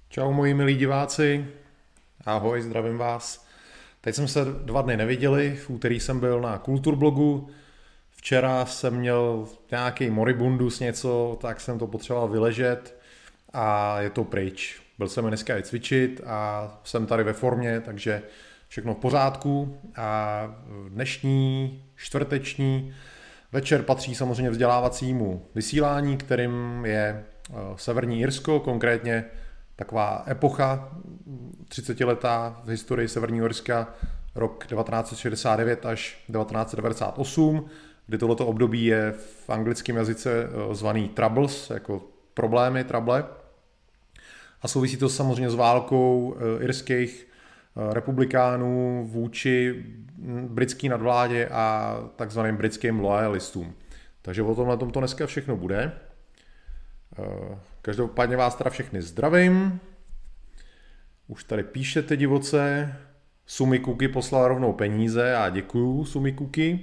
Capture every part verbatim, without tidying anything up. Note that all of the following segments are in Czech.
Čau moji milí diváci, ahoj, zdravím vás. Teď jsme se dva dny neviděli, v úterý jsem byl na Kulturblogu, včera jsem měl nějaký moribundus něco, tak jsem to potřeboval vyležet a je to pryč. Byl jsem dneska i cvičit a jsem tady ve formě, takže všechno v pořádku a dnešní čtvrteční večer patří samozřejmě vzdělávacímu vysílání, kterým je Severní Irsko, konkrétně taková epocha třicetiletá v historii Severního Irska, rok devatenáct set šedesát devět až devatenáct set devadesát osm, kdy tohleto období je v anglickém jazyce zvaný Troubles, jako problémy, trouble. A souvisí to samozřejmě s válkou irských republikánů vůči britské nadvládě a takzvaným britským loyalistům. Takže o tomhle tomto dneska všechno bude. Každopádně vás teda všechny zdravím. Už tady píšete divoce. Sumi Cookie poslal rovnou peníze a děkuju Sumi Cookie.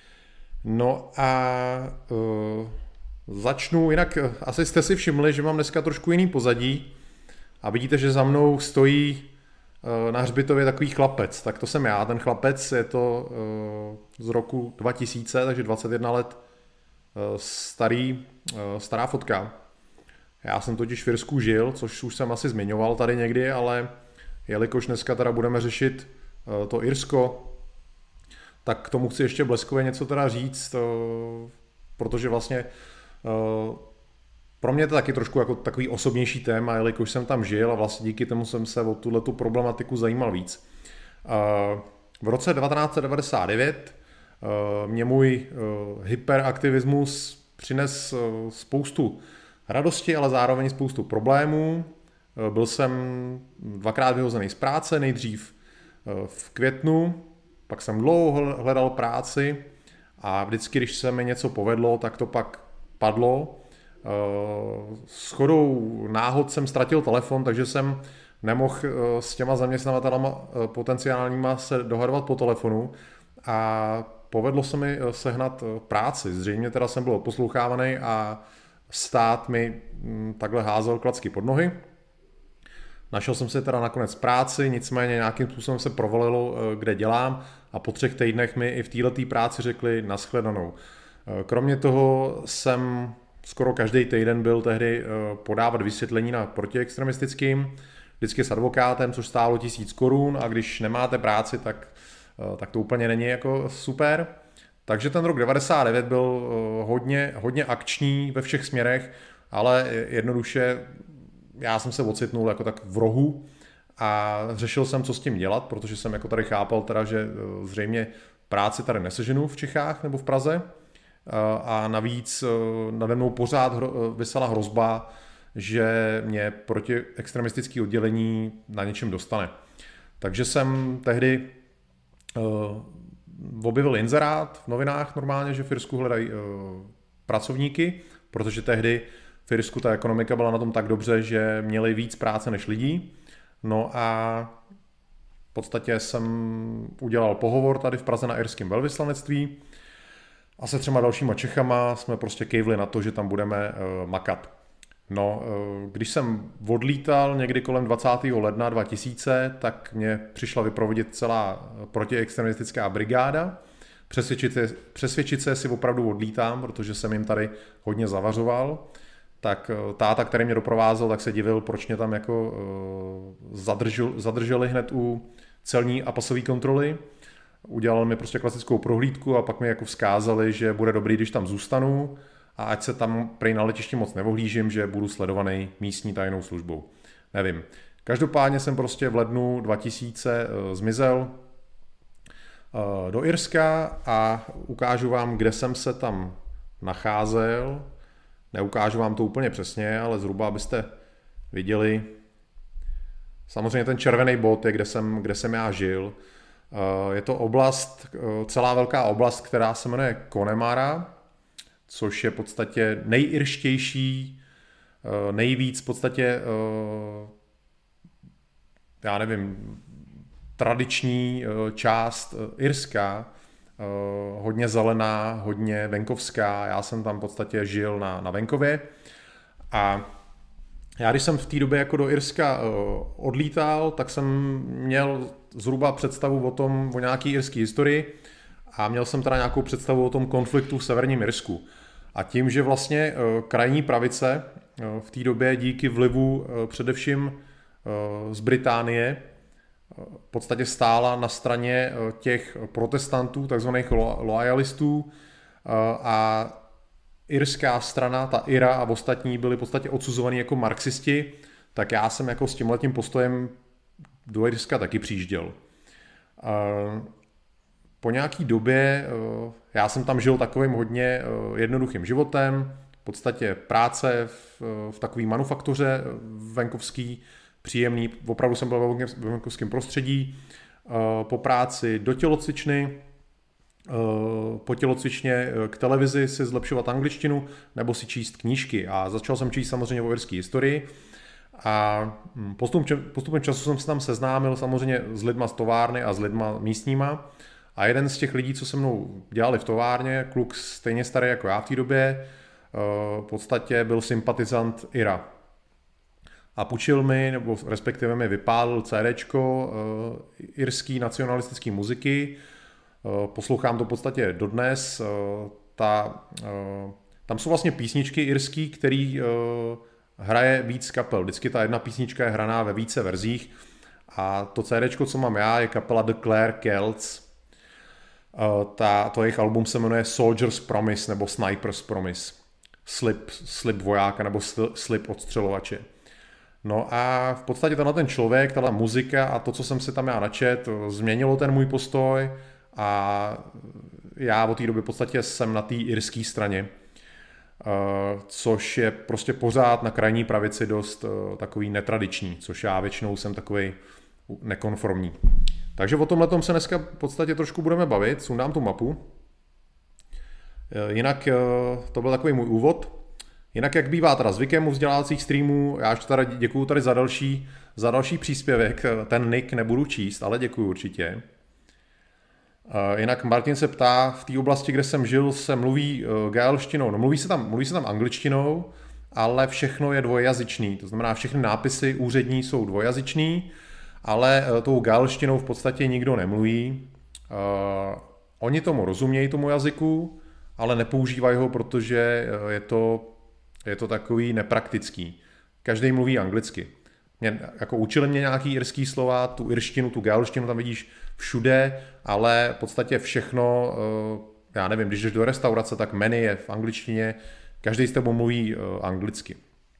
No a uh, začnu, jinak asi jste si všimli, že mám dneska trošku jiný pozadí a vidíte, že za mnou stojí uh, na hřbitově takový chlapec. Tak to jsem já, ten chlapec, je to uh, z roku dva tisíce, takže dvacet jedna let uh, starý, uh, stará fotka. Já jsem totiž v Irsku žil, což už jsem asi zmiňoval tady někdy, ale jelikož dneska teda budeme řešit to Irsko, tak k tomu chci ještě bleskově něco teda říct, protože vlastně pro mě je to taky trošku jako takový osobnější téma, jelikož jsem tam žil a vlastně díky tomu jsem se o tuhletu problematiku zajímal víc. V roce devatenáct set devadesát devět mě můj hyperaktivismus přines spoustu radosti, ale zároveň spoustu problémů. Byl jsem dvakrát vyhozený z práce, nejdřív v květnu, pak jsem dlouho hledal práci a vždycky, když se mi něco povedlo, tak to pak padlo. Shodou náhod jsem ztratil telefon, takže jsem nemohl s těma zaměstnavatelama potenciálníma se dohadovat po telefonu a povedlo se mi sehnat práci. Zřejmě teda jsem byl odposlouchávaný a stát mi takhle házel klacky pod nohy. Našel jsem si teda nakonec práci, nicméně nějakým způsobem se provalilo, kde dělám a po třech týdnech mi i v této práci řekli nashledanou. Kromě toho jsem skoro každý týden byl tehdy podávat vysvětlení na protiextremistickým, vždycky s advokátem, což stálo tisíc korun a když nemáte práci, tak, tak to úplně není jako super. Takže ten rok devadesát devět byl hodně, hodně akční ve všech směrech, ale jednoduše já jsem se ocitnul jako tak v rohu a řešil jsem, co s tím dělat, protože jsem jako tady chápal teda, že zřejmě práci tady neseženu v Čechách nebo v Praze a navíc nade mnou pořád visela hrozba, že mě proti extremistické oddělení na něčem dostane. Takže jsem tehdy objevil inzerát v novinách normálně, že v Irsku hledají pracovníky, protože tehdy v Irsku ta ekonomika byla na tom tak dobře, že měli víc práce než lidí. No a v podstatě jsem udělal pohovor tady v Praze na irském velvyslanectví a se třema dalšíma Čechama jsme prostě kejvli na to, že tam budeme uh, makat. No, uh, když jsem odlítal někdy kolem dvacátého ledna dva tisíce, tak mě přišla vyprovodit celá protiextremistická brigáda. Přesvědčit se, přesvědčit se, jestli opravdu odlítám, protože jsem jim tady hodně zavařoval. Tak táta, který mě doprovázel, tak se divil, proč mě tam jako uh, zadržel, zadrželi hned u celní a pasové kontroly. Udělal mi prostě klasickou prohlídku a pak mi jako vzkázali, že bude dobrý, když tam zůstanu a ať se tam prej na letišti moc nevohlížím, že budu sledovaný místní tajnou službou. Nevím. Každopádně jsem prostě v lednu dva tisíce uh, zmizel uh, do Irska a ukážu vám, kde jsem se tam nacházel. Neukážu vám to úplně přesně, ale zhruba abyste viděli. Samozřejmě ten červený bod je, kde jsem, kde jsem já žil. Je to oblast, celá velká oblast, která se jmenuje Connemara, což je v podstatě nejirštější, nejvíc v podstatě, já nevím, tradiční část Irska, Uh, hodně zelená, hodně venkovská. Já jsem tam v podstatě žil na, na venkově a Já když jsem v té době jako do Irska odlítal, tak jsem měl zhruba představu o tom, o nějaký irský historii a měl jsem teda nějakou představu o tom konfliktu v severním Irsku. A tím, že vlastně krajní pravice v té době díky vlivu především z Británie v podstatě stála na straně těch protestantů, takzvaných loyalistů, a irská strana, ta I R A a ostatní byli v podstatě odsuzovaní jako marxisti, tak já jsem jako s tímhletím postojem do Irska taky přijížděl. Po nějaký době, já jsem tam žil takovým hodně jednoduchým životem, v podstatě práce v, v takové manufaktuře venkovský, příjemný, opravdu jsem byl ve venkovském prostředí, po práci do tělocvičny, po tělocvičně k televizi si zlepšovat angličtinu nebo si číst knížky. A začal jsem číst samozřejmě o irské historii a postupem, postupem času jsem se tam seznámil samozřejmě s lidma z továrny a s lidma místníma. A jeden z těch lidí, co se mnou dělali v továrně, kluk stejně starý jako já v té době, v podstatě byl sympatizant I R A. A půjčil mi, nebo respektive mi vypálil CDčko irský nacionalistický muziky. Poslouchám to v podstatě dodnes. Ta, tam jsou vlastně písničky irský, který hraje víc kapel. Vždycky ta jedna písnička je hraná ve více verzích. A to CDčko, co mám já, je kapela The Clare Celts. Ta, to jejich album se jmenuje Soldier's Promise nebo Sniper's Promise. Slib, slib vojáka nebo slib odstřelovače. No a v podstatě tenhle ten člověk, tahle muzika a to, co jsem si tam já načet, změnilo ten můj postoj a já od té doby v podstatě jsem na té irské straně, což je prostě pořád na krajní pravici dost takový netradiční, což já většinou jsem takový nekonformní. Takže o tomhletom se dneska v podstatě trošku budeme bavit, sundám tu mapu. Jinak to byl takový můj úvod. Jinak jak bývá teda zvykem u vzdělávacích streamů, já ještě tady děkuju tady za další, za další příspěvek, ten nick nebudu číst, ale děkuju určitě. Jinak Martin se ptá, v té oblasti, kde jsem žil, se mluví gaelštinou. No mluví se tam, mluví se tam angličtinou, ale všechno je dvojjazyčný. To znamená, všechny nápisy úřední jsou dvojjazyčný, ale tou gaelštinou v podstatě nikdo nemluví. Oni tomu rozumějí, tomu jazyku, ale nepoužívají ho, protože je to, je to takový nepraktický. Každý mluví anglicky. Mě, jako učili mě nějaký irský slova, tu irštinu, tu gaelštinu tam vidíš všude, ale v podstatě všechno, já nevím, když jdeš do restaurace, tak menu je v angličtině, každý s tebou mluví anglicky.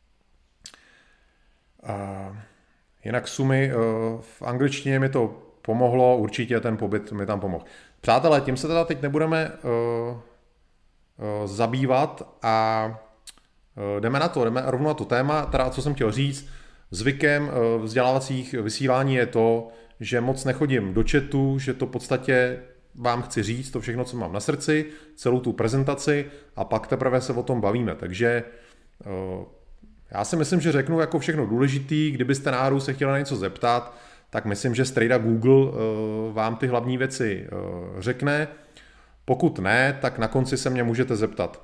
A jinak sumy, v angličtině mi to pomohlo, určitě ten pobyt mi tam pomohl. Přátelé, tím se teda teď nebudeme zabývat a jdeme na to, jdeme rovnou na to téma, teda co jsem chtěl říct. Zvykem vzdělávacích vysílání je to, že moc nechodím do chatu, že to v podstatě vám chci říct, to všechno, co mám na srdci, celou tu prezentaci a pak teprve se o tom bavíme. Takže já si myslím, že řeknu jako všechno důležitý, kdybyste náhodou se chtěli na něco zeptat, tak myslím, že strejda Google vám ty hlavní věci řekne. Pokud ne, tak na konci se mě můžete zeptat.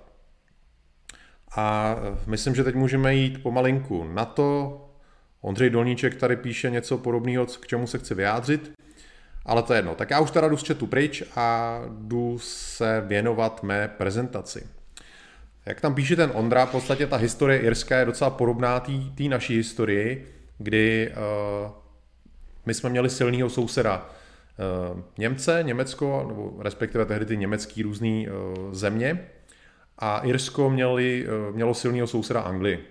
A myslím, že teď můžeme jít pomalinku na to. Ondřej Dolníček tady píše něco podobného, k čemu se chci vyjádřit, ale to je jedno. Tak já už teda jdu z chatu pryč a jdu se věnovat mé prezentaci. Jak tam píše ten Ondra, v podstatě ta historie irská je docela podobná té naší historii, kdy uh, my jsme měli silného souseda uh, Němce, Německo, nebo respektive tehdy ty německý různý uh, země, a Irsko měli, uh, mělo silného souseda Anglii.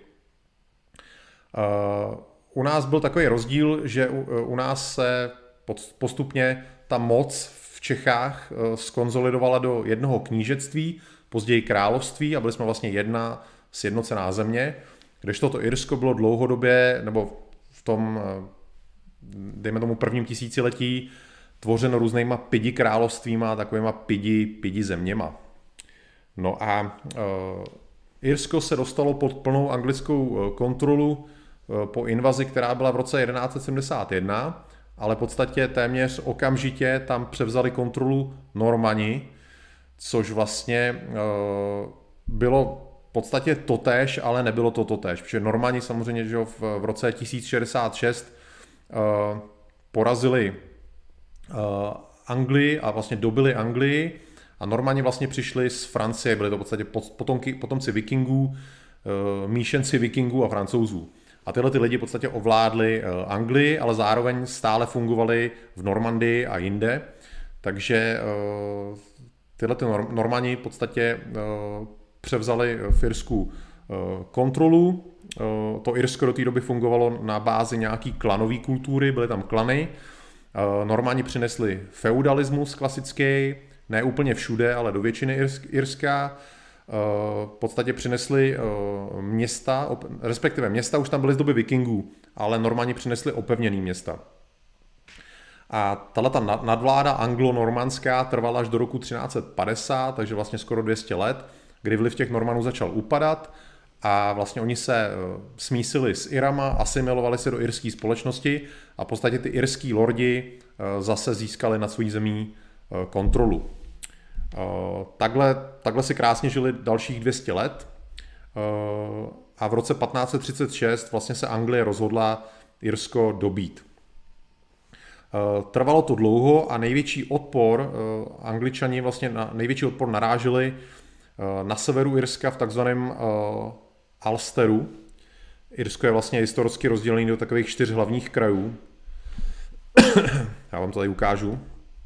Uh, U nás byl takový rozdíl, že u, u nás se postupně ta moc v Čechách skonzolidovala do jednoho knížectví, později království a byli jsme vlastně jedna sjednocená země, kdežto to Irsko bylo dlouhodobě, nebo v tom, dejme tomu prvním tisíciletí, tvořeno různýma pidi královstvíma a takovýma pidi, pidi zeměma. No a uh, Irsko se dostalo pod plnou anglickou kontrolu po invazi, která byla v roce jedenáct set sedmdesát jedna, ale v podstatě téměř okamžitě tam převzali kontrolu Normani, což vlastně bylo podstatě totéž, ale nebylo to totéž, protože Normani samozřejmě, že v, v roce tisíc šedesát šest uh, porazili uh, Anglii a vlastně dobili Anglii a Normani vlastně přišli z Francie, byli to v podstatě potomky, potomci vikingů, uh, míšenci vikingů a Francouzů. A tyhle ty lidi v podstatě ovládli uh, Anglii, ale zároveň stále fungovali v Normandii a jinde, takže uh, tyhle ty Normani v podstatě uh, převzali v Irsku kontrolu. To Irsko do té doby fungovalo na bázi nějaký klanové kultury, byly tam klany. Normani přinesli feudalismus klasický, ne úplně všude, ale do většiny Irska. V podstatě přinesli města, respektive města už tam byly z doby vikingů, ale Normani přinesli opevněný města. A tato nadvláda anglo-normanská trvala až do roku třináct set padesát, takže vlastně skoro dvě stě let, kdy vliv těch Normanů začal upadat a vlastně oni se smísili s Irama, asimilovali se do irské společnosti a v podstatě ty irský lordi zase získali nad svou zemí kontrolu. Takhle, takhle si krásně žili dalších dvě stě let a v roce patnáct set třicet šest vlastně se Anglie rozhodla Irsko dobít. Trvalo to dlouho a největší odpor, Angličani vlastně na největší odpor naráželi na severu Irska v takzvaném uh, Ulsteru. Irsko je vlastně historicky rozdělené do takových čtyř hlavních krajů. Já vám to tady ukážu.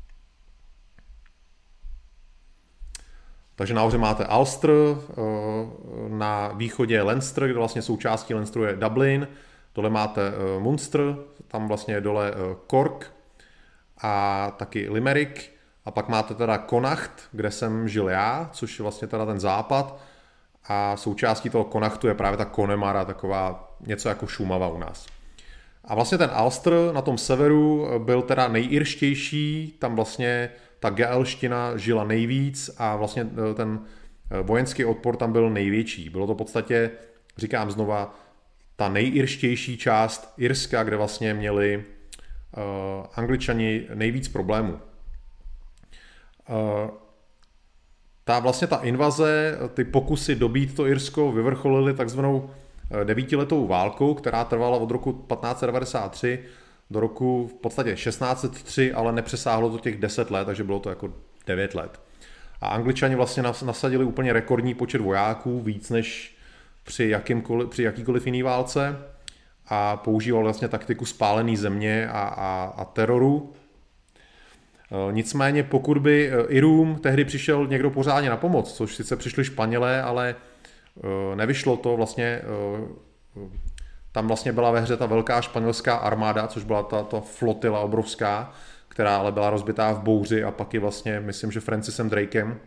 Takže nahoře máte Ulster, uh, na východě je Leinster, kde vlastně součástí Leinsteru je Dublin. Dole máte uh, Munster, tam vlastně je dole uh, Cork a taky Limerick. A pak máte teda Connacht, kde jsem žil já, což je vlastně teda ten západ. A součástí toho Connachtu je právě ta Connemara, taková něco jako Šumava u nás. A vlastně ten Ulster na tom severu byl teda nejirštější, tam vlastně ta gaelština žila nejvíc a vlastně ten vojenský odpor tam byl největší. Bylo to v podstatě, říkám znova, ta nejirštější část Irska, kde vlastně měli uh, Angličani nejvíc problémů. Ta vlastně ta invaze, ty pokusy dobít to Irsko vyvrcholily takzvanou devítiletou válkou, která trvala od roku patnáct set devadesát tři do roku v podstatě šestnáct set tři, ale nepřesáhlo to těch deset let, takže bylo to jako devět let. A Angličani vlastně nasadili úplně rekordní počet vojáků, víc než při, jakýmkoliv, při jakýkoliv jiný válce a používal vlastně taktiku spálený země a, a, a teroru. Nicméně pokud by Irům tehdy přišel někdo pořádně na pomoc, což sice přišli Španělé, ale nevyšlo to vlastně, tam vlastně byla ve hře ta velká španělská armáda, což byla ta, ta flotila obrovská, která ale byla rozbitá v bouři a pak je vlastně, myslím, že Francisem Drakem.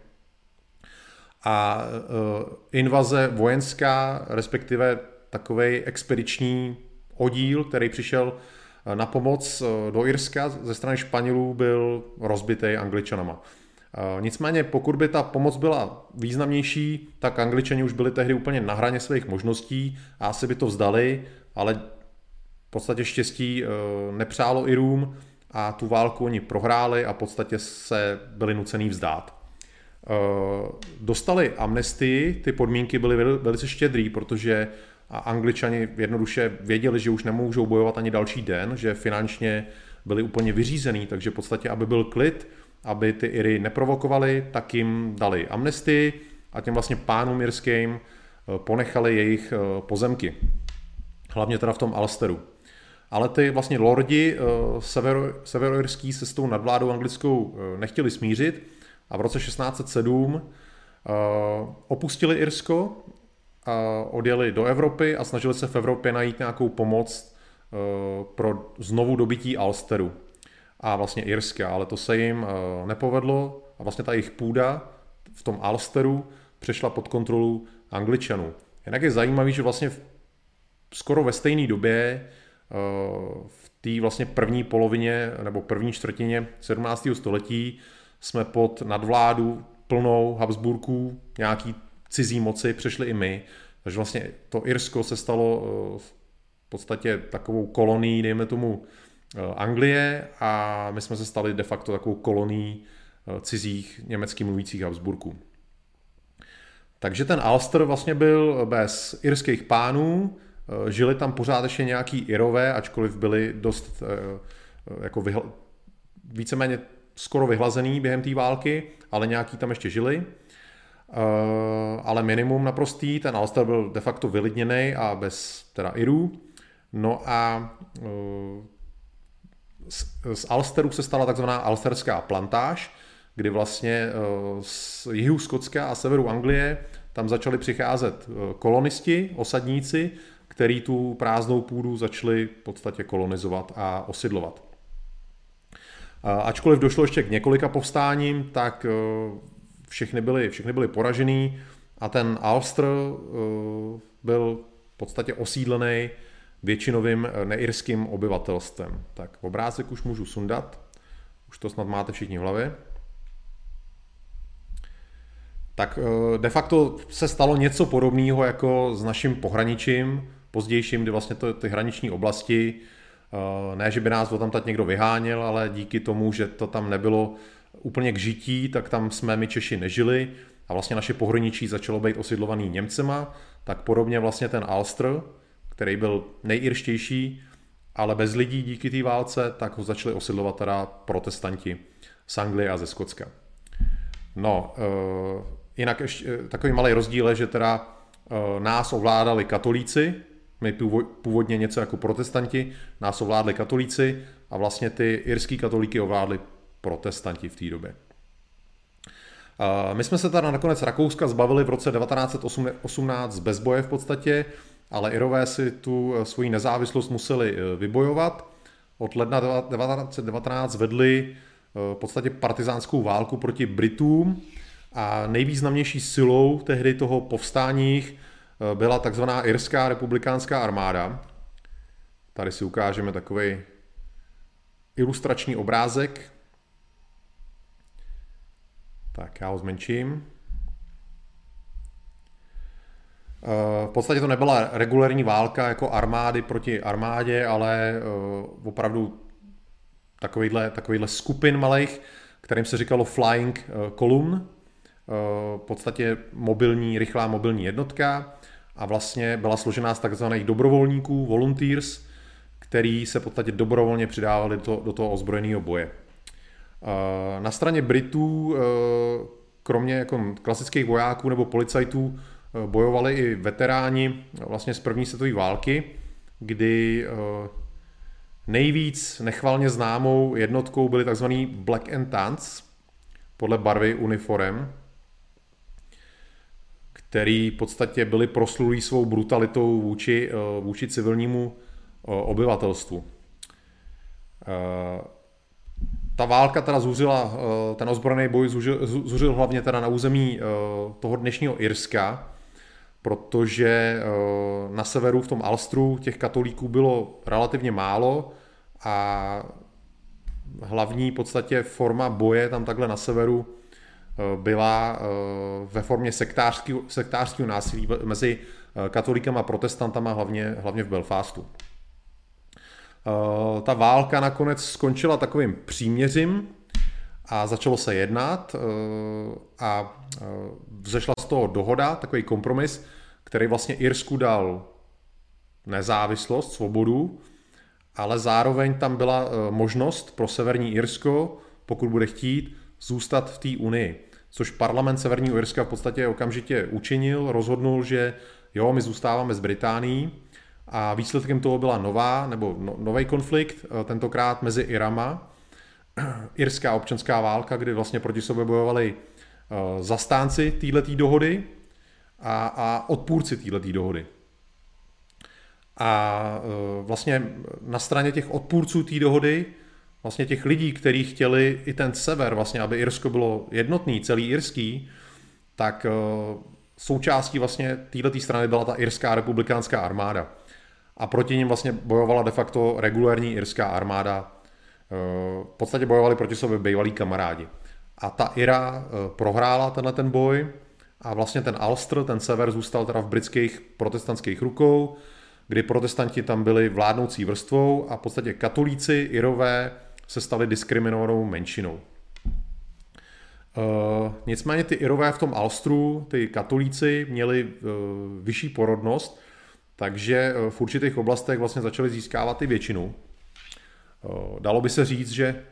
A invaze vojenská, respektive takovej expediční oddíl, který přišel na pomoc do Irska ze strany Španělů, byl rozbitý Angličanama. Nicméně pokud by ta pomoc byla významnější, tak Angličani už byli tehdy úplně na hraně svých možností a asi by to vzdali, ale v podstatě štěstí nepřálo Irům a tu válku oni prohráli a v podstatě se byli nucený vzdát. Dostali amnestii, ty podmínky byly velice štědrý, protože Angličani jednoduše věděli, že už nemůžou bojovat ani další den, že finančně byli úplně vyřízený, takže v podstatě, aby byl klid, aby ty Iry neprovokovali, tak jim dali amnestii a těm vlastně pánům irským ponechali jejich pozemky. Hlavně teda v tom Ulsteru. Ale ty vlastně lordi severo, severoirský se s tou nadvládou anglickou nechtěli smířit a v roce šestnáct set sedm opustili Irsko, odjeli do Evropy a snažili se v Evropě najít nějakou pomoc pro znovu dobytí Ulsteru a vlastně Irska, ale to se jim nepovedlo a vlastně ta jejich půda v tom Ulsteru přešla pod kontrolu Angličanů. Jinak je zajímavý, že vlastně v, skoro ve stejné době v té vlastně první polovině nebo první čtvrtině sedmnáctého století jsme pod nadvládu plnou Habsburků, nějaký cizí moci přešli i my. Takže vlastně to Irsko se stalo v podstatě takovou kolonií, dejme tomu, Anglie a my jsme se stali de facto takovou kolonií cizích německy mluvících Habsburků. Takže ten Ulster vlastně byl bez irských pánů, žili tam pořád ještě nějaký Irové, ačkoliv byli dost jako vyhl... víceméně skoro vyhlazený během té války, ale nějaký tam ještě žili. Ale minimum naprostý, ten Ulster byl de facto vylidněný a bez teda Irů. No a z, z Ulsteru se stala takzvaná Ulsterská plantáž, kdy vlastně z jihu Skotska a severu Anglie tam začali přicházet kolonisti, osadníci, který tu prázdnou půdu začali v podstatě kolonizovat a osidlovat. Ačkoliv došlo ještě k několika povstáním, tak všechny byly, všechny byly poražený a ten Ulster byl v podstatě osídlený většinovým neirským obyvatelstvem. Tak obrázek už můžu sundat, už to snad máte všichni v hlavě. Tak de facto se stalo něco podobného jako s naším pohraničím, pozdějším, kdy vlastně to, ty hraniční oblasti, ne, že by nás odtamtud někdo vyháněl, ale díky tomu, že to tam nebylo úplně k žití, tak tam jsme my Češi nežili a vlastně naše pohraničí začalo být osidlovaný Němcema, tak podobně vlastně ten Ulster, který byl nejirštější, ale bez lidí díky té válce, tak ho začali osidlovat teda protestanti z Anglie a ze Skotska. No, uh, jinak ještě takový malý rozdíl je, že teda uh, nás ovládali katolíci, my původně něco jako protestanti, nás ovládli katolíci a vlastně ty irský katolíky ovládli protestanti v té době. Uh, my jsme se teda nakonec Rakouska zbavili v roce devatenáct set osmnáct bez boje v podstatě, ale Irové si tu svoji nezávislost museli vybojovat. Od ledna devatenáct set devatenáct vedli v podstatě partizánskou válku proti Britům a nejvýznamnější silou tehdy toho povstání byla takzvaná Irská republikánská armáda. Tady si ukážeme takový ilustrační obrázek. Tak já ho zmenším. V podstatě to nebyla regulární válka jako armády proti armádě, ale opravdu takovýhle, takovýhle skupin malých, kterým se říkalo Flying Column, v podstatě mobilní, rychlá mobilní jednotka a vlastně byla složená z takzvaných dobrovolníků, volunteers, který se v podstatě dobrovolně přidávali do, do toho ozbrojeného boje. Na straně Britů, kromě jako klasických vojáků nebo policajtů, bojovali i veteráni vlastně z první světové války, kdy nejvíc nechvalně známou jednotkou byly tzv. Black and Tans podle barvy uniform, který v podstatě byli proslulí svou brutalitou vůči, vůči civilnímu obyvatelstvu. Ta válka teda zuřila, ten ozbrojený boj zuřil, zuřil hlavně teda na území toho dnešního Irska, protože na severu v tom Ulsteru těch katolíků bylo relativně málo a hlavní v podstatě forma boje tam takhle na severu byla ve formě sektářského, sektářského násilí mezi katolíkama a protestantama, hlavně, hlavně v Belfastu. Ta válka nakonec skončila takovým příměřím a začalo se jednat a vzešla z toho dohoda, takový kompromis, který vlastně Irsku dal nezávislost, svobodu, ale zároveň tam byla možnost pro Severní Irsko, pokud bude chtít, zůstat v té unii. Což parlament Severního Irska v podstatě okamžitě učinil, rozhodnul, že jo, my zůstáváme s Británií a výsledkem toho byla nová, nebo no, nový konflikt, tentokrát mezi Irama, irská občanská válka, kdy vlastně proti sobě bojovali zastánci téhletý dohody a, a odpůrci téhletý dohody. A vlastně na straně těch odpůrců té dohody, vlastně těch lidí, kteří chtěli i ten sever, vlastně, aby Irsko bylo jednotný, celý irský, tak součástí vlastně téhletý strany byla ta Irská republikánská armáda. A proti nim vlastně bojovala de facto regulární irská armáda. V podstatě bojovali proti sobě bývalí kamarádi. A ta Ira prohrála tenhle ten boj a vlastně ten Ulster, ten sever, zůstal teda v britských protestantských rukou, kdy protestanti tam byli vládnoucí vrstvou a v podstatě katolíci, Irové, se stali diskriminovanou menšinou. Uh, nicméně ty Irové v tom Ulsteru, ty katolíci, měli uh, vyšší porodnost, takže uh, v určitých oblastech vlastně začali získávat i většinu. Uh, dalo by se říct, že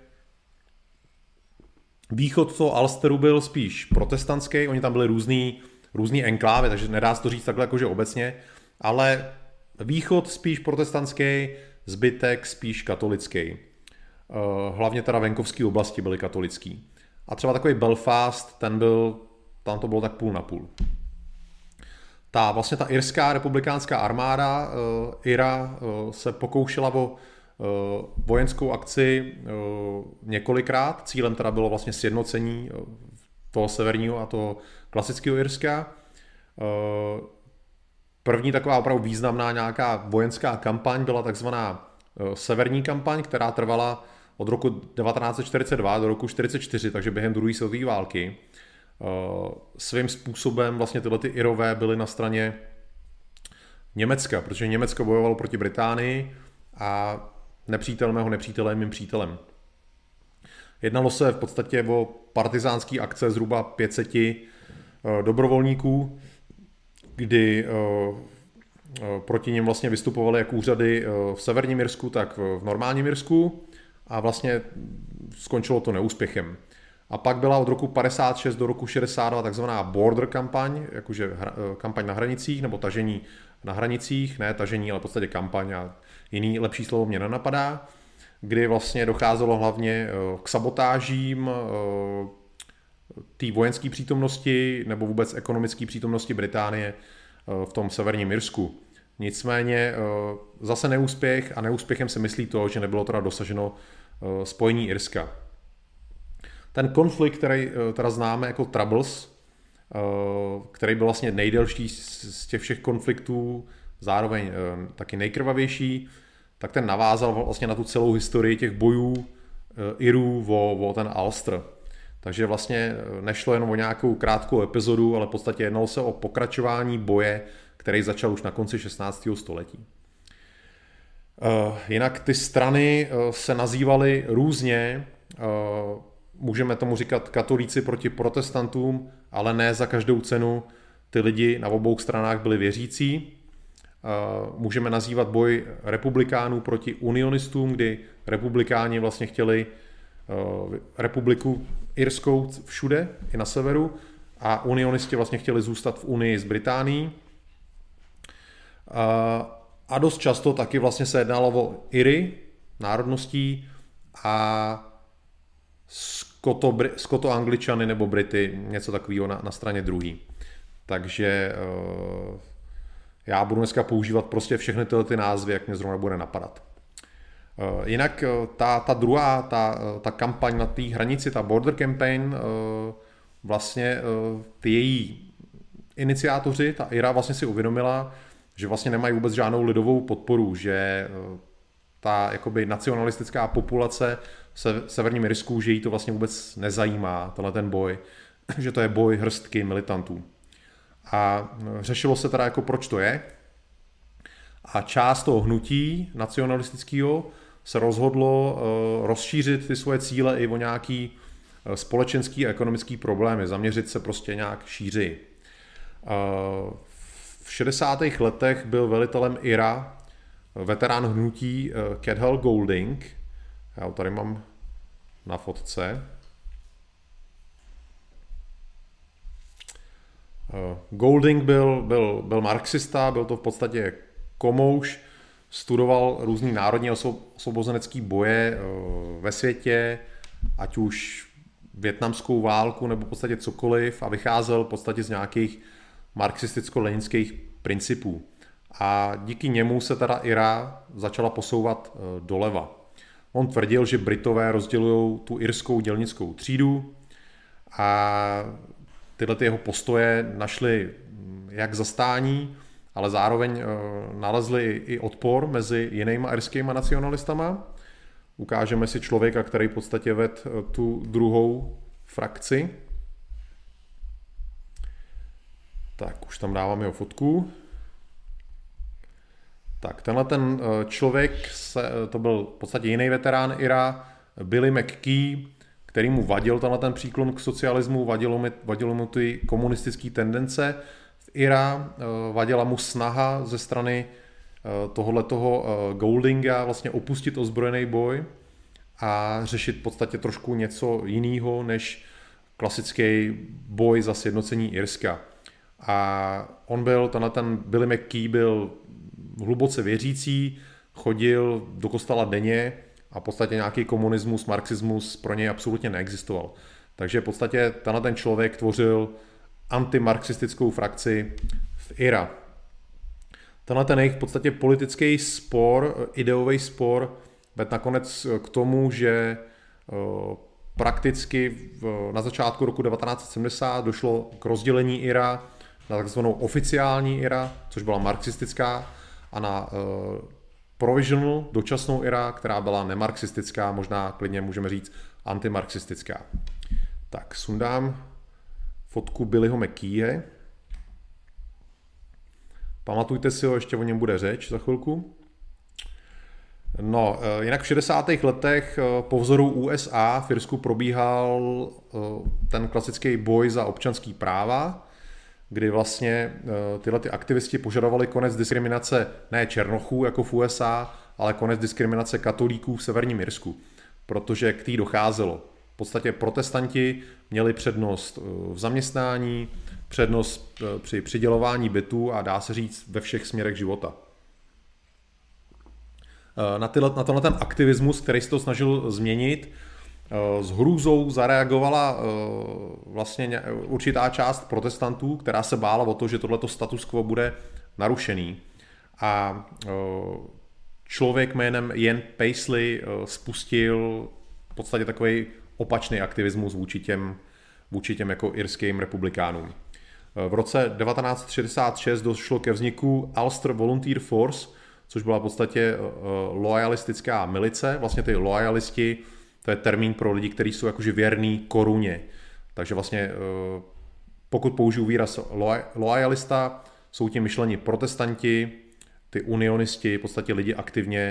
východ toho Ulsteru byl spíš protestantský, oni tam byli různý, různý enklávy, takže nedá se to říct takhle jakože obecně, ale východ spíš protestantský, zbytek spíš katolický. Hlavně teda venkovské oblasti byly katolický. A třeba takový Belfast, ten byl, tam to bylo tak půl na půl. Ta vlastně ta irská republikánská armáda uh, Ira uh, se pokoušela o uh, vojenskou akci uh, několikrát. Cílem teda bylo vlastně sjednocení uh, toho severního a toho klasického Irska. Uh, první taková opravdu významná nějaká vojenská kampaň byla takzvaná uh, severní kampaň, která trvala od roku devatenáct set čtyřicet dva do roku čtyřicet čtyři, takže během druhé světové války. Svým způsobem vlastně tyhle ty Irové byly na straně Německa, protože Německo bojovalo proti Británii a nepřítel mého nepřítele je mým přítelem. Jednalo se v podstatě o partizánský akce zhruba pět set dobrovolníků, kdy proti nim vlastně vystupovaly jak úřady v severním Irsku, tak v normálním Irsku a vlastně skončilo to neúspěchem. A pak byla od roku padesát šest do roku šedesát dva takzvaná border kampaň, jakože hra, kampaň na hranicích, nebo tažení na hranicích, ne tažení, ale v podstatě kampaň a jiný lepší slovo mě nenapadá, kdy vlastně docházelo hlavně k sabotážím té vojenské přítomnosti nebo vůbec ekonomické přítomnosti Británie v tom severním Irsku. Nicméně zase neúspěch a neúspěchem se myslí to, že nebylo teda dosaženo spojení Irska. Ten konflikt, který teda známe jako Troubles, který byl vlastně nejdelší z těch všech konfliktů, zároveň taky nejkrvavější, tak ten navázal vlastně na tu celou historii těch bojů Irů o, o ten Ulster. Takže vlastně nešlo jen o nějakou krátkou epizodu, ale v podstatě jednalo se o pokračování boje, který začal už na konci šestnáctého století. Jinak ty strany se nazývaly různě, můžeme tomu říkat katolíci proti protestantům, ale ne za každou cenu ty lidi na obou stranách byli věřící. Můžeme nazývat boj republikánů proti unionistům, kdy republikáni vlastně chtěli republiku irskou všude, i na severu, a unionisti vlastně chtěli zůstat v unii s Británií. A dost často taky vlastně se jednalo o Iry, národností, a Skoto-Angličany nebo Brity, něco takového na, na straně druhý. Takže uh, já budu dneska používat prostě všechny tyhle ty názvy, jak mě zrovna bude napadat. Uh, jinak uh, ta, ta druhá, ta, uh, ta kampaň na té hranici, ta border campaign, uh, vlastně uh, ty její iniciátoři, ta Ira vlastně si uvědomila, že vlastně nemají vůbec žádnou lidovou podporu, že uh, ta jakoby nacionalistická populace v severním Irsku, že jí to vlastně vůbec nezajímá, tenhle ten boj, že to je boj hrstky militantů. A řešilo se teda jako proč to je. A část toho hnutí nacionalistického se rozhodlo uh, rozšířit ty svoje cíle i o nějaký uh, společenský a ekonomický problémy, zaměřit se prostě nějak šířeji. Uh, v šedesátých letech byl velitelem Ira veterán hnutí uh, Cashel Golding. Já ho tady mám na fotce. Golding byl, byl, byl marxista, byl to v podstatě komouš, studoval různý národní osvobozenecký boje ve světě, ať už vietnamskou válku nebo v podstatě cokoliv, a vycházel v podstatě z nějakých marxisticko-leninských principů. A díky němu se teda Ira začala posouvat doleva. On tvrdil, že Britové rozdělují tu irskou dělnickou třídu a tyhle ty jeho postoje našly jak zastání, ale zároveň nalezli i odpor mezi jinýma irskýma nacionalistama. Ukážeme si člověka, který v podstatě ved tu druhou frakci. Tak, už tam dávám jeho fotku. Tak, tenhle ten člověk, se, to byl v podstatě jiný veterán Ira, Billy McKee, který mu vadil tenhle ten příklon k socialismu, vadilo, mi, vadilo mu ty komunistické tendence v Ira, vadila mu snaha ze strany tohohletoho Goldinga vlastně opustit ozbrojený boj a řešit v podstatě trošku něco jiného než klasický boj za sjednocení Irska. A on byl, tenhle ten Billy McKee byl hluboce věřící, chodil do kostela denně a v podstatě nějaký komunismus, marxismus pro něj absolutně neexistoval. Takže v podstatě tenhle ten člověk tvořil antimarxistickou frakci v I R A. Tenhle ten jejich v podstatě politický spor, ideový spor, vedl nakonec k tomu, že prakticky na začátku roku devatenáct set sedmdesát došlo k rozdělení I R A na takzvanou oficiální I R A, což byla marxistická, a na provisional, dočasnou I R A, která byla nemarxistická, možná klidně můžeme říct antimarxistická. Tak, sundám fotku Billyho McKeeho. Pamatujte si ho, ještě o něm bude řeč za chvilku. No, jinak v šedesátých letech po vzoru U S A v Irsku probíhal ten klasický boj za občanský práva, kdy vlastně tyhle ty aktivisti požadovali konec diskriminace ne černochů jako v U S A, ale konec diskriminace katolíků v severním Irsku, protože k tý docházelo. V podstatě protestanti měli přednost v zaměstnání, přednost při přidělování bytů a dá se říct ve všech směrech života. Na, tyhle, na tenhle ten aktivismus, který se to snažil změnit, s hrůzou zareagovala vlastně určitá část protestantů, která se bála o to, že tohleto status quo bude narušený. A člověk jménem Ian Paisley spustil v podstatě takový opačný aktivismus vůči těm, vůči těm jako irským republikánům. V roce devatenáct set šedesát šest došlo ke vzniku Ulster Volunteer Force, což byla v podstatě loyalistická milice. Vlastně ty loyalisti, to je termín pro lidi, kteří jsou jakože věrní koruně. Takže vlastně pokud použiju výraz loyalista, jsou tím myšleni protestanti, ty unionisti, v podstatě lidi aktivně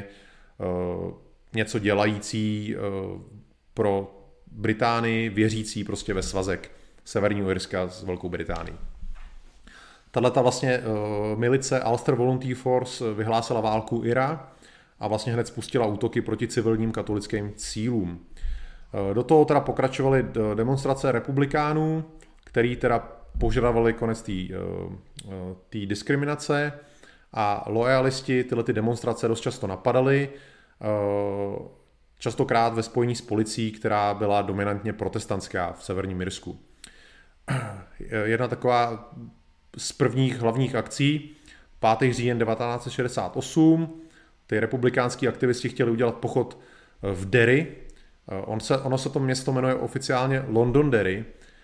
něco dělající pro Británii, věřící prostě ve svazek Severního Irska s Velkou Británií. Tato vlastně uh, milice Ulster Volunteer Force vyhlásila válku I R A a vlastně hned spustila útoky proti civilním katolickým cílům. Uh, do toho teda pokračovaly demonstrace republikánů, který teda požadovali konec té uh, diskriminace, a loyalisti tyhle ty demonstrace dost často napadali, uh, častokrát ve spojení s policií, která byla dominantně protestantská v severním Irsku. Jedna taková z prvních hlavních akcí, pátého října devatenáct set šedesát osm, ty republikánský aktivisti chtěli udělat pochod v Derry. On se, ono se to město jmenuje oficiálně Londonderry,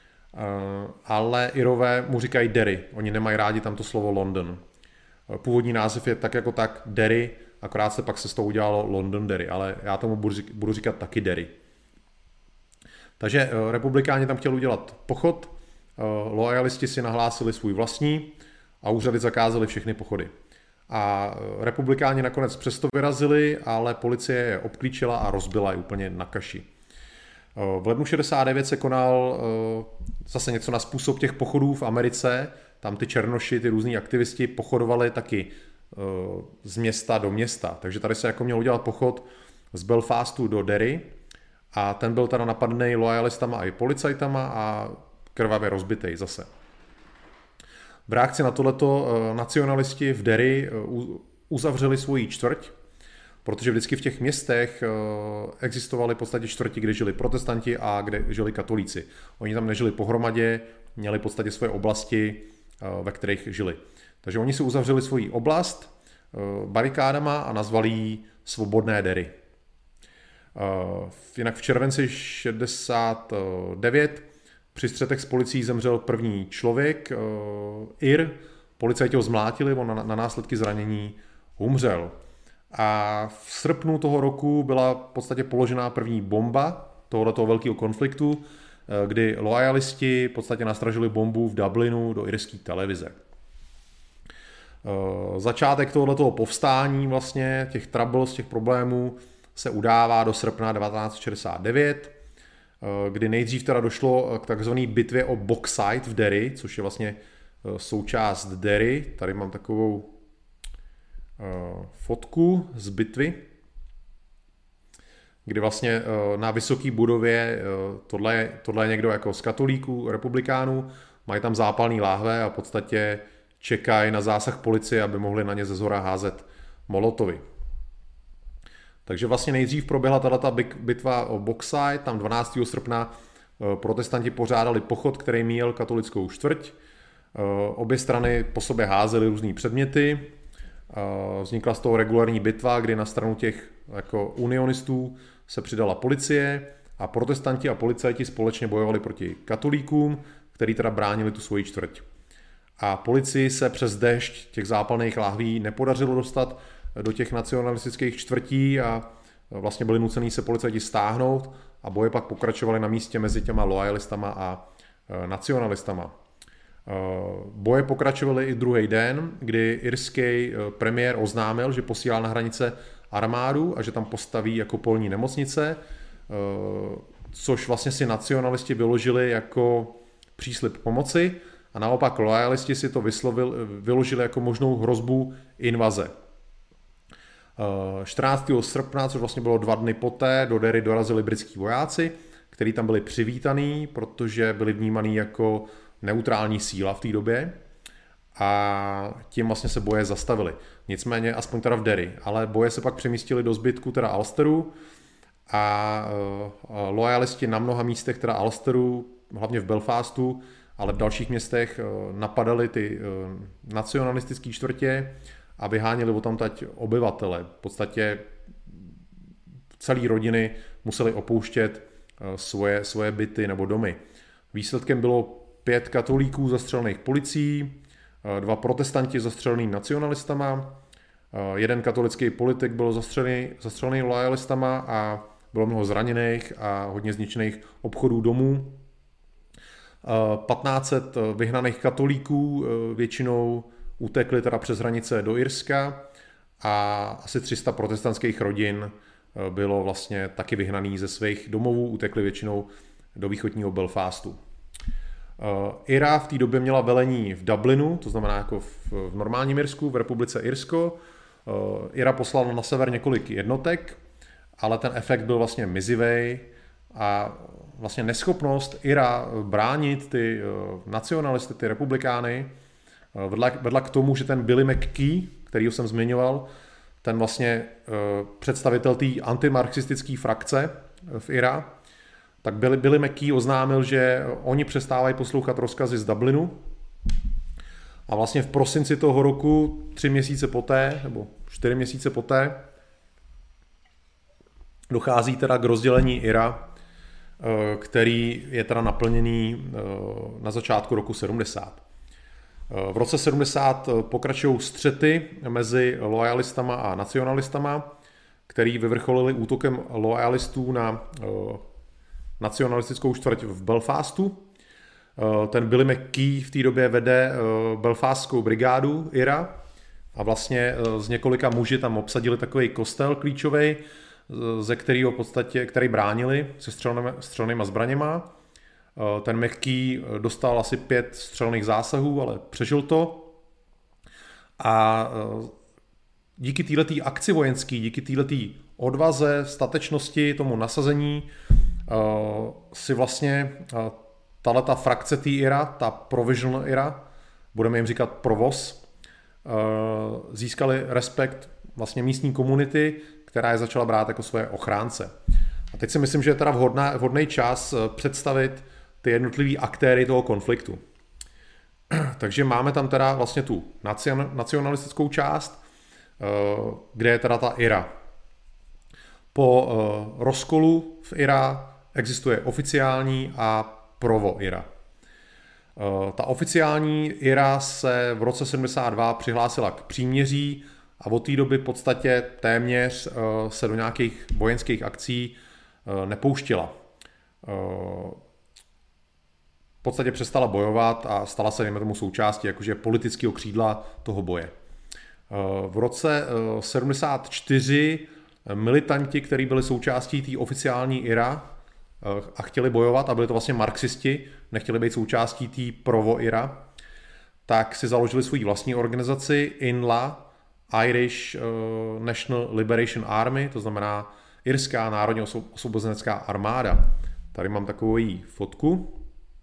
ale Irové mu říkají Derry. Oni nemají rádi tamto slovo London. Původní název je tak jako tak Derry, akorát se pak se z toho udělalo Londonderry, ale já tomu budu říkat taky Derry. Takže republikáni tam chtěli udělat pochod, loyalisti si nahlásili svůj vlastní a úřady zakázaly všechny pochody. A republikáni nakonec přesto vyrazili, ale policie je obklíčila a rozbila je úplně na kaši. V lednu šedesát devět se konal zase něco na způsob těch pochodů v Americe. Tam ty černoši, ty různí aktivisti pochodovali taky z města do města. Takže tady se jako měl udělat pochod z Belfastu do Derry a ten byl teda napadený loyalistama a i policajtama a krvavě rozbitej zase. V reakci na tohleto nacionalisti v Derry uzavřeli svoji čtvrť, protože vždycky v těch městech existovaly v podstatě čtvrti, kde žili protestanti a kde žili katolíci. Oni tam nežili pohromadě, měli v podstatě svoje oblasti, ve kterých žili. Takže oni si uzavřeli svoji oblast barikádama a nazvali ji Svobodné Derry. Jinak v červenci šedesát devět při střetech s policií zemřel první člověk, Ir, policajti ho zmlátili, on na, na následky zranění umřel. A v srpnu toho roku byla v podstatě položená první bomba tohoto velkého konfliktu, kdy loyalisti v podstatě nastražili bombu v Dublinu do irské televize. Začátek tohoto povstání, vlastně těch troubles, těch problémů, se udává do srpna devatenáct set šedesát devět. kdy nejdřív teda došlo k takzvané bitvě o Bauxite v Derry, což je vlastně součást Derry. Tady mám takovou fotku z bitvy, kdy vlastně na vysoké budově, tohle je, tohle je někdo jako z katolíků, republikánů, mají tam zápalný láhve a v podstatě čekají na zásah policie, aby mohli na ně ze zhora házet molotovy. Takže vlastně nejdřív proběhla tato bitva o Bauxite, tam dvanáctého srpna protestanti pořádali pochod, který míjel katolickou čtvrť. Obě strany po sobě házely různý předměty. Vznikla z toho regulární bitva, kdy na stranu těch jako unionistů se přidala policie a protestanti a policajti společně bojovali proti katolíkům, který teda bránili tu svoji čtvrť. A policii se přes déšť těch zápalných láhví nepodařilo dostat do těch nacionalistických čtvrtí a vlastně byli nuceni se policajti stáhnout a boje pak pokračovaly na místě mezi těma lojalistama a nacionalistama. Boje pokračovaly i druhý den, kdy irský premiér oznámil, že posílá na hranice armádu a že tam postaví jako polní nemocnice, což vlastně si nacionalisti vyložili jako příslib pomoci a naopak lojalisti si to vyslovil, vyložili jako možnou hrozbu invaze. čtrnáctého srpna, což vlastně bylo dva dny poté, do Derry dorazili britský vojáci, kteří tam byli přivítaný, protože byli vnímaný jako neutrální síla v té době a tím vlastně se boje zastavily. Nicméně aspoň teda v Derry, ale boje se pak přemístily do zbytku teda Ulsteru a lojalisti na mnoha místech teda Ulsteru, hlavně v Belfastu, ale v dalších městech napadali ty nacionalistické čtvrtě a vyháněli odtamtať obyvatele. V podstatě celé rodiny museli opouštět svoje, svoje byty nebo domy. Výsledkem bylo pět katolíků zastřelených policií, dva protestanti zastřelený nacionalistama, jeden katolický politik byl zastřelený, zastřelený lojalistama a bylo mnoho zraněných a hodně zničených obchodů domů. patnáct set vyhnaných katolíků většinou utekli teda přes hranice do Irska a asi tři sta protestantských rodin bylo vlastně taky vyhnaných ze svých domovů, utekli většinou do východního Belfastu. Ira v té době měla velení v Dublinu, to znamená jako v, v normálním Irsku, v republice Irsko. Ira poslala na sever několik jednotek, ale ten efekt byl vlastně mizivej a vlastně neschopnost Ira bránit ty nacionalisty, ty republikány, vedla, vedla k tomu, že ten Billy McKee, kterýho jsem zmiňoval, ten vlastně představitel té antimarxistické frakce v Ira, tak Billy, Billy McKee oznámil, že oni přestávají poslouchat rozkazy z Dublinu a vlastně v prosinci toho roku, tři měsíce poté, nebo čtyři měsíce poté, dochází teda k rozdělení Ira, který je teda naplněný na začátku roku sedmdesát. V roce sedmdesát pokračují střety mezi lojalistama a nacionalistama, který vyvrcholili útokem lojalistů na nacionalistickou čtvrť v Belfastu. Ten Billy McKee v té době vede belfastskou brigádu Ira a vlastně z několika muži tam obsadili takový kostel klíčový, ze kterého v podstatě, který bránili se střelnýma zbraněma. Ten McKee dostal asi pět střelných zásahů, ale přežil to. A díky této akci vojenské, díky této odvaze, statečnosti, tomu nasazení, si vlastně tato frakce té Ira, ta Provisional Ira, budeme jim říkat provoz, získali respekt vlastně místní komunity, která je začala brát jako své ochránce. A teď si myslím, že je teda vhodná, vhodný čas představit ty jednotlivý aktéry toho konfliktu. Takže máme tam teda vlastně tu nacionalistickou část, kde je teda ta Ira. Po rozkolu v Ira existuje oficiální a provo-Ira. Ta oficiální Ira se v roce sedmdesát dva přihlásila k příměří a od té doby v podstatě téměř se do nějakých vojenských akcí nepouštěla. V podstatě přestala bojovat a stala se dejme tomu součástí jakože politického křídla toho boje. V roce sedmdesát čtyři militanti, kteří byli součástí té oficiální Ira, a chtěli bojovat, a byli to vlastně marxisti, nechtěli být součástí té provo-Ira, tak si založili svou vlastní organizaci I N L A, Irish National Liberation Army, to znamená Irská národně osvobozenecká armáda. Tady mám takovou její fotku.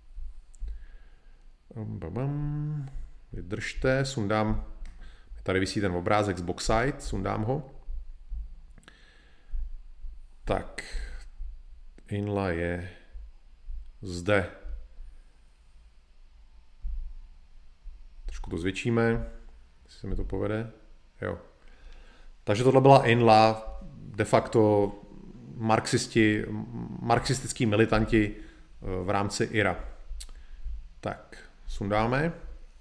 Vydržte, sundám, tady visí ten obrázek z Boxside, sundám ho. Tak, I N L A je zde. Trošku to zvětšíme, jestli se mi to povede. Jo. Takže tohle byla I N L A, de facto marxisti, marxistický militanti v rámci Ira. Tak, sundáme.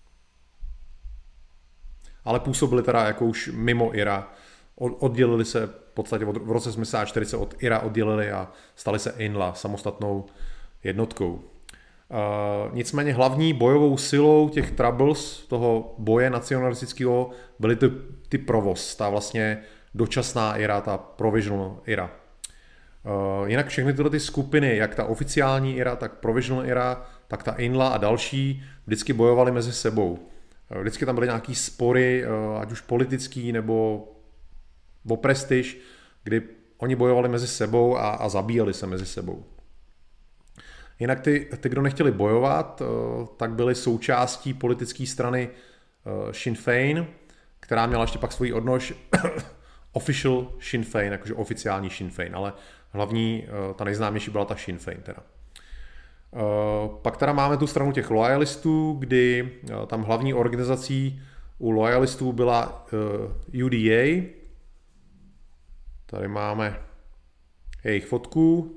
Ale působili teda jako už mimo Ira. Oddělili se v podstatě od, v roce osmdesát čtyři od Ira oddělili a stali se I N L A samostatnou jednotkou. Uh, nicméně hlavní bojovou silou těch troubles, toho boje nacionalistického, byly ty, ty provoz, ta vlastně dočasná Ira, ta provisional Ira. Uh, jinak všechny tyhle ty skupiny, jak ta oficiální Ira, tak provisional Ira, tak ta I N L A a další, vždycky bojovali mezi sebou. Uh, vždycky tam byly nějaký spory, uh, ať už politický nebo o prestiž, kdy oni bojovali mezi sebou a, a zabíjeli se mezi sebou. Jinak ty, ty, kdo nechtěli bojovat, tak byli součástí politické strany Sinn Féin, která měla ještě pak svůj odnož official Sinn Féin, jakože oficiální Sinn Féin, ale hlavní, ta nejznámější byla ta Sinn Féin teda. Pak teda máme tu stranu těch loyalistů, kdy tam hlavní organizací u loyalistů byla U D A. Tady máme jejich fotku.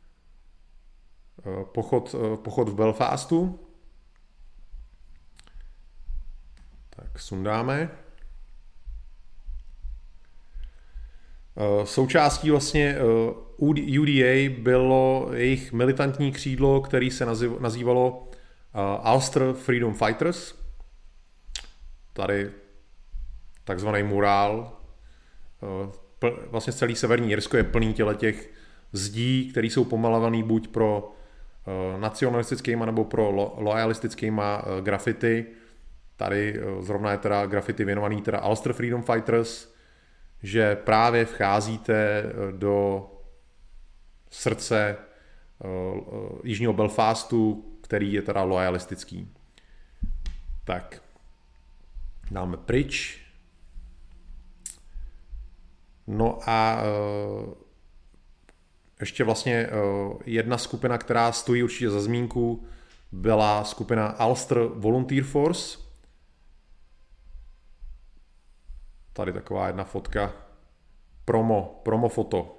Pochod, pochod v Belfastu. Tak sundáme. Součástí vlastně U D A bylo jejich militantní křídlo, který se nazývalo Ulster Freedom Fighters. Tady takzvaný murál. Vlastně celý severní Irsko je plný těch zdí, které jsou pomalované buď pro nacionalistickýma nebo pro loyalistickýma grafity. Tady zrovna je teda grafity věnovaný teda Ulster Freedom Fighters, že právě vcházíte do srdce jižního Belfastu, který je teda loyalistický. Tak, dáme pryč. No a ještě vlastně jedna skupina, která stojí určitě za zmínku, byla skupina Ulster Volunteer Force. Tady taková jedna fotka, promo, promo foto.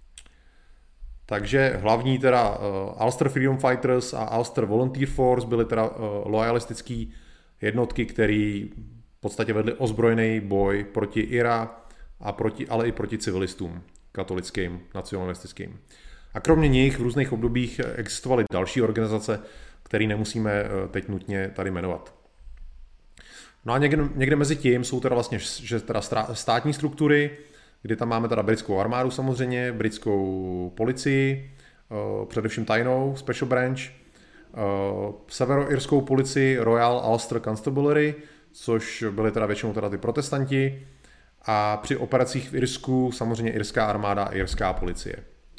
Takže hlavní teda Ulster Freedom Fighters a Ulster Volunteer Force byly teda loyalistické jednotky, které v podstatě vedly ozbrojený boj proti Ira, a proti, ale i proti civilistům katolickým, nacionalistickým. A kromě nich v různých obdobích existovaly další organizace, které nemusíme teď nutně tady jmenovat. No a někde, někde mezi tím jsou teda vlastně že teda státní struktury, kdy tam máme teda britskou armádu samozřejmě, britskou policii, především tajnou, Special Branch, severoirskou policii Royal Ulster Constabulary, což byly teda většinou teda ty protestanti, a při operacích v Irsku samozřejmě irská armáda a irská policie.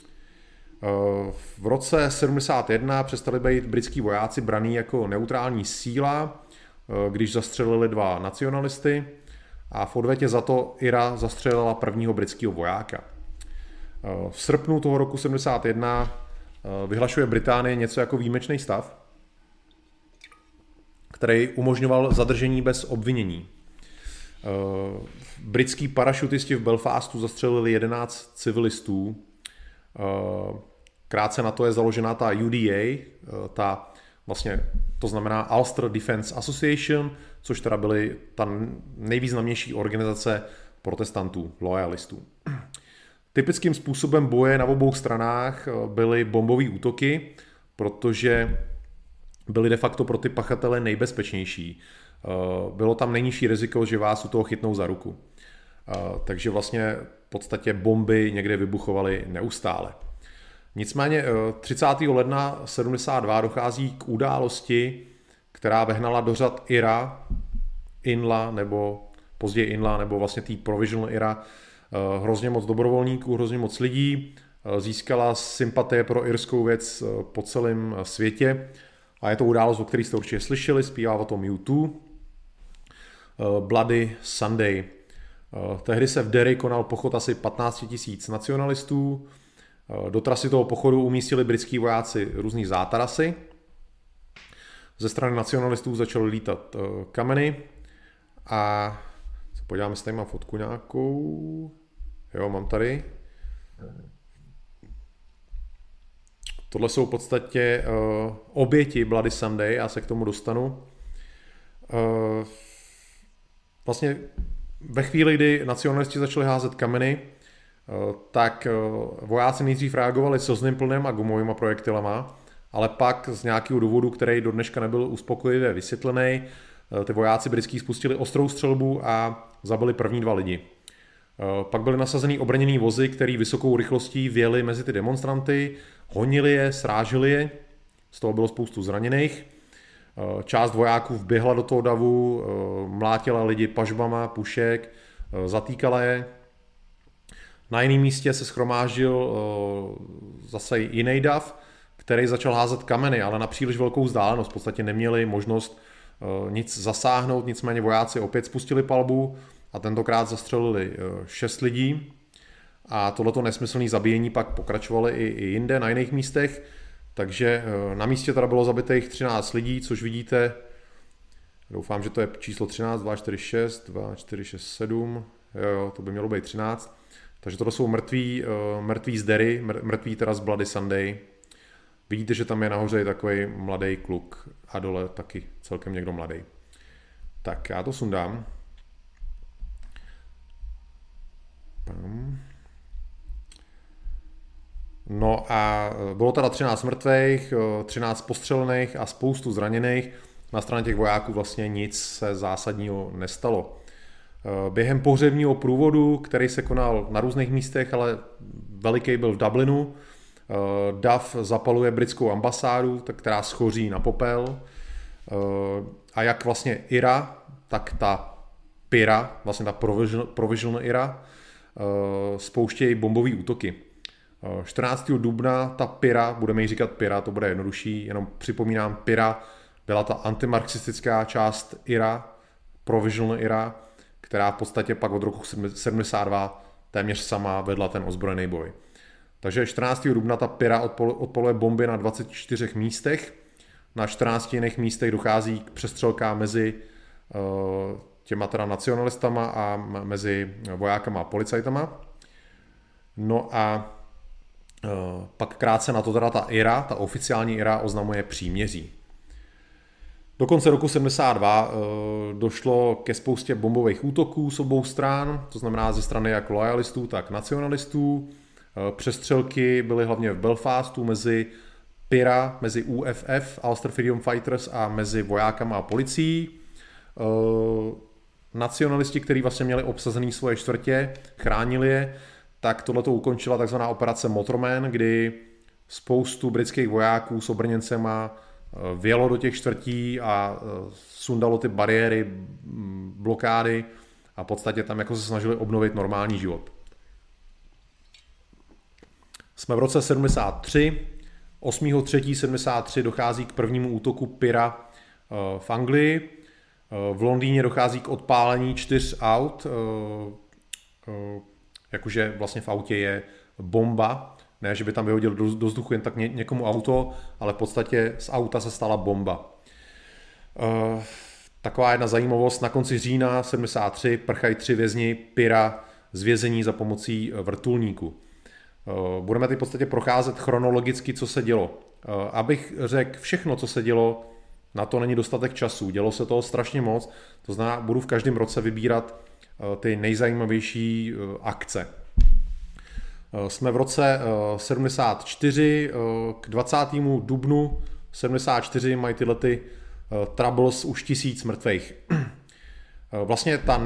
V roce sedmdesát jedna přestali být britský vojáci braný jako neutrální síla, když zastřelili dva nacionalisty, a v odvetě za to Ira zastřelila prvního britského vojáka. V srpnu toho roku sedmdesát jedna vyhlašuje Británie něco jako výjimečný stav, který umožňoval zadržení bez obvinění. Britský parašutisti v Belfastu zastřelili jedenáct civilistů. Krátce na to je založena ta U D A, ta vlastně, to znamená Ulster Defence Association, což teda byly ta nejvýznamnější organizace protestantů, loyalistů. Typickým způsobem boje na obou stranách byly bombové útoky, protože byly de facto pro ty pachatele nejbezpečnější. Bylo tam nejnižší riziko, že vás u toho chytnou za ruku. Takže vlastně v podstatě bomby někde vybuchovaly neustále. Nicméně třicátého ledna sedmdesát dva dochází k události, která vehnala do řad I R A, I N L A nebo později I N L A nebo vlastně tý Provisional I R A hrozně moc dobrovolníků, hrozně moc lidí, získala sympatie pro irskou věc po celém světě a je to událost, o které jste určitě slyšeli, zpívá o tom U dva. Bloody Sunday. Tehdy se v Derry konal pochod asi patnáct tisíc nacionalistů. Do trasy toho pochodu umístili britský vojáci různý zátarasy. Ze strany nacionalistů začaly lítat kameny a se podíváme, jestli tady mám fotku nějakou. Jo, mám tady. Tohle jsou v podstatě uh, oběti Bloody Sunday, já se k tomu dostanu. Uh, vlastně ve chvíli, kdy nacionalisti začali házet kameny, uh, tak uh, vojáci nejdřív reagovali slzným plnem a gumovými projektilama, ale pak z nějakého důvodu, který do dneška nebyl uspokojivě vysvětlený, uh, ty vojáci britský spustili ostrou střelbu a zabili první dva lidi. Uh, pak byly nasazený obrněný vozy, který vysokou rychlostí vjeli mezi ty demonstranty, honili je, srážili je, z toho bylo spoustu zraněných. Část vojáků vběhla do toho davu, mlátila lidi pažbama, pušek, zatýkala je. Na jiném místě se shromáždil zase jiný dav, který začal házet kameny, ale na příliš velkou vzdálenost. V podstatě neměli možnost nic zasáhnout, nicméně vojáci opět spustili palbu a tentokrát zastřelili šest lidí. A tohleto nesmyslné zabíjení pak pokračovalo i, i jinde, na jiných místech. Takže na místě teda bylo zabitých třináct lidí, což vidíte, doufám, že to je číslo třináct, dva, čtyři, šest, dva, čtyři, šest, sedm, jo, jo, to by mělo být třináct. Takže tohle jsou mrtví, mrtví z Derry, mrtví teda z Bloody Sunday. Vidíte, že tam je nahoře takový mladý kluk a dole taky celkem někdo mladý. Tak já to sundám. Pam. No a bylo teda třináct mrtvých, třináct postřelených a spoustu zraněných. Na straně těch vojáků vlastně nic se zásadního nestalo. Během pohřebního průvodu, který se konal na různých místech, ale veliký byl v Dublinu, dav zapaluje britskou ambasádu, která schoří na popel. A jak vlastně I R A, tak ta P I R A, vlastně ta Provisional I R A, spouštějí bombové útoky. čtrnáctého dubna ta P I R A, budeme jí říkat P I R A, to bude jednodušší, jenom připomínám, P I R A byla ta antimarxistická část I R A, Provisional I R A, která v podstatě pak od roku sedmdesát dva téměř sama vedla ten ozbrojený boj. Takže čtrnáctého dubna ta P I R A odpaluje bomby na dvaceti čtyřech místech, na čtrnácti jiných místech dochází k přestřelkám mezi uh, těma teda nacionalistama a mezi vojákama a policajtama. No a uh, pak krátce na to teda ta I R A, ta oficiální I R A oznamuje příměří. Do konce roku sedmdesát dva uh, došlo ke spoustě bombových útoků z obou stran, to znamená ze strany jak lojalistů, tak nacionalistů. Uh, přestřelky byly hlavně v Belfastu mezi P I R A, mezi U F F, Ulster Freedom Fighters, a mezi vojákama a policií. Uh, nacionalisti, kteří vlastně měli obsazený svoje čtvrtě, chránili je, tak tohleto ukončila takzvaná operace Motorman, kdy spoustu britských vojáků s obrněncema vjelo do těch čtvrtí a sundalo ty bariéry, blokády a v podstatě tam jako se snažili obnovit normální život. Jsme v roce sedmdesát tři. osmého třetího sedmdesát tři dochází k prvnímu útoku P I R A v Anglii. V Londýně dochází k odpálení čtyř aut, jakože vlastně v autě je bomba. Ne, že by tam vyhodil do, do vzduchu jen tak ně, někomu auto, ale v podstatě z auta se stala bomba. Uh, taková jedna zajímavost, na konci října sedmdesát tři prchají tři vězni P I R A z vězení za pomocí vrtulníku. Uh, budeme teď v podstatě procházet chronologicky, co se dělo. Uh, abych řekl všechno, co se dělo, na to není dostatek času. Dělo se toho strašně moc, to znamená, budu v každém roce vybírat uh, ty nejzajímavější uh, akce. Jsme v roce sedmdesát čtyři, k dvacátému dubnu sedmdesát čtyři mají tyhle ty troubles už tisíc mrtvých. Vlastně ta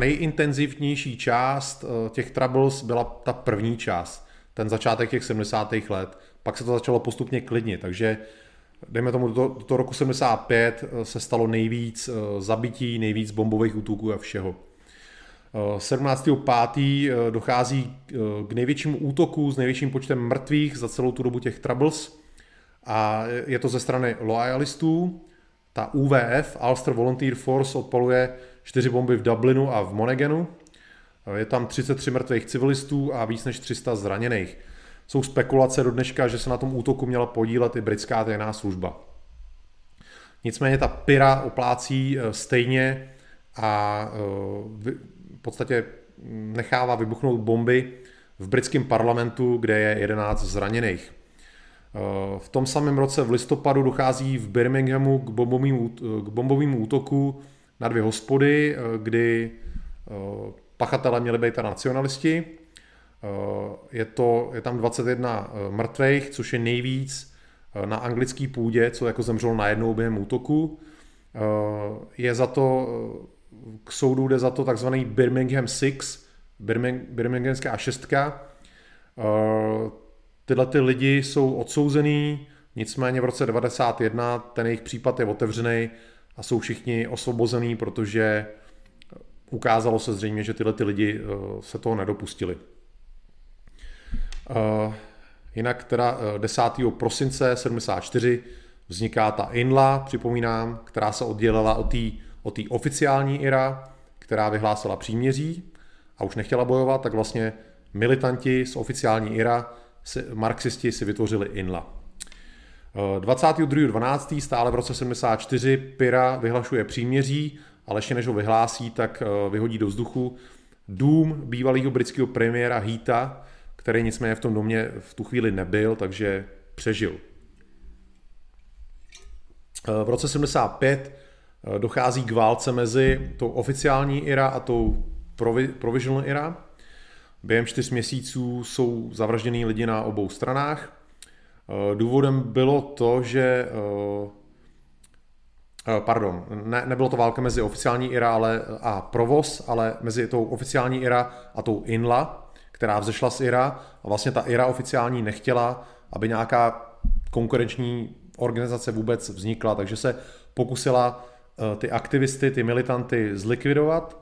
nejintenzivnější část těch troubles byla ta první část, ten začátek těch sedmdesátých let. pak se to začalo postupně klidnit, takže dejme tomu do, do toho roku sedmdesát pět se stalo nejvíc zabití, nejvíc bombových útoků a všeho. sedmnáctého pátého dochází k největšímu útoku s největším počtem mrtvých za celou tu dobu těch Troubles a je to ze strany loyalistů. Ta U V F, Ulster Volunteer Force, odpaluje čtyři bomby v Dublinu a v Monaganu. Je tam třicet tři mrtvých civilistů a víc než tři sta zraněných. Jsou spekulace do dneška, že se na tom útoku měla podílet i britská tajná služba. Nicméně ta pyra oplácí stejně a v podstatě nechává vybuchnout bomby v britském parlamentu, kde je jedenáct zraněných. V tom samém roce v listopadu dochází v Birminghamu k bombovým, k bombovým útoku na dvě hospody, kdy pachatelé měli být nacionalisti. Je, to, je tam dvacet jedna mrtvých, což je nejvíc na anglické půdě, co jako zemřelo najednou během útoku. Je za to, k soudu jde za to takzvaný Birmingham Six, Birming, Birminghamská šestka. Tyhle ty lidi jsou odsouzený, nicméně v roce devadesát jedna ten jejich případ je otevřený a jsou všichni osvobozený, protože ukázalo se zřejmě, že tyhle ty lidi se toho nedopustili. Jinak teda desátého prosince sedmdesát čtyři vzniká ta I N L A, připomínám, která se oddělila od té od té oficiální I R A, která vyhlásila příměří a už nechtěla bojovat, tak vlastně militanti z oficiální I R A, marxisti, si vytvořili I N L A. dvacátého druhého dvanáctého stále v roce sedmdesát čtyři P I R A vyhlašuje příměří, ale ještě než ho vyhlásí, tak vyhodí do vzduchu dům bývalého britského premiéra Heatha, který nicméně v tom domě v tu chvíli nebyl, takže přežil. V roce sedmdesát pět dochází k válce mezi tou oficiální I R A a tou provisional I R A. Během čtyř měsíců jsou zavražděný lidi na obou stranách. Důvodem bylo to, že pardon, ne, nebylo to válka mezi oficiální I R A ale, a provoz, ale mezi tou oficiální I R A a tou I N L A, která vzešla z I R A a vlastně ta I R A oficiální nechtěla, aby nějaká konkurenční organizace vůbec vznikla, takže se pokusila ty aktivisty, ty militanty zlikvidovat.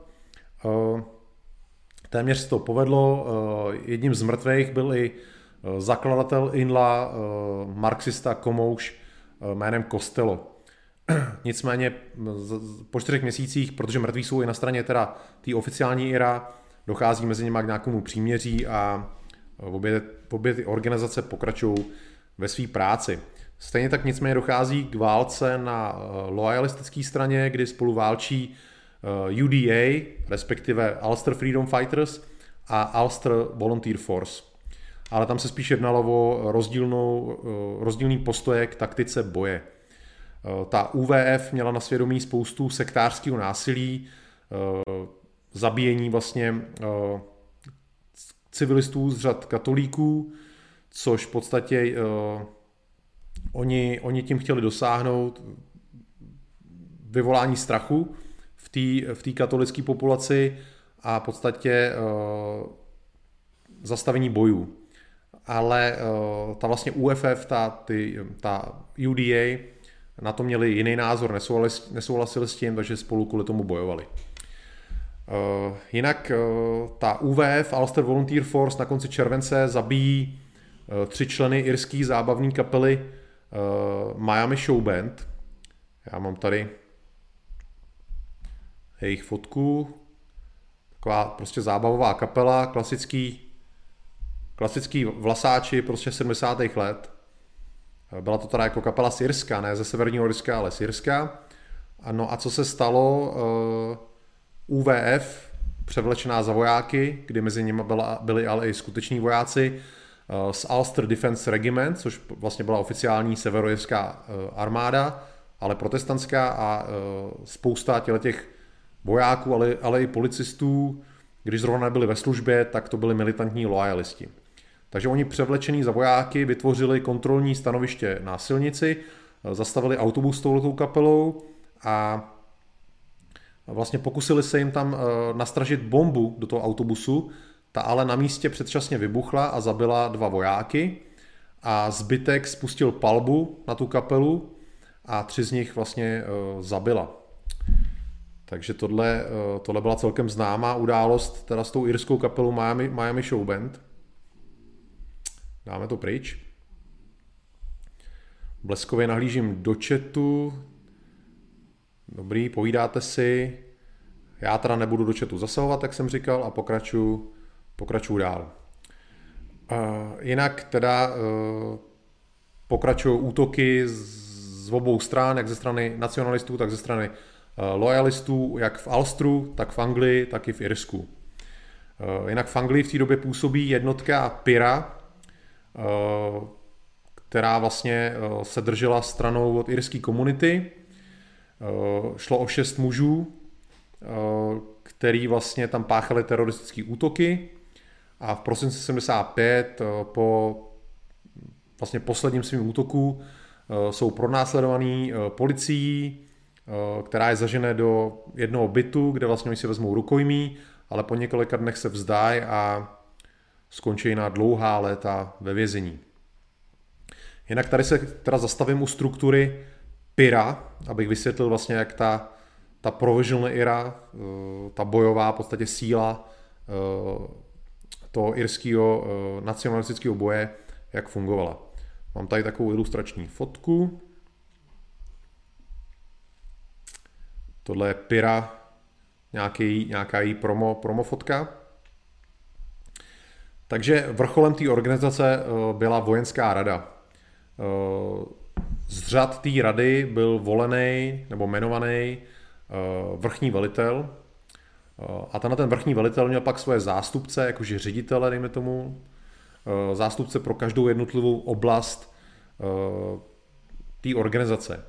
Téměř se to povedlo. Jedním z mrtvých byl i zakladatel I N L A, marxista komouš jménem Costello. Nicméně po čtyřech měsících, protože mrtví jsou i na straně teda té oficiální I R A, dochází mezi nimi k nějakému příměří a obě, obě ty organizace pokračují ve své práci. Stejně tak nicméně dochází k válce na loyalistické straně, kdy spolu válčí U D A, respektive Ulster Freedom Fighters a Ulster Volunteer Force. Ale tam se spíš jednalo o rozdílnou, rozdílný postoje k taktice boje. Ta U V F měla na svědomí spoustu sektářského násilí, zabíjení vlastně civilistů z řad katolíků, což v podstatě oni, oni tím chtěli dosáhnout vyvolání strachu v té v té katolické populaci a v podstatě zastavení bojů. Ale ta vlastně U F F, ta, ty, ta U D A, na to měli jiný názor, nesouhlasili s tím, takže spolu kvůli tomu bojovali. Jinak ta U V F, Ulster Volunteer Force, na konci července zabíjí tři členy irské zábavní kapely Miami Show Band. Já mám tady jejich fotku. Taková prostě zábavová kapela, klasický klasický vlasáči prostě sedmdesátých let. Byla to teda jako kapela syrská, ne ze severního Irska, ale syrská. No a co se stalo? U V F, převlečená za vojáky, kdy mezi nimi byla, byli ale i skuteční vojáci z Ulster Defence Regiment, což vlastně byla oficiální severoirská armáda, ale protestantská, a spousta těch vojáků, ale, ale i policistů, když zrovna byli ve službě, tak to byli militantní loyalisti. Takže oni převlečení za vojáky vytvořili kontrolní stanoviště na silnici, zastavili autobus s touhletou kapelou a vlastně pokusili se jim tam nastražit bombu do toho autobusu, ta ale na místě předčasně vybuchla a zabila dva vojáky a zbytek spustil palbu na tu kapelu a tři z nich vlastně zabila. Takže tohle, tohle byla celkem známá událost teda s tou irskou kapelou Miami, Miami Show Band. Dáme to pryč. Bleskově nahlížím do chatu. Dobrý, povídáte si. Já teda nebudu do chatu zasahovat, jak jsem říkal, a pokračuju, pokračuju dál. Uh, jinak teda uh, pokračují útoky z, z obou stran, jak ze strany nacionalistů, tak ze strany uh, lojalistů, jak v Ulsteru, tak v Anglii, tak i v Irsku. Uh, jinak v Anglii v té době působí jednotka Pira, uh, která vlastně uh, se držela stranou od irské komunity. Uh, šlo o šest mužů, uh, který vlastně tam páchali teroristické útoky. A v prosinci sedmdesát pět po vlastně posledním svým útoku jsou pronásledovaní policií, která je zažene do jednoho bytu, kde vlastně oni si vezmou rukojmí, ale po několika dnech se vzdají a skončí na dlouhá léta ve vězení. Jinak tady se teda zastavím u struktury Pira, abych vysvětlil vlastně, jak ta, ta provisional era, ta bojová v podstatě síla toho irského uh, nacionalistického boje, jak fungovala. Mám tady takovou ilustrační fotku. Tohle je Pira, nějaký, nějaká její promo, promo fotka. Takže vrcholem té organizace uh, byla vojenská rada. Uh, z řad té rady byl volený nebo jmenovaný uh, vrchní velitel. A tenhle ten vrchní velitel měl pak svoje zástupce, jakože ředitele, dejme tomu, zástupce pro každou jednotlivou oblast té organizace.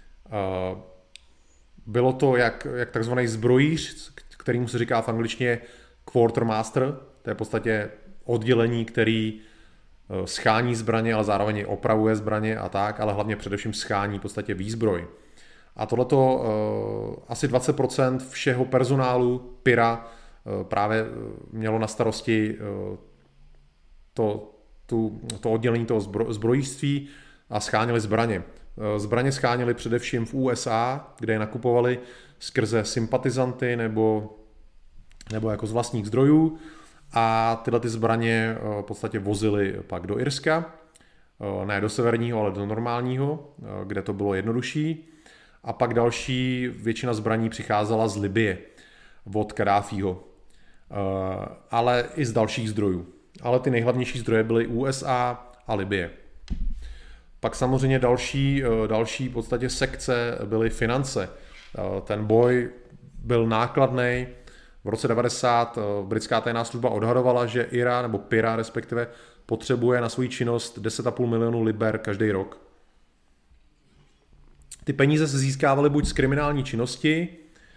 Bylo to jak, jak takzvaný zbrojíř, kterýmu se říká v angličtině quartermaster, to je v podstatě oddělení, který schání zbraně, ale zároveň opravuje zbraně a tak, ale hlavně především schání v podstatě výzbroj. A tohleto uh, asi dvacet procent všeho personálu Pira uh, právě mělo na starosti uh, to, tu, to oddělení toho zbro, zbrojířství a schánili zbraně. Uh, zbraně schánili především v U S A, kde je nakupovali skrze sympatizanty nebo, nebo jako z vlastních zdrojů a tyhle ty zbraně uh, v podstatě vozili pak do Irska, uh, ne do severního, ale do normálního, uh, kde to bylo jednodušší. A pak další, většina zbraní přicházela z Libye od Kaddáfího, ale i z dalších zdrojů. Ale ty nejhlavnější zdroje byly U S A a Libye. Pak samozřejmě další, další v podstatě sekce byly finance. Ten boj byl nákladný. V roce devadesát britská tajná služba odhadovala, že Ira nebo Pira respektive potřebuje na svou činnost deset a půl milionu liber každý rok. Ty peníze se získávaly buď z kriminální činnosti,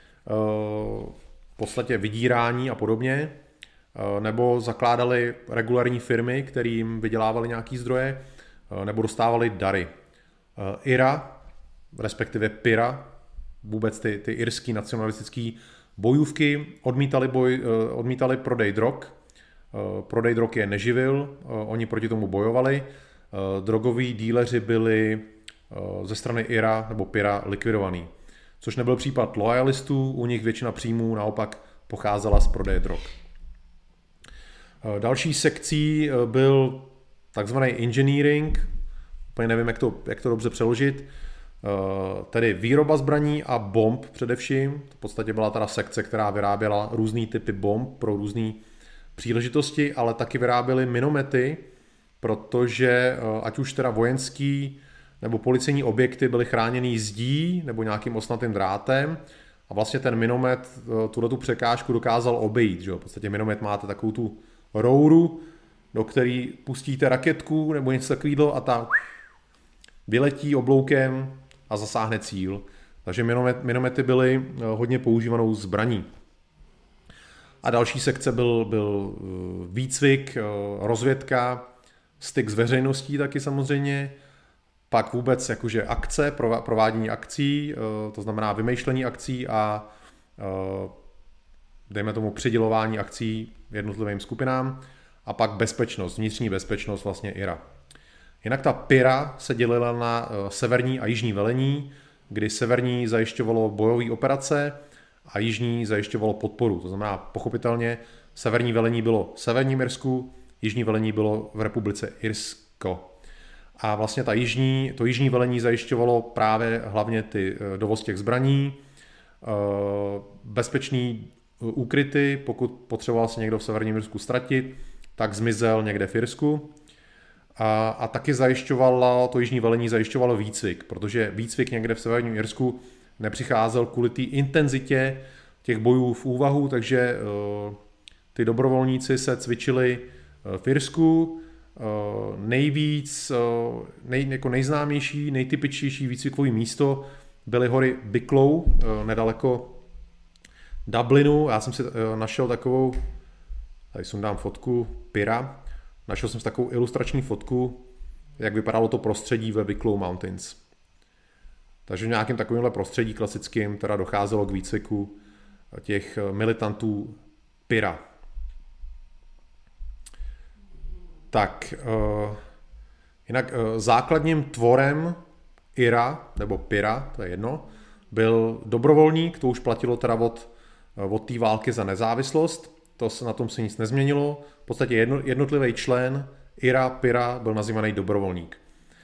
v podstatě vydírání a podobně, nebo zakládali regulární firmy, kterým vydělávali nějaký zdroje, nebo dostávali dary. Ira, respektive Pira, vůbec ty, ty irský nacionalistický bojůvky, odmítali, boj, odmítali prodej drog. Prodej drog je neživil, oni proti tomu bojovali. Drogoví díleři byli ze strany Ira nebo Pira likvidovaný. Což nebyl případ lojalistů, u nich většina příjmů naopak pocházela z prodeje drog. Další sekcí byl takzvaný engineering, úplně nevím, jak to, jak to dobře přeložit, tedy výroba zbraní a bomb především. V podstatě byla teda sekce, která vyráběla různý typy bomb pro různé příležitosti, ale taky vyráběly minomety, protože ať už teda vojenský nebo policejní objekty byly chráněny zdí nebo nějakým osnatým drátem a vlastně ten minomet tuhletu překážku dokázal obejít. Že? V podstatě minomet máte takovou tu rouru, do který pustíte raketku nebo něco takového a ta vyletí obloukem a zasáhne cíl. Takže minomet, minomety byly hodně používanou zbraní. A další sekce byl, byl výcvik, rozvědka, styk s veřejností taky samozřejmě, pak vůbec jakože akce, provádění akcí, to znamená vymýšlení akcí a dejme tomu přidělování akcí jednotlivým skupinám a pak bezpečnost, vnitřní bezpečnost vlastně Ira. Jinak ta Pira se dělila na severní a jižní velení, kdy severní zajišťovalo bojové operace a jižní zajišťovalo podporu. To znamená, pochopitelně, severní velení bylo v Severním Irsku, jižní velení bylo v republice Irsko. A vlastně ta jižní, to jižní velení zajišťovalo právě hlavně ty dovoz těch zbraní, bezpečný úkryty, pokud potřeboval se někdo v Severním Irsku ztratit, tak zmizel někde v Irsku. A, a taky zajišťovalo, to jižní velení zajišťovalo výcvik, protože výcvik někde v Severním Irsku nepřicházel kvůli té intenzitě těch bojů v úvahu, takže uh, ty dobrovolníci se cvičili uh, v Irsku. Uh, nejvíc, uh, nej, jako nejznámější, nejtypičtější výcvikové místo byly hory Wicklow, uh, nedaleko Dublinu. Já jsem si uh, našel takovou, tady sundám fotku, Pira. Našel jsem si takovou ilustrační fotku, jak vypadalo to prostředí ve Wicklow Mountains. Takže v nějakém takovémhle prostředí klasickým teda docházelo k výcviku těch militantů Pira. Tak, uh, jinak uh, základním tvorem Ira, nebo Pira, to je jedno, byl dobrovolník, to už platilo teda od, od té války za nezávislost, to se, na tom se nic nezměnilo. V podstatě jedno, jednotlivý člen Ira, Pira byl nazývaný dobrovolník.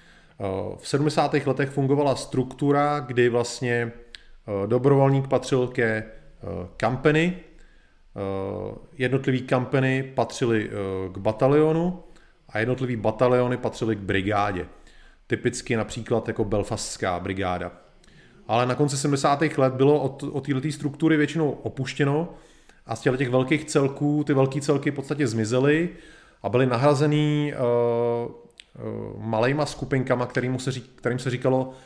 V sedmdesátých letech fungovala struktura, kdy vlastně dobrovolník patřil ke company, jednotlivý company patřily k batalionu a jednotlivý bataliony patřily k brigádě. Typicky například jako Belfastská brigáda. Ale na konci sedmdesátých let bylo od, od této struktury většinou opuštěno a z těch velkých celků, ty velké celky v podstatě zmizely a byly nahrazený uh, uh, malejma skupinkama, kterým se, řík, kterým se říkalo uh,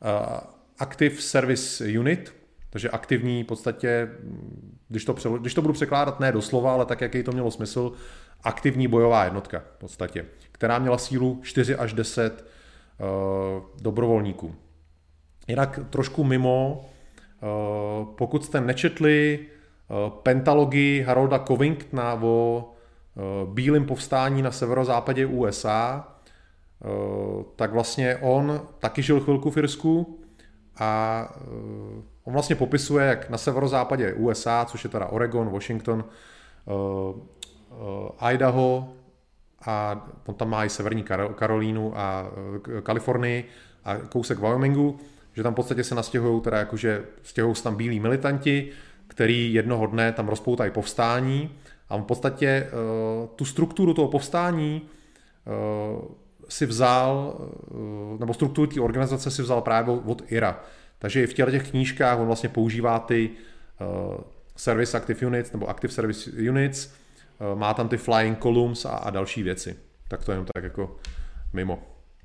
Active Service Unit, takže aktivní v podstatě, když to, převod, když to budu překládat ne doslova, ale tak, jaký to mělo smysl, aktivní bojová jednotka v podstatě, která měla sílu čtyři až deset uh, dobrovolníků. Jinak trošku mimo, uh, pokud jste nečetli uh, pentalogii Harolda Covingtona o uh, bílém povstání na severozápadě U S A, uh, tak vlastně on taky žil chvilku v Irsku a uh, on vlastně popisuje, jak na severozápadě U S A, což je teda Oregon, Washington, uh, uh, Idaho a on tam má i severní Karolínu a uh, Kalifornii a kousek Wyomingu, že tam v podstatě se nastěhují, teda jakože stěhují se tam bílí militanti, který jednoho dne tam rozpoutají povstání a on v podstatě uh, tu strukturu toho povstání uh, si vzal, uh, nebo strukturu té organizace si vzal právě od Ira. Takže i v těchto těch knížkách on vlastně používá ty uh, Service Active Units nebo Active Service Units, uh, má tam ty Flying Columns a, a další věci. Tak to jenom tak jako mimo.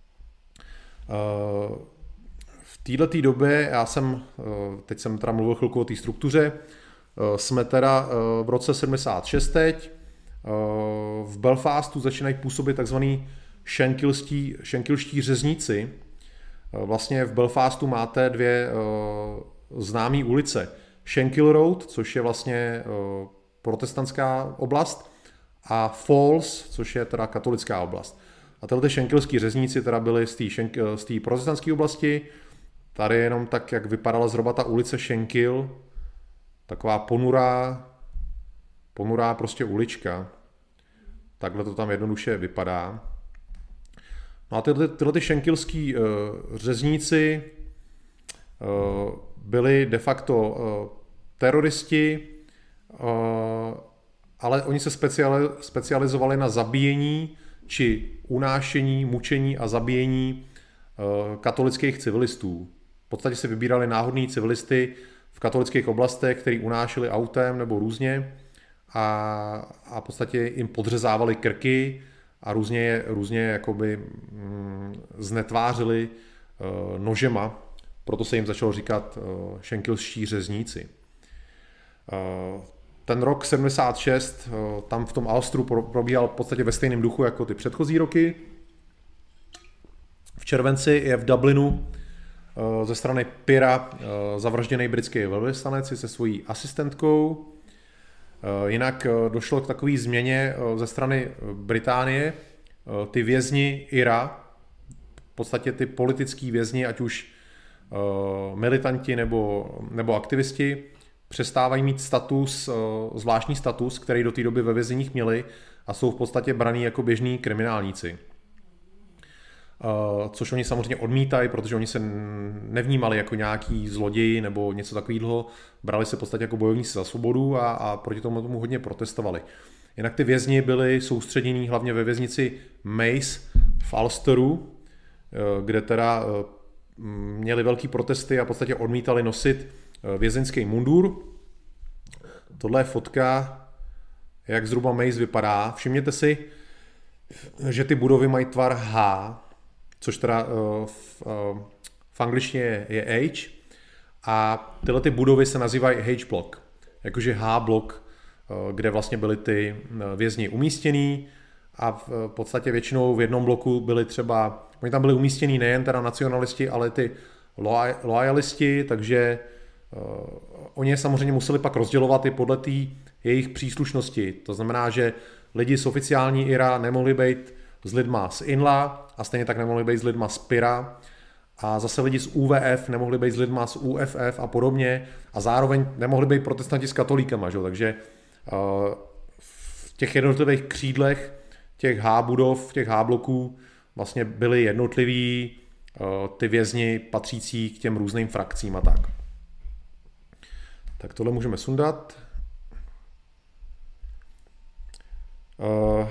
Uh, v této době, já jsem, uh, teď jsem teda mluvil chvilku o té struktuře, uh, jsme teda uh, v roce sedmdesát šest teď, uh, v Belfastu začínají působit takzvaný šenkilští, šenkilští řezníci. Vlastně v Belfastu máte dvě uh, známé ulice. Shankill Road, což je vlastně uh, protestantská oblast, a Falls, což je teda katolická oblast. A tyhle ty shankilský řezníci teda byli z té Shank- z té protestantské oblasti. Tady jenom tak, jak vypadala zhruba ta ulice Shankill, taková ponurá, ponurá prostě ulička. Takhle to tam jednoduše vypadá. No a tyhle, tyhle ty šenkilský uh, řezníci uh, byli de facto uh, teroristi, uh, ale oni se speciali, specializovali na zabíjení či unášení, mučení a zabíjení uh, katolických civilistů. V podstatě si vybírali náhodný civilisty v katolických oblastech, který unášeli autem nebo různě a, a v podstatě jim podřezávali krky a různě, různě jakoby mm, znetvářili uh, nožema, proto se jim začalo říkat uh, šenkilští řezníci. Uh, ten rok sedmdesát šest, uh, tam v tom Ulsteru probíhal v podstatě ve stejném duchu jako ty předchozí roky. V červenci je v Dublinu uh, ze strany Pira uh, zavražděný britský velvyslanec se svojí asistentkou. Jinak došlo k takové změně ze strany Británie. Ty vězni Ira podstatě ty politický vězni, ať už uh, militanti nebo, nebo aktivisti, přestávají mít status, uh, zvláštní status, který do té doby ve vězeních měli a jsou v podstatě braní jako běžní kriminálníci. Uh, což oni samozřejmě odmítají, protože oni se nevnímali jako nějaký zloději nebo něco takového, brali se v podstatě jako bojovníci za svobodu a, a proti tomu, tomu hodně protestovali. Jinak ty vězni byli soustředění hlavně ve věznici Mace v Ulsteru, uh, kde teda uh, měli velký protesty a v podstatě odmítali nosit uh, vězeňský mundur. Tohle je fotka, jak zhruba Mace vypadá. Všimněte si, že ty budovy mají tvar H, což teda uh, v, uh, v angličtině je H, a tyhle ty budovy se nazývají H-block, jakože H-block, uh, kde vlastně byly ty vězni umístěný a v uh, podstatě většinou v jednom bloku byli třeba, oni tam byli umístěný nejen teda nacionalisti, ale ty loajalisti, takže uh, oni je samozřejmě museli pak rozdělovat i podle té jejich příslušnosti. To znamená, že lidi z oficiální I R A nemohli být s lidma z I N L A a stejně tak nemohli být s lidma z P I R A a zase lidi z U V F nemohli být s lidma z U F F a podobně a zároveň nemohli být protestanti s katolíkama, že? Takže uh, v těch jednotlivých křídlech těch H budov, těch H bloků vlastně byli jednotliví uh, ty vězni patřící k těm různým frakcím a tak. Tak tohle můžeme sundat. Uh,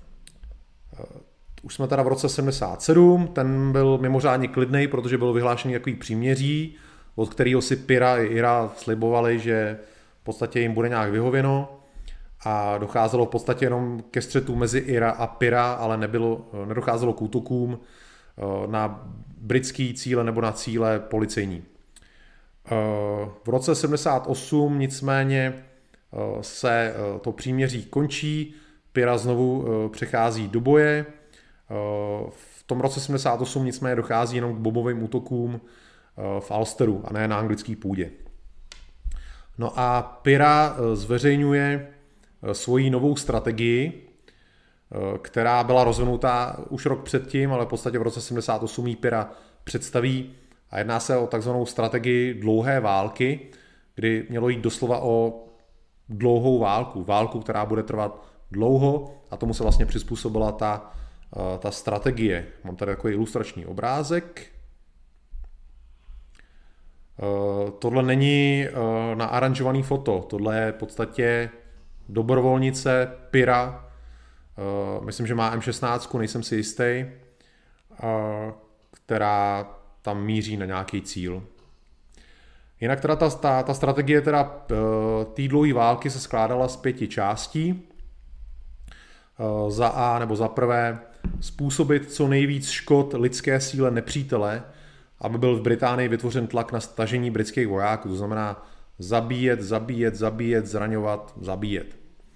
Už jsme teda v roce sedmdesát sedm, ten byl mimořádně klidný, protože byl vyhlášený takový příměří, od kterého si P I R A i I R A slibovali, že v podstatě jim bude nějak vyhověno a docházelo v podstatě jenom ke střetu mezi I R A a P I R A, ale nebylo, nedocházelo k útokům na britský cíle nebo na cíle policejní. V roce sedmdesát osm nicméně se to příměří končí, P I R A znovu přechází do boje. V tom roce sedmdesát osm nicméně dochází jenom k bombovým útokům v Ulsteru a ne na anglické půdě. No a P I R A zveřejňuje svoji novou strategii, která byla rozvinutá už rok předtím, ale v podstatě v roce sedmdesát osm ji P I R A představí a jedná se o takzvanou strategii dlouhé války, kdy mělo jít doslova o dlouhou válku, válku, která bude trvat dlouho a tomu se vlastně přizpůsobila ta, ta strategie. Mám tady takový ilustrační obrázek. Tohle není naaranžovaný foto, tohle je v podstatě dobrovolnice P I R A, myslím, že má M šestnáct, nejsem si jistý, která tam míří na nějaký cíl. Jinak teda ta, ta, ta strategie teda té dlouhé války se skládala z pěti částí. Za A nebo za prvé způsobit co nejvíc škod lidské síle nepřítele, aby byl v Británii vytvořen tlak na stažení britských vojáků. To znamená zabíjet, zabíjet, zabíjet, zraňovat, zabíjet.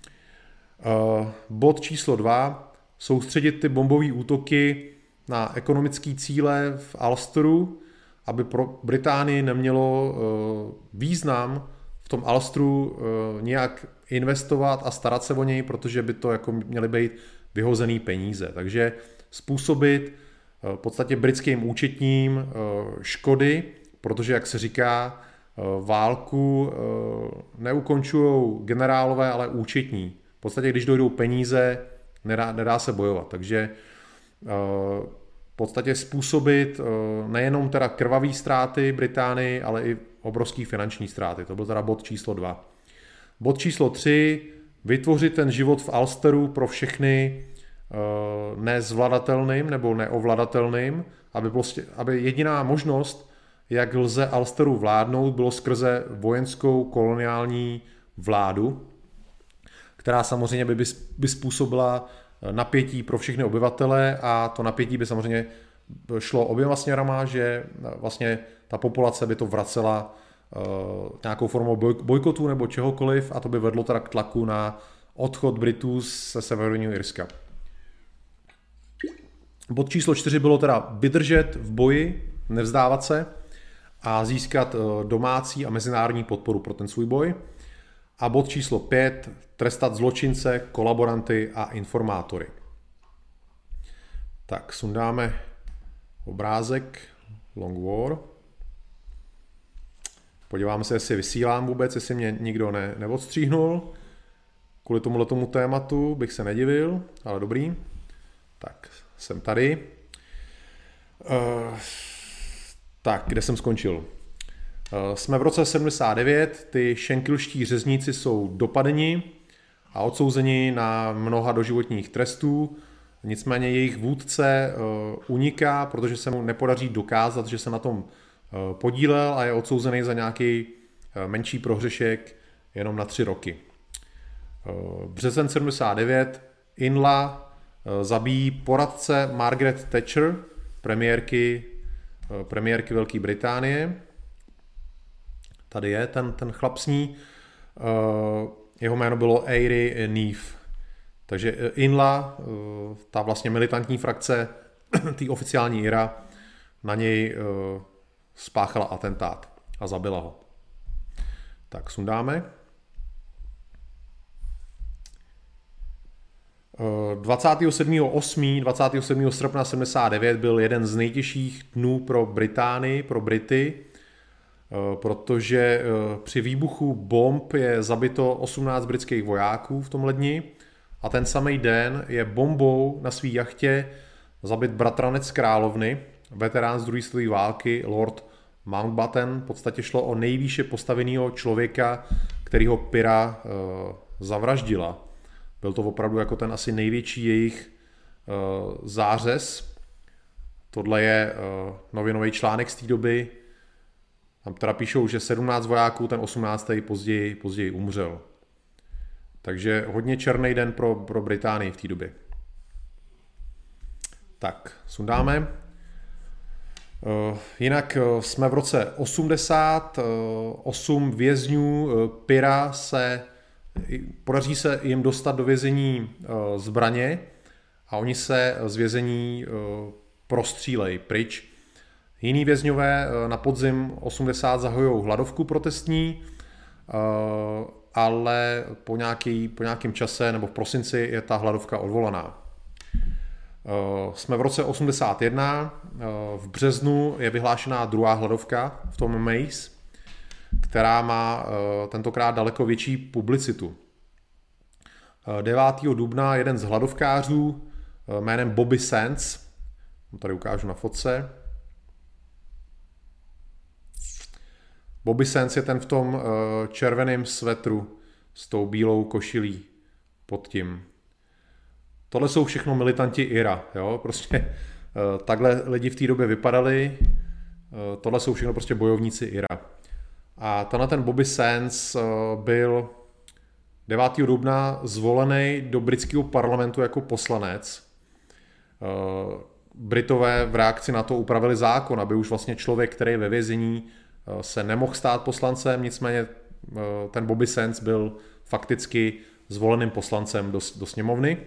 Bod číslo dva. Soustředit ty bombové útoky na ekonomické cíle v Ulsteru, aby pro Británii nemělo význam v tom Ulsteru nějak investovat a starat se o něj, protože by to jako měly být vyhozený peníze. Takže způsobit v podstatě britským účetním škody, protože, jak se říká, válku neukončují generálové, ale účetní. V podstatě, když dojdou peníze, nedá, nedá se bojovat. Takže v podstatě způsobit nejenom teda krvavý ztráty Británii, ale i obrovský finanční ztráty. To byl teda bod číslo dva. Bod číslo tři. Vytvořit ten život v Ulsteru pro všechny nezvladatelným nebo neovladatelným, aby, prostě, aby jediná možnost, jak lze Ulsteru vládnout, bylo skrze vojenskou koloniální vládu, která samozřejmě by, by způsobila napětí pro všechny obyvatele a to napětí by samozřejmě šlo oběma směrama, že vlastně ta populace by to vracela uh, nějakou formou bojkotu nebo čehokoliv a to by vedlo teda k tlaku na odchod Britů ze Severního Irska. Bod číslo čtyři bylo teda vydržet v boji, nevzdávat se a získat uh, domácí a mezinárodní podporu pro ten svůj boj. A bod číslo pět, trestat zločince, kolaboranty a informátory. Tak, sundáme obrázek Long War. Podíváme se, jestli vysílám vůbec, jestli mě nikdo ne, neodstříhnul. Kvůli tomuhle tomu tématu bych se nedivil, ale dobrý. Tak, jsem tady. Uh, tak, kde jsem skončil? Uh, jsme v roce sedmdesát devět, ty šenkilští řezníci jsou dopadeni a odsouzeni na mnoha doživotních trestů. Nicméně jejich vůdce uh, uniká, protože se mu nepodaří dokázat, že se na tom uh, podílel a je odsouzený za nějaký uh, menší prohřešek jenom na tři roky. Uh, březen sedmdesát devět, Inla uh, zabíjí poradce Margaret Thatcher, premiérky, uh, premiérky Velké Británie. Tady je ten, ten chlap s ní. Uh, jeho jméno bylo Airy Neave. Takže Inla, ta vlastně militantní frakce, té oficiální I R A, na něj spáchala atentát a zabila ho. Tak, sundáme. dvacátého sedmého osmého dvacátého sedmého srpna sedmdesát devět byl jeden z nejtěžších dnů pro Británii, pro Brity, protože při výbuchu bomb je zabito osmnáct britských vojáků v tomhle dni a ten samý den je bombou na svý jachtě zabit bratranec královny, veterán z druhé světové války, Lord Mountbatten. V podstatě šlo o nejvýše postaveného člověka, kterýho Pyrrha uh, zavraždila. Byl to opravdu jako ten asi největší jejich uh, zářez. Tohle je uh, novinový článek z té doby. Tam teda píšou, že sedmnáct vojáků, ten osmnáctý později, později umřel. Takže hodně černý den pro, pro Británii v té době. Tak, sundáme. Uh, jinak uh, jsme v roce osmdesát, uh, osm vězňů uh, Pyrrha se, podaří se jim dostat do vězení uh, zbraně a oni se z vězení uh, prostřílej pryč. Jiní vězňové uh, na podzim osmdesát zahajují hladovku protestní, uh, ale po, nějaký, po nějakém čase nebo v prosinci je ta hladovka odvolaná. Jsme v roce osmdesát jedna, v březnu je vyhlášená druhá hladovka v tom Maze, která má tentokrát daleko větší publicitu. devátého dubna jeden z hladovkářů jménem Bobby Sands, tady ukážu na fotce. Bobby Sands je ten v tom červeném svetru s tou bílou košilí pod tím. Tohle jsou všechno militanti I R A, jo? Prostě takhle lidi v té době vypadali, tohle jsou všechno prostě bojovníci I R A. A tenhle ten Bobby Sands byl devátého dubna zvolený do britského parlamentu jako poslanec. Britové v reakci na to upravili zákon, aby už vlastně člověk, který je ve vězení, se nemohl stát poslancem, nicméně ten Bobby Sands byl fakticky zvoleným poslancem do, do sněmovny.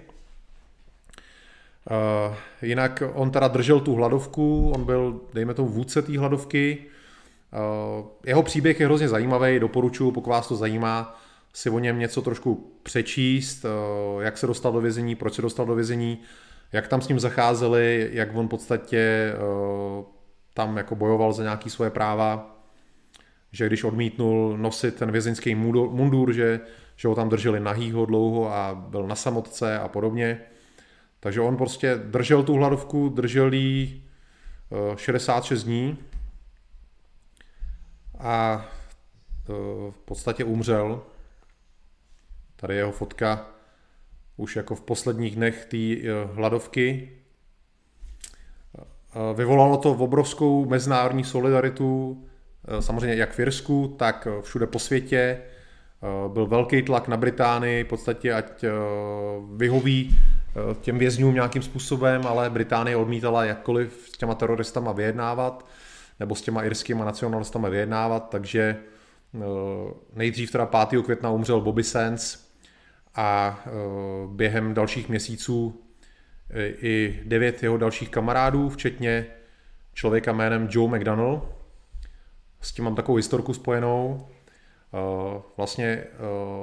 Uh, jinak on teda držel tu hladovku, on byl, dejme tomu, vůdce té hladovky. Uh, jeho příběh je hrozně zajímavý, doporučuji, pokud vás to zajímá, si o něm něco trošku přečíst, uh, jak se dostal do vězení, proč se dostal do vězení, jak tam s ním zacházeli, jak on v podstatě uh, tam jako bojoval za nějaké svoje práva, že když odmítnul nosit ten vězeňský mundur, že, že ho tam drželi nahýho dlouho a byl na samotce a podobně. Takže on prostě držel tu hladovku, držel ji šedesát šest dní a v podstatě umřel. Tady je jeho fotka už jako v posledních dnech té hladovky. Vyvolalo to obrovskou mezinárodní solidaritu, samozřejmě jak v Irsku, tak všude po světě. Byl velký tlak na Británii, v podstatě ať vyhoví těm vězňům nějakým způsobem, ale Británie odmítala jakkoliv s těma teroristama vyjednávat, nebo s těma irskýma nacionalistama vyjednávat, takže nejdřív teda pátého května umřel Bobby Sands a během dalších měsíců i devět jeho dalších kamarádů, včetně člověka jménem Joe McDonnell. S tím mám takovou historku spojenou. Vlastně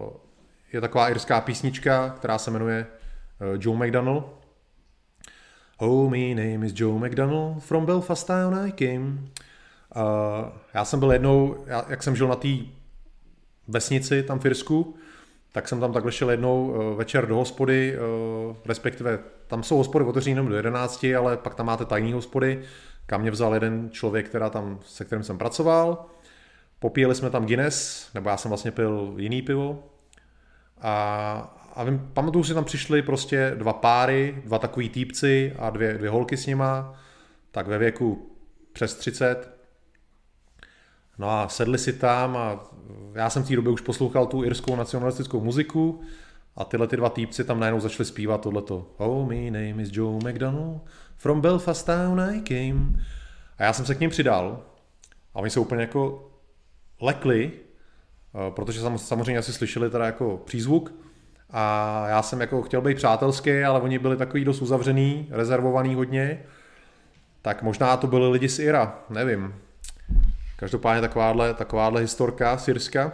je taková irská písnička, která se jmenuje Joe McDonnell. Oh, my name is Joe McDonald, from Belfast town I came. Uh, já jsem byl jednou, já, jak jsem žil na té vesnici tam v Irsku, tak jsem tam takhle šel jednou uh, večer do hospody, uh, respektive tam jsou hospody otevřené jenom do jedenácti, ale pak tam máte tajný hospody, kam mě vzal jeden člověk, která tam, se kterým jsem pracoval. Popíjeli jsme tam Guinness, nebo já jsem vlastně pil jiný pivo. A, a vím, pamatuju si, tam přišli prostě dva páry, dva takový týpci a dvě, dvě holky s nima, tak ve věku přes třicet. No a sedli si tam a já jsem v té době už poslouchal tu irskou nacionalistickou muziku a tyhle ty dva týpci tam najednou začali zpívat tohleto. Oh, my name is Joe McDonald, from Belfast town I came. A já jsem se k ním přidal a oni se úplně jako lekli, protože samozřejmě asi slyšeli teda jako přízvuk a já jsem jako chtěl být přátelský, ale oni byli takový dost uzavřený, rezervovaný hodně, tak možná to byli lidi z Ira, nevím. Každopádně takováhle, takováhle historka z Irska.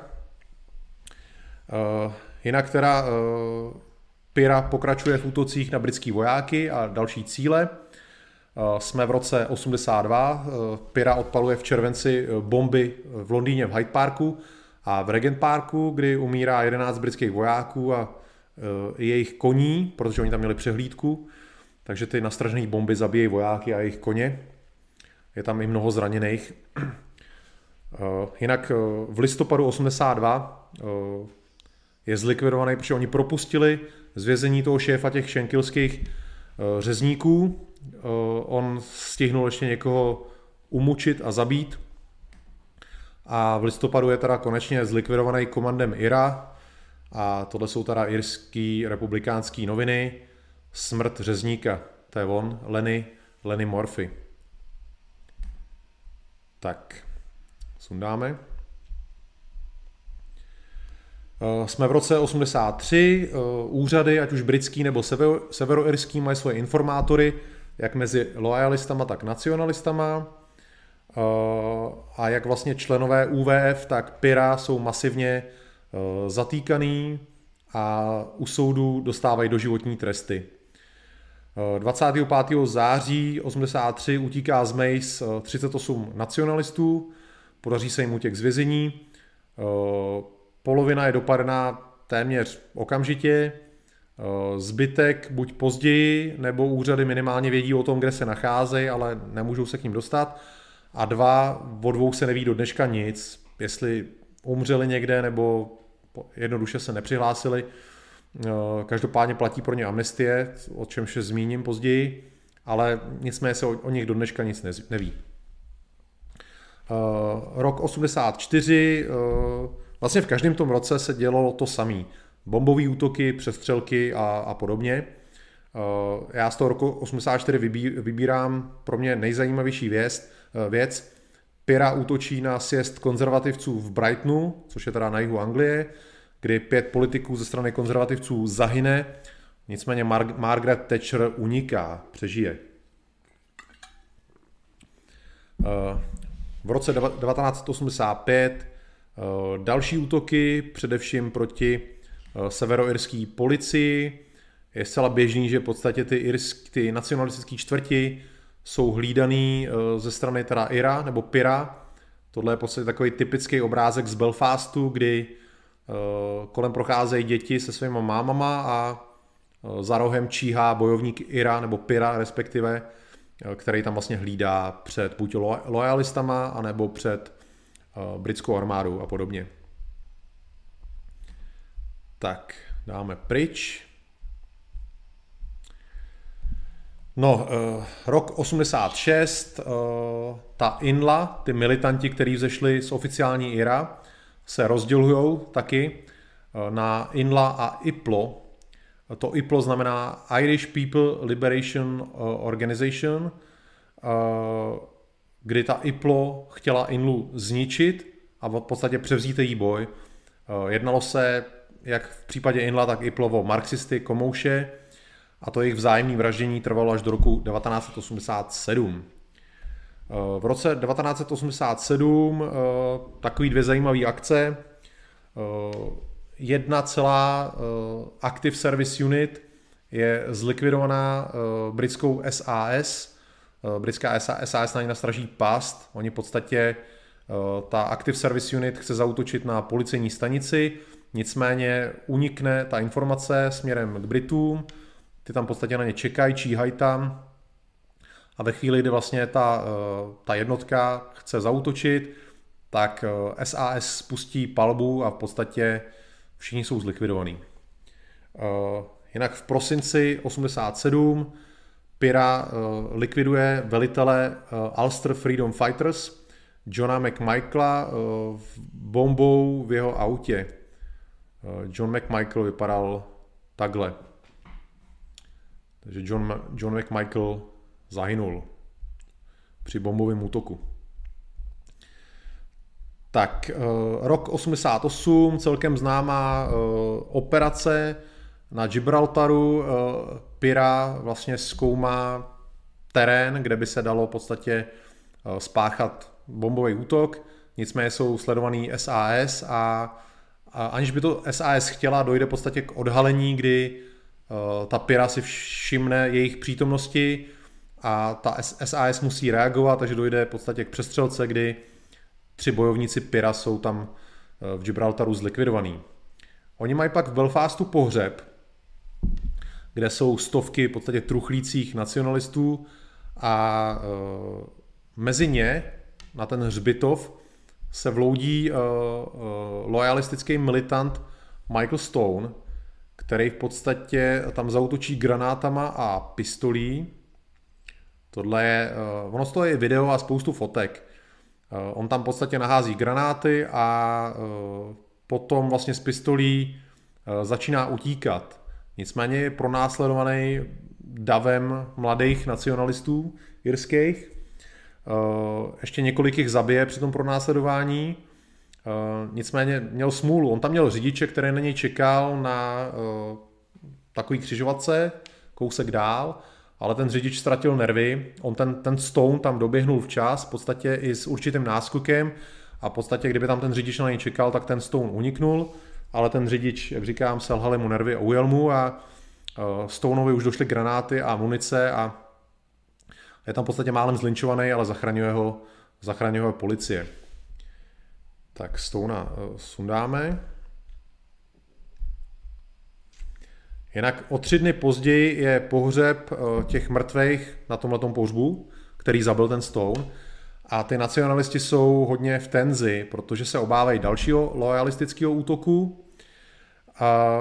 Uh, jinak teda uh, Pira pokračuje v útocích na britský vojáky a další cíle. Uh, jsme v roce osmdesát dva, uh, Pira odpaluje v červenci bomby v Londýně v Hyde Parku a v Regent Parku, kdy umírá jedenáct britských vojáků a uh, jejich koní, protože oni tam měli přehlídku, takže ty nastražené bomby zabíjejí vojáky a jejich koně. Je tam i mnoho zraněných. Uh, jinak uh, v listopadu osmdesát dva uh, je zlikvidovaný, protože oni propustili z vězení toho šéfa těch šenkilských uh, řezníků. Uh, on stihnul ještě někoho umučit a zabít. A v listopadu je teda konečně zlikvidovaný komandem Ira. A tohle jsou teda irský republikánský noviny. Smrt řezníka. To je on, Lenny, Lenny Murphy. Tak, sundáme. Jsme v roce osmdesát tři, úřady, ať už britský nebo severoirský, mají svoje informátory, jak mezi lojalistama, tak nacionalistama. A jak vlastně členové U V F, tak Pira jsou masivně zatýkaný a u soudu dostávají doživotní tresty. dvacátého pátého září osmdesát tři utíká z Mace třicet osm nacionalistů, podaří se jim utěk z vězení. Polovina je dopadená téměř okamžitě, zbytek buď později, nebo úřady minimálně vědí o tom, kde se nacházejí, ale nemůžou se k ním dostat. A dva, o dvou se neví do dneška nic, jestli umřeli někde, nebo jednoduše se nepřihlásili. Každopádně platí pro ně amnestie, o čemž se zmíním později, ale nicméně se o, o nich do dneška nic neví. Rok osmdesát čtyři, vlastně v každém tom roce se dělo to samé. Bombové útoky, přestřelky a, a podobně. Já z toho roku osmdesát čtyři vybí, vybírám pro mě nejzajímavější věc. věc. Pira útočí na sjezd konzervativců v Brightonu, což je teda na jihu Anglie, kdy pět politiků ze strany konzervativců zahyne, nicméně Mar- Margaret Thatcher uniká, přežije. V roce devatenáct osmdesát pět další útoky, především proti severoirské policii. Je zcela běžný, že v podstatě ty, irsk, ty nacionalistické čtvrti jsou hlídaný ze strany teda Ira nebo Pira. Tohle je v podstatě takový typický obrázek z Belfastu, kdy kolem procházejí děti se svýma mámama a za rohem číhá bojovník Ira nebo Pira respektive, který tam vlastně hlídá před buď lojalistama, anebo před britskou armádou a podobně. Tak, dáme pryč. No, rok osmdesát šest, ta I N L A, ty militanti, kteří vzešli z oficiální Ira, se rozdělují taky na I N L A a I P L O. To I P L O znamená Irish People Liberation Organization, kdy ta I P L O chtěla I N L U zničit a v podstatě převzít její boj. Jednalo se, jak v případě I N L A, tak I P L O o marxisty, komouše, a to jejich vzájemné vraždění trvalo až do roku devatenáct osmdesát sedm. V roce devatenáct osmdesát sedm takový dvě zajímavé akce. Jedna celá Active Service Unit je zlikvidovaná uh, britskou S A S. Uh, britská S A S na ní nastraží past. Oni v podstatě, uh, ta Active Service Unit chce zaútočit na policejní stanici, nicméně unikne ta informace směrem k Britům, ty tam v podstatě na ně čekají, číhají tam a ve chvíli, kdy vlastně ta, uh, ta jednotka chce zaútočit, tak uh, S A S spustí palbu a v podstatě všichni jsou zlikvidovaní. Uh, jinak v prosinci osmdesát sedm Pira uh, likviduje velitele uh, Ulster Freedom Fighters Johna McMichaela uh, bombou v jeho autě. Uh, John McMichael vypadal takhle. Takže John, John McMichael zahynul při bombovém útoku. Tak, uh, rok osmdesát osm, celkem známá uh, operace na Gibraltaru. Uh, Pira vlastně zkoumá terén, kde by se dalo v podstatě uh, spáchat bombový útok. Nicméně jsou sledovaný S A S a, a aniž by to S A S chtěla, dojde v podstatě k odhalení, kdy uh, ta Pira si všimne jejich přítomnosti a ta S A S musí reagovat, takže dojde v podstatě k přestřelce, kdy tři bojovníci Pira jsou tam v Gibraltaru zlikvidovaní. Oni mají pak v Belfastu pohřeb, kde jsou stovky v podstatě truchlících nacionalistů a e, mezi ně na ten hřbitov se vloudí e, e, loyalistický militant Michael Stone, který v podstatě tam zaútočí granátama a pistolí. Tohle je, e, ono z toho je video a spoustu fotek. On tam v podstatě nahází granáty a potom vlastně z pistolí začíná utíkat. Nicméně je pronásledovaný davem mladých nacionalistů irských. Ještě několik jich zabije při tom pronásledování. Nicméně měl smůlu. On tam měl řidiče, který na něj čekal na takový křižovatce, kousek dál, ale ten řidič ztratil nervy, on ten, ten Stone tam doběhnul včas, v podstatě i s určitým náskokem a v podstatě, kdyby tam ten řidič na něj čekal, tak ten Stone uniknul, ale ten řidič, jak říkám, selhaly mu nervy a ujel mu a uh, Stoneovi už došly granáty a munice a je tam v podstatě málem zlinčovaný, ale zachraňuje ho, zachraňuje ho policie. Tak Stonea uh, sundáme. Jinak o tři dny později je pohřeb těch mrtvých na tomhletom pohřbu, který zabil ten Stone. A ty nacionalisti jsou hodně v tenzi, protože se obávají dalšího loyalistického útoku a,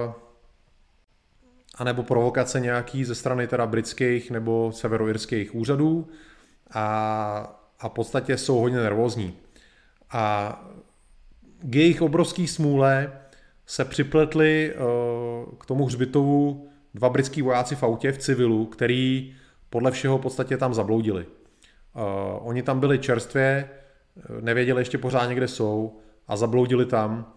a nebo provokace nějaký ze strany teda britských nebo severoirských úřadů a, a v podstatě jsou hodně nervózní. A k jejich obrovský smůle se připletli k tomu hřbitovu dva britský vojáci v autě v civilu, který podle všeho v podstatě tam zabloudili. Oni tam byli čerstvě, nevěděli ještě pořádně, kde jsou a zabloudili tam.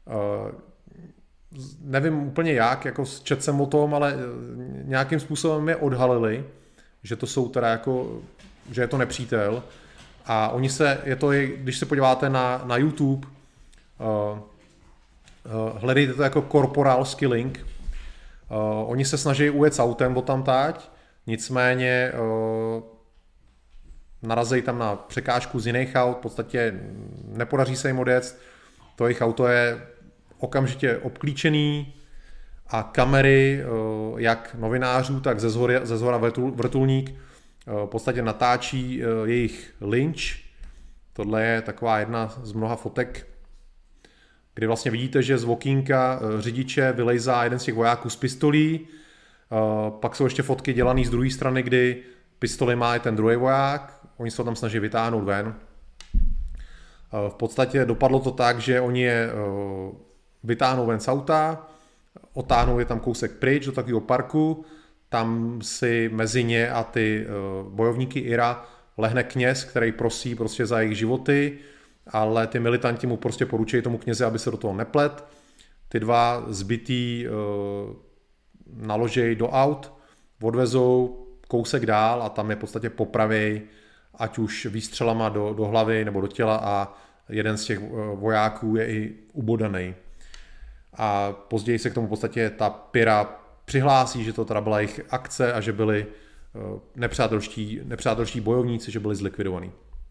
Nevím úplně jak, jako četl jsem o tom, ale nějakým způsobem je odhalili, že to jsou teda jako, že je to nepřítel. A oni se, je to, když se podíváte na, na YouTube, hledejte to jako corporal skilling. Uh, oni se snaží ujet s autem odtamtať, nicméně uh, narazejí tam na překážku z jiných aut, v podstatě nepodaří se jim odjet. To jejich auto je okamžitě obklíčený a kamery, uh, jak novinářů, tak ze zhora, ze zhora vrtul, vrtulník uh, v podstatě natáčí uh, jejich lynč. Tohle je taková jedna z mnoha fotek, kdy vlastně vidíte, že z okýnka řidiče vylejzá jeden z těch vojáků z pistolí. Pak jsou ještě fotky dělané z druhé strany, kdy pistoli má i ten druhý voják. Oni se ho tam snaží vytáhnout ven. V podstatě dopadlo to tak, že oni je vytáhnou ven z auta, otáhnou je tam kousek pryč do takového parku, tam si mezi ně a ty bojovníky Ira lehne kněz, který prosí prostě za jejich životy, ale ty militanti mu prostě poručují tomu knězi, aby se do toho neplet. Ty dva zbytý e, naložej do aut, odvezou kousek dál a tam je v podstatě popravěj, ať už výstřelama do, do hlavy nebo do těla a jeden z těch vojáků je i ubodaný. A později se k tomu v podstatě ta Pira přihlásí, že to teda byla jejich akce a že byli nepřátelští, nepřátelští bojovníci, že byli zlikvidovaní.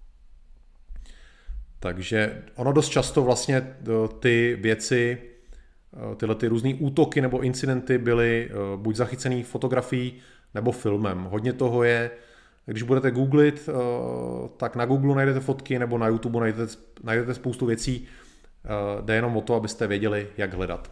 Takže ono dost často vlastně ty věci, tyhle ty různý útoky nebo incidenty byly buď zachycený fotografií nebo filmem. Hodně toho je, když budete googlit, tak na Google najdete fotky nebo na YouTube najdete, najdete spoustu věcí. Jde jenom o to, abyste věděli, jak hledat.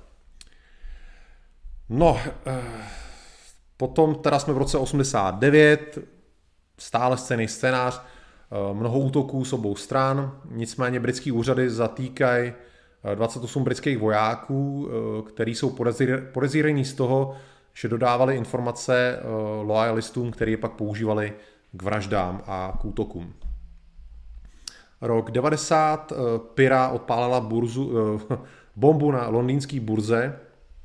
No, potom teda jsme v roce osmdesát devět, stále stejný scénář, mnoho útoků z obou stran, nicméně britský úřady zatýkají dvacet osm britských vojáků, kteří jsou podezíraní z toho, že dodávali informace loyalistům, který je pak používali k vraždám a k útokům. Rok devadesát, Pira odpálila burzu, bombu na londýnské burze,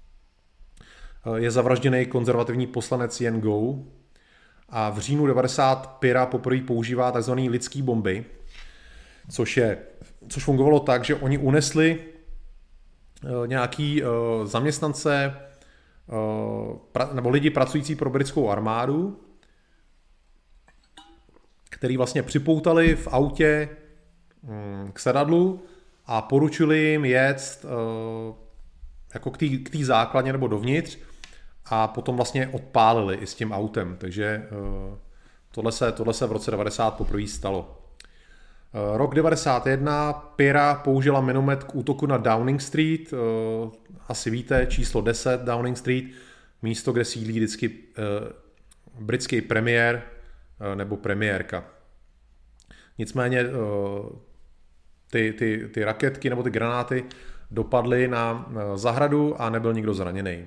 je zavražděný konzervativní poslanec Ian Gow a v říjnu devadesát Pira poprvé používá tzv. Lidský bomby, což, je, což fungovalo tak, že oni unesli nějaký zaměstnance nebo lidi pracující pro britskou armádu, který vlastně připoutali v autě k sedadlu a poručili jim jet jako k té základně nebo dovnitř a potom vlastně odpálili i s tím autem. Takže tohle se, tohle se v roce devadesát poprvé stalo. Rok devadesát jedna, Pira použila minomet k útoku na Downing Street, asi víte, číslo deset Downing Street, místo, kde sídlí vždycky britský premiér nebo premiérka. Nicméně ty, ty, ty raketky nebo ty granáty dopadly na zahradu a nebyl nikdo zraněný.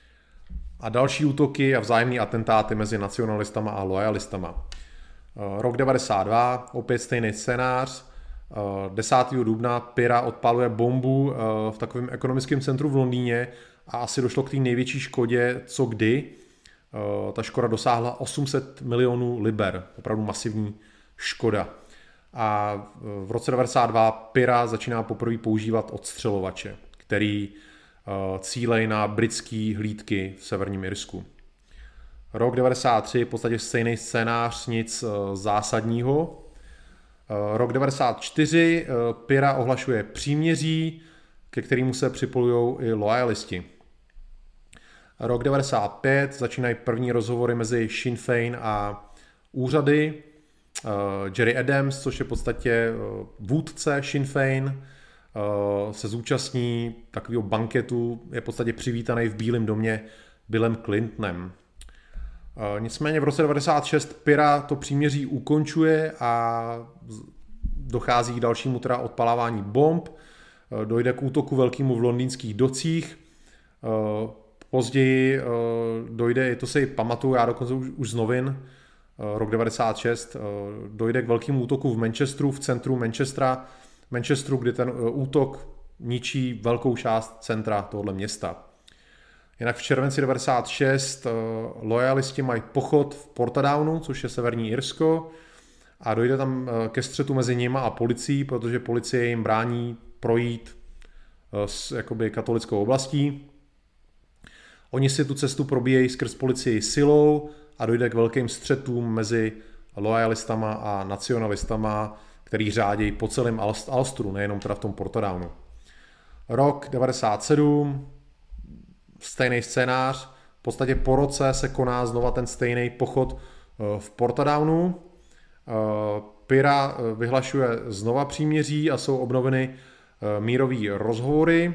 A další útoky a vzájemné atentáty mezi nacionalistama a lojalistama. Rok devadesát dva, opět stejný scénář. desátého dubna Pira odpáluje bombu v takovém ekonomickém centru v Londýně a asi došlo k té největší škodě, co kdy. Ta škoda dosáhla osm set milionů liber, opravdu masivní škoda. A v roce devadesát dva Pira začíná poprvé používat odstřelovače, který cílej na britský hlídky v severním Irsku. Rok devadesát tři, v podstatě stejný scénář, nic zásadního. Rok devadesát čtyři, Pira ohlašuje příměří, ke kterému se připojují i loyalisti. Rok devadesát pět, začínají první rozhovory mezi Sinn Féin a úřady. Gerry Adams, což je v podstatě vůdce Sinn Féin, se zúčastní takového banketu, je v podstatě přivítaný v Bílém domě Billem Clintonem. Nicméně v roce devadesát šest Pira to příměří ukončuje a dochází k dalšímu teda odpalávání bomb. Dojde k útoku velkému v londýnských docích. Později dojde, to si pamatuju, já dokonce už, už z novin, rok devadesát šest, dojde k velkému útoku v Manchesteru, v centru Manchestera, Manchesteru, kdy ten útok ničí velkou část centra tohoto města. Jinak v červenci devadesát šest loyalisti mají pochod v Portadownu, což je severní Irsko, a dojde tam ke střetu mezi nima a policií, protože policie jim brání projít s jakoby katolickou oblastí. Oni si tu cestu probíjejí skrz policii silou a dojde k velkým střetům mezi loyalistama a nacionalistama, který řádějí po celém Ulsteru, nejenom teda v tom Portadownu. Rok devadesát sedm, stejný scénář, v podstatě po roce se koná znova ten stejný pochod v Portadownu. Pira vyhlašuje znova příměří a jsou obnoveny mírové rozhovory.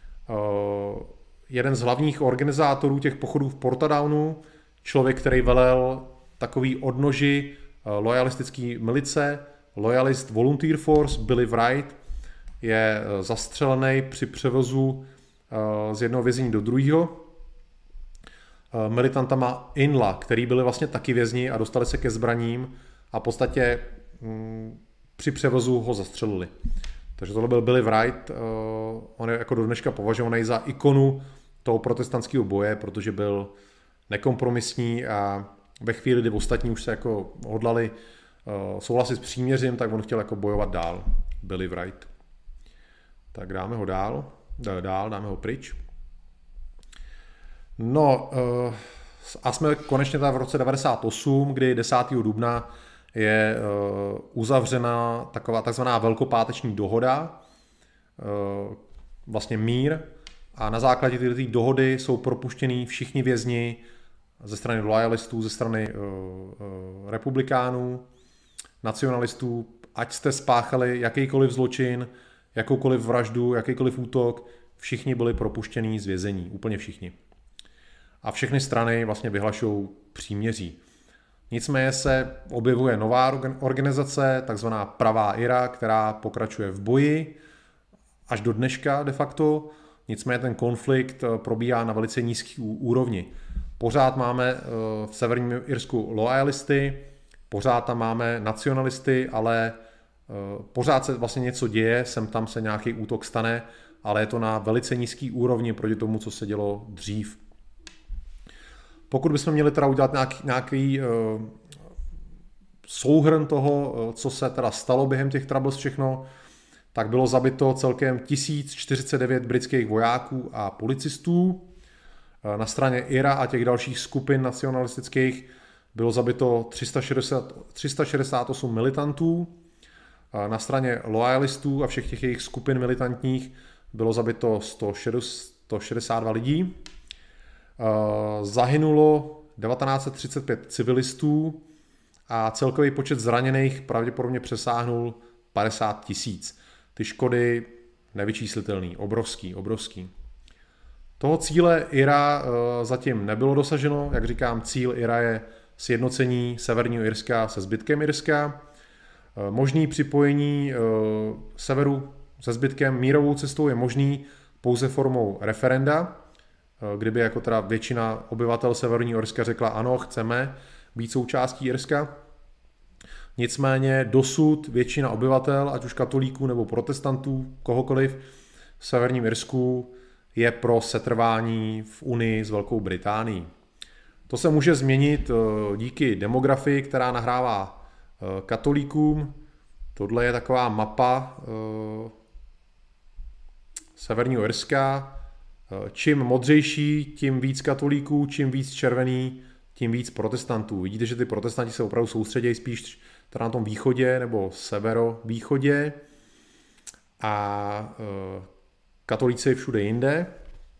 Jeden z hlavních organizátorů těch pochodů v Portadownu, člověk, který velel takový odnoži loyalistický milice, Loyalist Volunteer Force, Billy Wright, je zastřelený při převozu z jednoho vězení do druhého militantama Inla, který byli vlastně taky vězni a dostali se ke zbraním a v podstatě při převozu ho zastřelili. Takže tohle byl Billy Wright, on je jako do dneška považovaný za ikonu toho protestantského boje, protože byl nekompromisní a ve chvíli, kdy ostatní už se jako hodlali souhlasit s příměřím, tak on chtěl jako bojovat dál. Billy Wright. Tak dáme ho dál, dál, dáme ho pryč. No uh, a jsme konečně tady v roce devadesát osm, kdy desátého dubna je uh, uzavřena taková takzvaná velkopáteční dohoda, uh, vlastně mír, a na základě této dohody jsou propuštěni všichni vězni ze strany lojalistů, ze strany uh, uh, republikánů, nacionalistů, ať jste spáchali jakýkoliv zločin, jakoukoliv vraždu, jakýkoliv útok, všichni byli propuštěni z vězení, úplně všichni. A všechny strany vlastně vyhlašují příměří. Nicméně se objevuje nová organizace, takzvaná Pravá Ira, která pokračuje v boji až do dneška de facto. Nicméně ten konflikt probíhá na velice nízké úrovni. Pořád máme v severním Irsku loyalisty, pořád tam máme nacionalisty, ale pořád se vlastně něco děje, sem tam se nějaký útok stane, ale je to na velice nízký úrovni proti tomu, co se dělo dřív. Pokud bychom měli teda udělat nějaký, nějaký uh, souhrn toho, uh, co se teda stalo během těch troubles všechno, tak bylo zabito celkem tisíc čtyřicet devět britských vojáků a policistů. Uh, na straně Ira a těch dalších skupin nacionalistických bylo zabito tři sta šedesát osm militantů. Uh, na straně loyalistů a všech těch jejich skupin militantních bylo zabito sto šedesát dva lidí. Zahynulo devatenáct set třicet pět civilistů a celkový počet zraněných pravděpodobně přesáhnul padesát tisíc. Ty škody nevyčíslitelný, obrovský, obrovský. Toho cíle Ira zatím nebylo dosaženo, jak říkám, cíl Ira je sjednocení severního Irska se zbytkem Irska. Možný připojení severu se zbytkem mírovou cestou je možný pouze formou referenda, kdyby jako teda většina obyvatel severního Irska řekla ano, chceme být součástí Irska. Nicméně dosud většina obyvatel, ať už katolíků nebo protestantů, kohokoliv v severním Irsku je pro setrvání v Unii s Velkou Británií. To se může změnit díky demografii, která nahrává katolíkům. Tohle je taková mapa severního Irska. Čím modřejší, tím víc katolíků, čím víc červený, tím víc protestantů. Vidíte, že ty protestanti se opravdu soustředí spíš teda na tom východě nebo severovýchodě a e, katolíci všude jinde. E,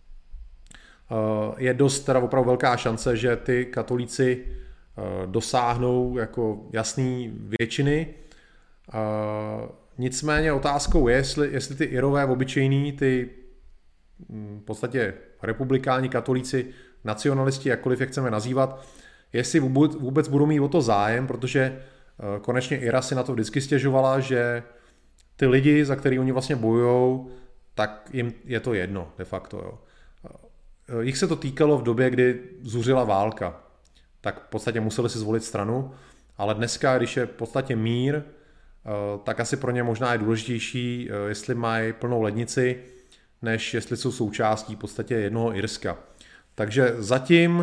je dost teda opravdu velká šance, že ty katolíci e, dosáhnou jako jasný většiny. E, nicméně otázkou je, jestli, jestli ty Irové obyčejný, ty v podstatě republikáni, katolíci, nacionalisti, jakkoliv je chceme nazývat, jestli vůbec budou mít o to zájem, protože konečně Ira si na to vždycky stěžovala, že ty lidi, za který oni vlastně bojujou, tak jim je to jedno de facto. Jo. Jich se to týkalo v době, kdy zuřila válka, tak v podstatě museli si zvolit stranu, ale dneska, když je v podstatě mír, tak asi pro ně možná je důležitější, jestli mají plnou lednici, než jestli jsou součástí v podstatě jednoho Irska. Takže zatím,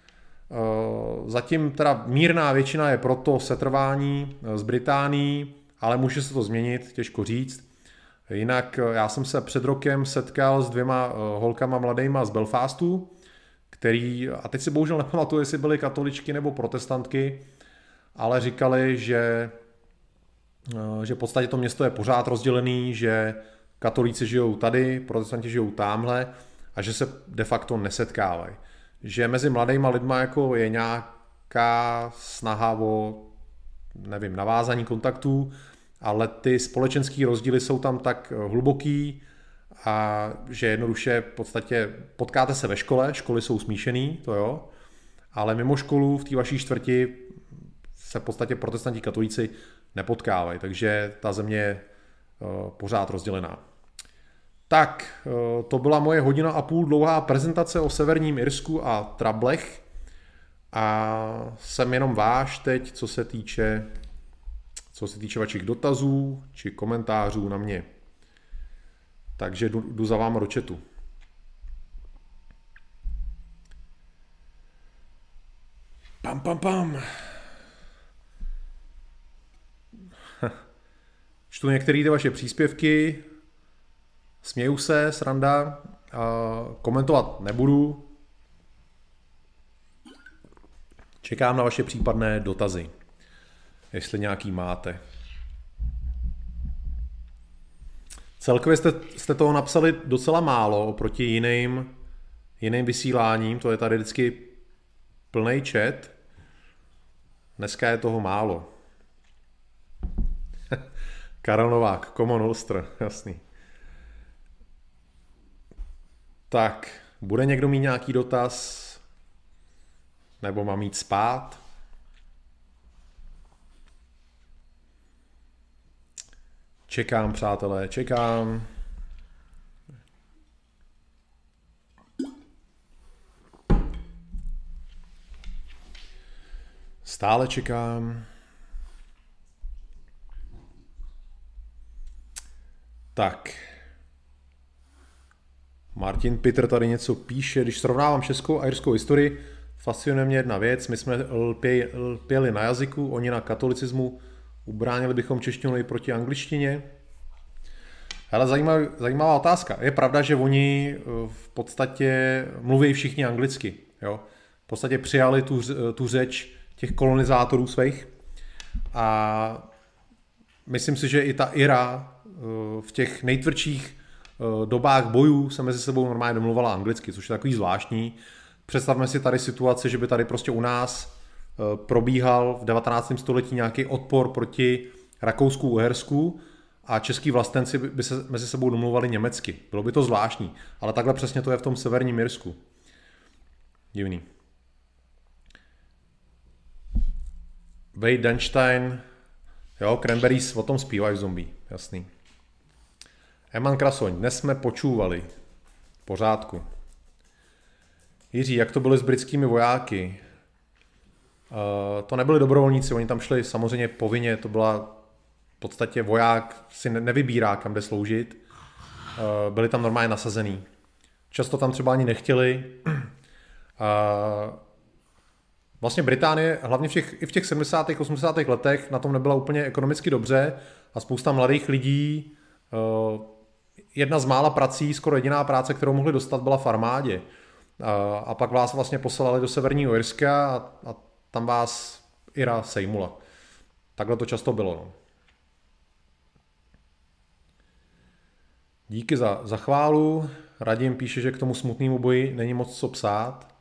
zatím teda mírná většina je proto setrvání z Británií, ale může se to změnit, těžko říct. Jinak já jsem se před rokem setkal s dvěma holkama mladejma z Belfastu, který, a teď si bohužel nepamatuju, jestli byly katoličky nebo protestantky, ale říkali, že, že v podstatě to město je pořád rozdělený, že katolíci žijou tady, protestanti žijou tamhle a že se de facto nesetkávají. Že mezi mladýma lidma jako je nějaká snaha o, nevím, navázání kontaktů, ale ty společenský rozdíly jsou tam tak hluboký a že jednoduše v podstatě potkáte se ve škole, školy jsou smíšený, to jo, ale mimo školu v té vaší čtvrti se v podstatě protestanti katolíci nepotkávají, takže ta země je pořád rozdělená. Tak, to byla moje hodina a půl dlouhá prezentace o severním Irsku a trablech a jsem jenom váš teď, co se týče, co se týče vašich dotazů či komentářů na mě. Takže jdu, jdu za váma do chatu. Pam, pam, pam. Čtu některé ty vaše příspěvky, směju se, sranda, komentovat nebudu, Čekám na vaše případné dotazy, jestli nějaký máte. Celkově jste, jste toho napsali docela málo oproti jiným, jiným vysíláním, to je tady vždycky plný chat. Dneska je toho málo. Karel Novák, Common Ulster, jasný. Tak, bude někdo mít nějaký dotaz? Nebo mám jít spát? Čekám, přátelé, čekám. Stále čekám. Tak. Martin Peter tady něco píše. Když srovnávám českou a irskou historii, fascinuje mě jedna věc. My jsme lpě, lpěli na jazyku, oni na katolicismu. Ubránili bychom češtinu i proti angličtině. Hele, zajímavá, zajímavá otázka. Je pravda, že oni v podstatě mluví všichni anglicky. Jo? V podstatě přijali tu, tu řeč těch kolonizátorů svých. A myslím si, že i ta Ira v těch nejtvrdších dobách bojů se mezi sebou normálně domluvala anglicky, což je takový zvláštní. Představme si tady situaci, že by tady prostě u nás probíhal v devatenáctém století nějaký odpor proti Rakousku-Uhersku a český vlastenci by se mezi sebou domluvali německy. Bylo by to zvláštní, ale takhle přesně to je v tom severním Irsku. Divný. Wade Denstein, jo, Cranberries o tom zpívají zombie, jasný. Eman Krasoň, dnes jsme počúvali. V pořádku. Jiří, jak to bylo s britskými vojáky? Uh, to nebyli dobrovolníci, oni tam šli samozřejmě povinně, to byla v podstatě voják, si nevybírá, kam jde sloužit. Uh, byli tam normálně nasazený. Často tam třeba ani nechtěli. Uh, vlastně Británie, hlavně v těch, i v těch sedmdesátých osmdesátých letech na tom nebyla úplně ekonomicky dobře a spousta mladých lidí, uh, jedna z mála prací, skoro jediná práce, kterou mohli dostat, byla v armádě. Uh, a pak vás vlastně poslali do severního Irska a, a tam vás Ira sejmula. Takhle to často bylo. No. Díky za, za chválu. Radim píše, že k tomu smutnému boji není moc co psát.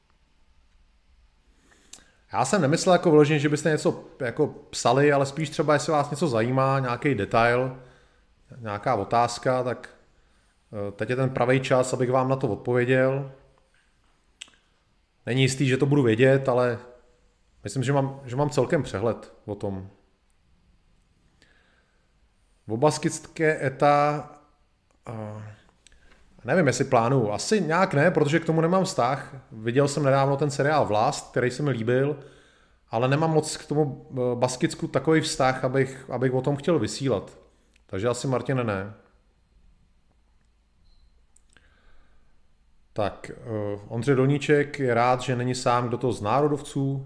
Já jsem nemyslel jako vyloženě, že byste něco jako psali, ale spíš třeba, jestli vás něco zajímá, nějaký detail, nějaká otázka, tak teď je ten pravý čas, abych vám na to odpověděl. Není jistý, že to budu vědět, ale myslím, že mám, že mám celkem přehled o tom. V baskické eta, uh, nevím, jestli plánuju, asi nějak ne, protože k tomu nemám vztah. Viděl jsem nedávno ten seriál Vlast, který se mi líbil, ale nemám moc k tomu Baskicku takový vztah, abych, abych o tom chtěl vysílat. Takže asi Martine ne. Tak, uh, Ondřej Dolníček je rád, že není sám, kdo to z národovců uh,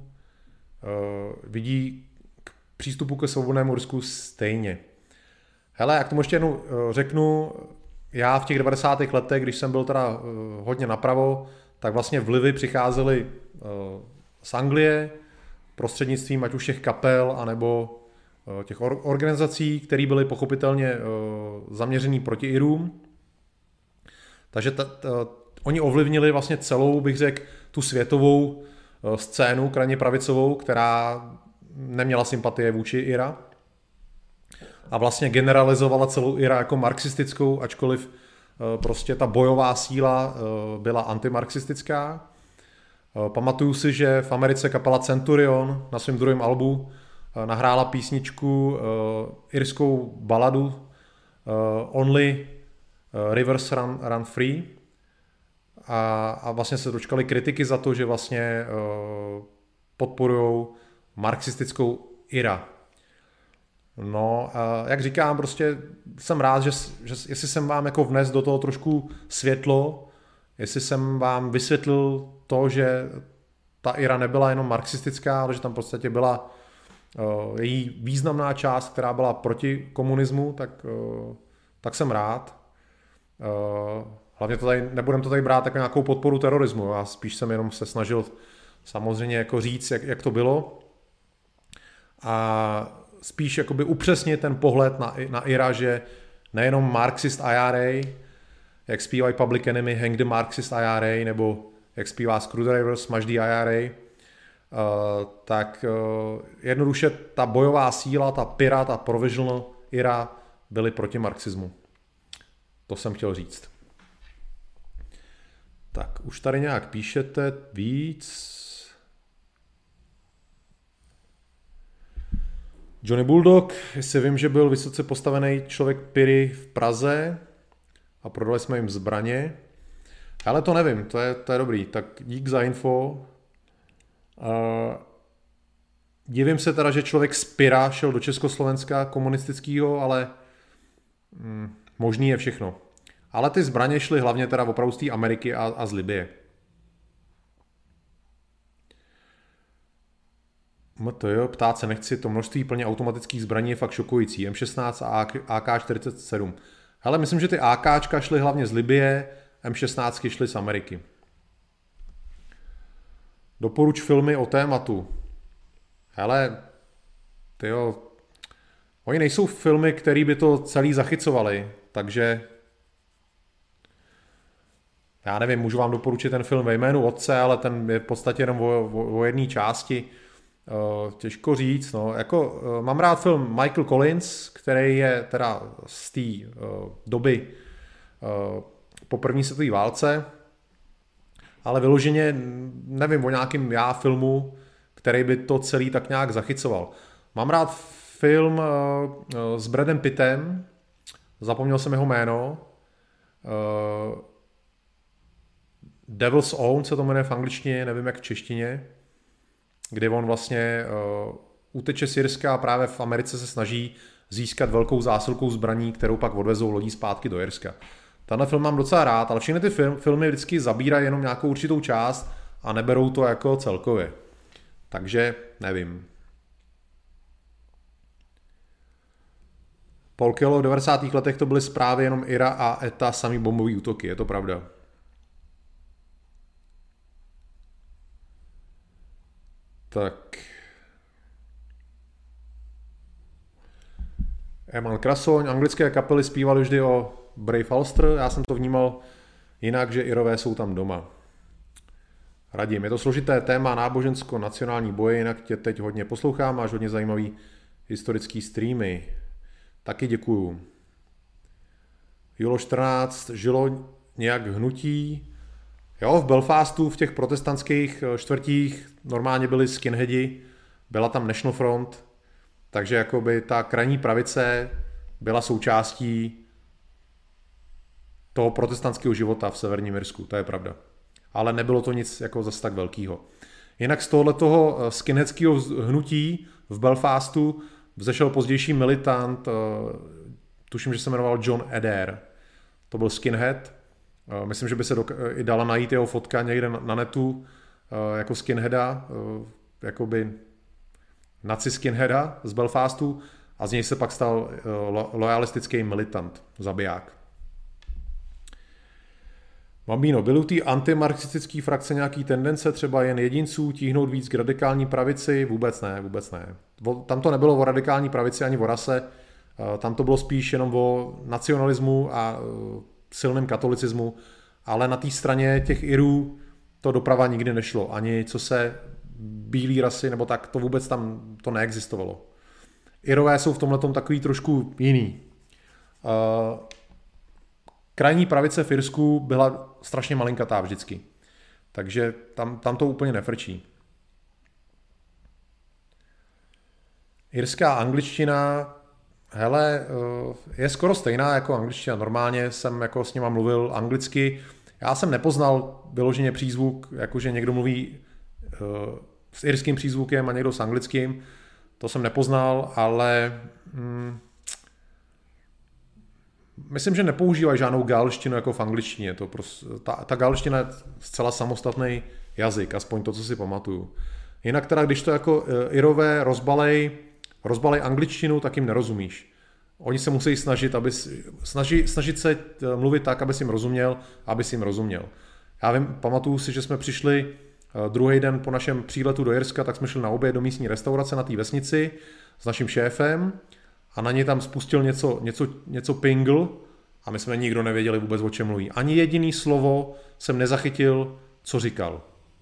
vidí k přístupu ke svobodnému Irsku stejně. Hele, jak tomu ještě jednou uh, řeknu, já v těch devadesátých letech, když jsem byl teda uh, hodně napravo, tak vlastně vlivy přicházely uh, z Anglie prostřednictvím ať už těch kapel, anebo uh, těch or- organizací, které byly pochopitelně uh, zaměřený proti Irům. Takže ta, ta, oni ovlivnili vlastně celou, bych řekl, tu světovou scénu krajně pravicovou, která neměla sympatie vůči Ira. A vlastně generalizovala celou Ira jako marxistickou, ačkoliv prostě ta bojová síla byla antimarxistická. Pamatuju si, že v Americe kapela Centurion na svém druhém albu nahrála písničku, irskou baladu Only Rivers Run, Run Free a, a vlastně se dočkali kritiky za to, že vlastně uh, podporují marxistickou Ira. No, uh, jak říkám, prostě jsem rád, že, že jestli jsem vám jako vnes do toho trošku světlo, jestli jsem vám vysvětlil to, že ta Ira nebyla jenom marxistická, ale že tam v podstatě byla uh, její významná část, která byla proti komunismu, tak, uh, tak jsem rád. Uh, hlavně to tady, nebudem to tady brát jako nějakou podporu terorismu, já spíš jsem jenom se snažil samozřejmě jako říct, jak, jak to bylo a spíš jakoby upřesnit ten pohled na, na Ira, že nejenom Marxist I R A, jak zpívají Public Enemy, Hang the Marxist I R A, nebo jak zpívá Screwdriver, Smash the I R A, uh, tak uh, jednoduše ta bojová síla, ta Pira, ta Provisional Ira byly proti marxismu. To jsem chtěl říct. Tak, už tady nějak píšete víc. Johnny Bulldog, jestli vím, že byl vysoce postavený člověk Piry v Praze a prodali jsme jim zbraně. Ale to nevím, to je, to je dobrý. Tak dík za info. Uh, divím se teda, že člověk z Pira šel do Československa komunistického, ale mm, možný je všechno. Ale ty zbraně šly hlavně teda opravdu z té Ameriky a, a z Libye. Jo, ptát se nechci, to množství plně automatických zbraní je fakt šokující. M šestnáct a A K čtyřicet sedm. Hele, myslím, že ty AKčka šly hlavně z Libye, M šestnáct šly z Ameriky. Doporuč filmy o tématu. Hele, tyjo, oni nejsou filmy, které by to celý zachycovaly, takže já nevím, můžu vám doporučit ten film Ve jménu otce, ale ten je v podstatě jenom o, o, o jedné části. Uh, těžko říct, no, jako uh, mám rád film Michael Collins, který je teda z té uh, doby uh, po první světové válce, ale vyloženě nevím o nějakým já filmu, který by to celý tak nějak zachycoval. Mám rád film uh, uh, s Bradem Pittem, zapomněl jsem jeho jméno, uh, Devil's Own se to jmenuje v angličtině, nevím jak v češtině, kdy on vlastně uh, uteče z Irska a právě v Americe se snaží získat velkou zásilkou zbraní, kterou pak odvezou lodí zpátky do Irska. Tenhle film mám docela rád, ale všechny ty film, filmy vždycky zabírají jenom nějakou určitou část a neberou to jako celkově. Takže nevím. Paul Kello v devadesátých letech to byly zprávy jenom Ira a E T A samý bombový útoky, je to pravda. Tak. Eman Krasoň, anglické kapely zpívaly vždy o Brave Ulster, já jsem to vnímal jinak, že Irové jsou tam doma. Radím, je to složité téma nábožensko-nacionální boje, jinak tě teď hodně poslouchám, máš hodně zajímavý historický streamy. Taky děkuju. Julo čtrnáct, žilo nějak hnutí. Jo, v Belfastu, v těch protestantských čtvrtích normálně byli skinheadi, byla tam National Front, takže jakoby ta krajní pravice byla součástí toho protestantského života v severním Irsku, to je pravda. Ale nebylo to nic jako zase tak velkýho. Jinak z tohoto skinheadského hnutí v Belfastu vzešel pozdější militant, tuším, že se jmenoval John Adair. To byl skinhead. Myslím, že by se i dala najít jeho fotka někde na netu jako skinheada, jakoby naci skinheada z Belfastu a z něj se pak stal loyalistický militant, zabiják. Mambino, byly u té antimarxistické frakce nějaký tendence, třeba jen jedinců tíhnout víc k radikální pravici? Vůbec ne, vůbec ne. Tam to nebylo o radikální pravici ani o rase, tam to bylo spíš jenom o nacionalismu a silném katolicismu, ale na té straně těch Irů to doprava nikdy nešlo. Ani co se bílý rasy, nebo tak, to vůbec tam to neexistovalo. Irové jsou v tomhletom takový trošku jiný. Krajní pravice v Irsku byla strašně malinkatá vždycky. Takže tam, tam to úplně nefrčí. Irská angličtina, hele, je skoro stejná jako angličtina. Normálně jsem jako s nima mluvil anglicky. Já jsem nepoznal vyloženě přízvuk, jakože někdo mluví s irským přízvukem a někdo s anglickým. To jsem nepoznal, ale hm, myslím, že nepoužívají žádnou galštinu jako v angličtině. To prostě, ta, ta galština je zcela samostatný jazyk, aspoň to, co si pamatuju. Jinak teda, když to jako Irové rozbalej, rozbalej angličtinu, tak jim nerozumíš. Oni se musí snažit, aby, snaží, snažit se mluvit tak, aby si jim rozuměl, aby si jim rozuměl. Já vím, pamatuju si, že jsme přišli Druhý den po našem příletu do Irska, tak jsme šli na oběd do místní restaurace na té vesnici s naším šéfem a na něj tam spustil něco, něco, něco pingl a my jsme nikdo nevěděli vůbec, o čem mluví. Ani jediný slovo jsem nezachytil, co říkal.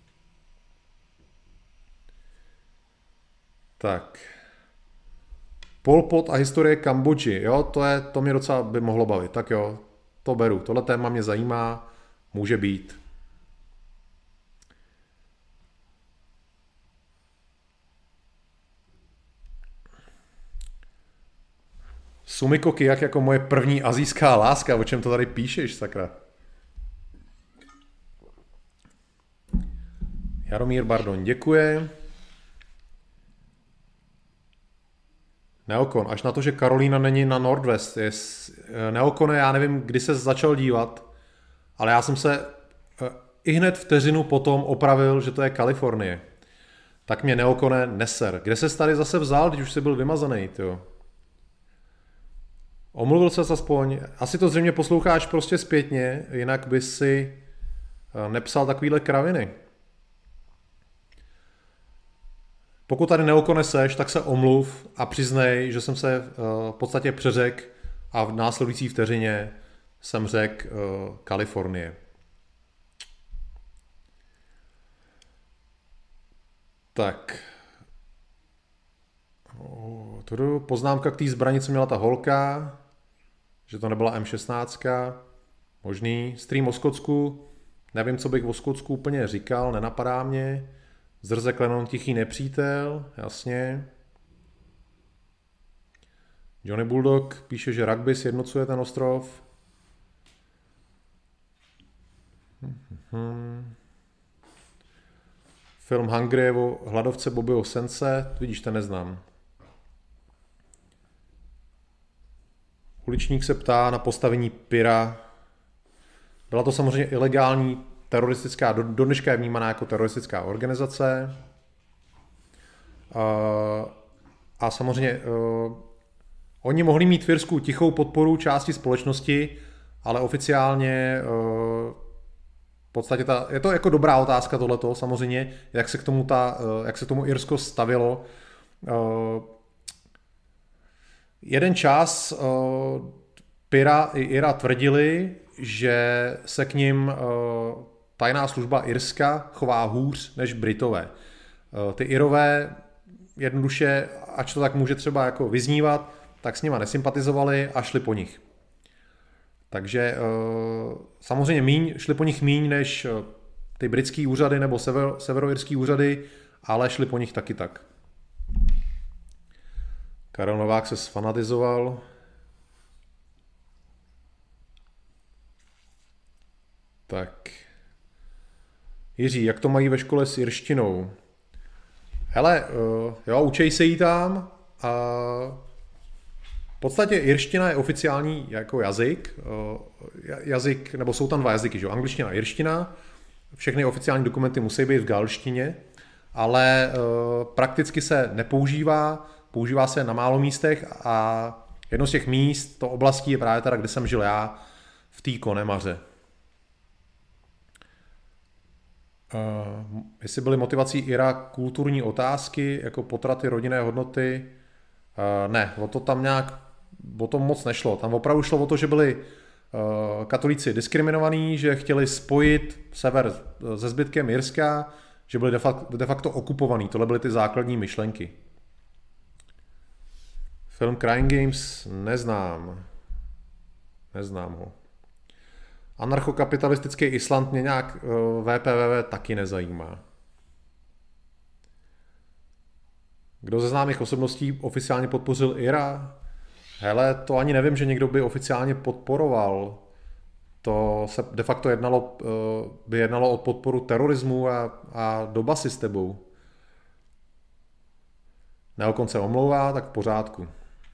Tak. Pol Pot a historie Kambodži, jo, to, je, to mě docela by mohlo bavit. Tak jo, to beru. Tohle téma mě zajímá, může být. Sumiko Kijak jako moje první asijská láska, o čem to tady píšeš, sakra? Jaromír Bardon, děkuje. Neokon, až na to, že Karolína není na Nordwest. Je, Neokone, já nevím, kdy se začal dívat, ale já jsem se i hned vteřinu potom opravil, že to je Kalifornie. Tak mě Neokone neser. Kde ses tady zase vzal, když už jsi byl vymazaný, tyjo? Omluvil ses aspoň. Asi to zřejmě posloucháš prostě zpětně, jinak by si nepsal takovýhle kraviny. Pokud tady neokoneseš, tak se omluv a přiznej, že jsem se v podstatě přeřekl a v následující vteřině jsem řekl Kalifornie. Tak. Poznámka k té zbrani, co měla ta holka, že to nebyla M šestnáct. Možný. Stream o Skotsku. Nevím, co bych o Skotsku úplně říkal, nenapadá mě. Zrze Klenon tichý nepřítel, jasně. Johnny Bulldog píše, že rugby sjednocuje ten ostrov. Hmm. Film Hungry o hladovce Bobbyho Sense, vidíš, ten neznám. Uličník se ptá na postavení Pyra. Byla to samozřejmě ilegální teroristická, do, do dneška je vnímaná jako teroristická organizace. Uh, a samozřejmě uh, oni mohli mít v Irsku tichou podporu části společnosti, ale oficiálně uh, v podstatě ta, je to jako dobrá otázka tohleto, samozřejmě, jak se k tomu, ta, uh, jak se k tomu Irsko stavilo. Uh, jeden čas uh, Pyra i Ira tvrdili, že se k ním uh, tajná služba Irska chová hůř než Britové. Ty Irové jednoduše, ač to tak může třeba jako vyznívat, tak s nima nesympatizovali a šli po nich. Takže samozřejmě míň, šli po nich míň než ty britský úřady nebo sever, severoirský úřady, ale šli po nich taky tak. Karel Novák se sfanatizoval. Tak. Jiří, jak to mají ve škole s irštinou? Hele, jo, učej se jí tam a v podstatě irština je oficiální jako jazyk, jazyk, nebo jsou tam dva jazyky, že jo, angličtina a irština, všechny oficiální dokumenty musí být v galštině, ale prakticky se nepoužívá, používá se na málo místech a jedno z těch míst, to oblastí je právě teda, kde jsem žil já, v té Conemaře. Uh, jestli byly motivací Ira kulturní otázky, jako potraty, rodinné hodnoty, uh, ne, o to tam nějak, o tom moc nešlo. Tam opravdu šlo o to, že byli uh, katolíci diskriminovaní, že chtěli spojit sever se zbytkem Irska, že byli de facto, de facto okupovaní. Tohle byly ty základní myšlenky. Film Crying Games neznám. Neznám ho. Anarchokapitalistický Island mě nějak V P V V taky nezajímá. Kdo ze známých osobností oficiálně podpořil Ira? Hele, to ani nevím, že někdo by oficiálně podporoval. To se de facto jednalo, by jednalo o podporu terorismu a, a doba s tebou. Neokon se omlouvá, tak v pořádku.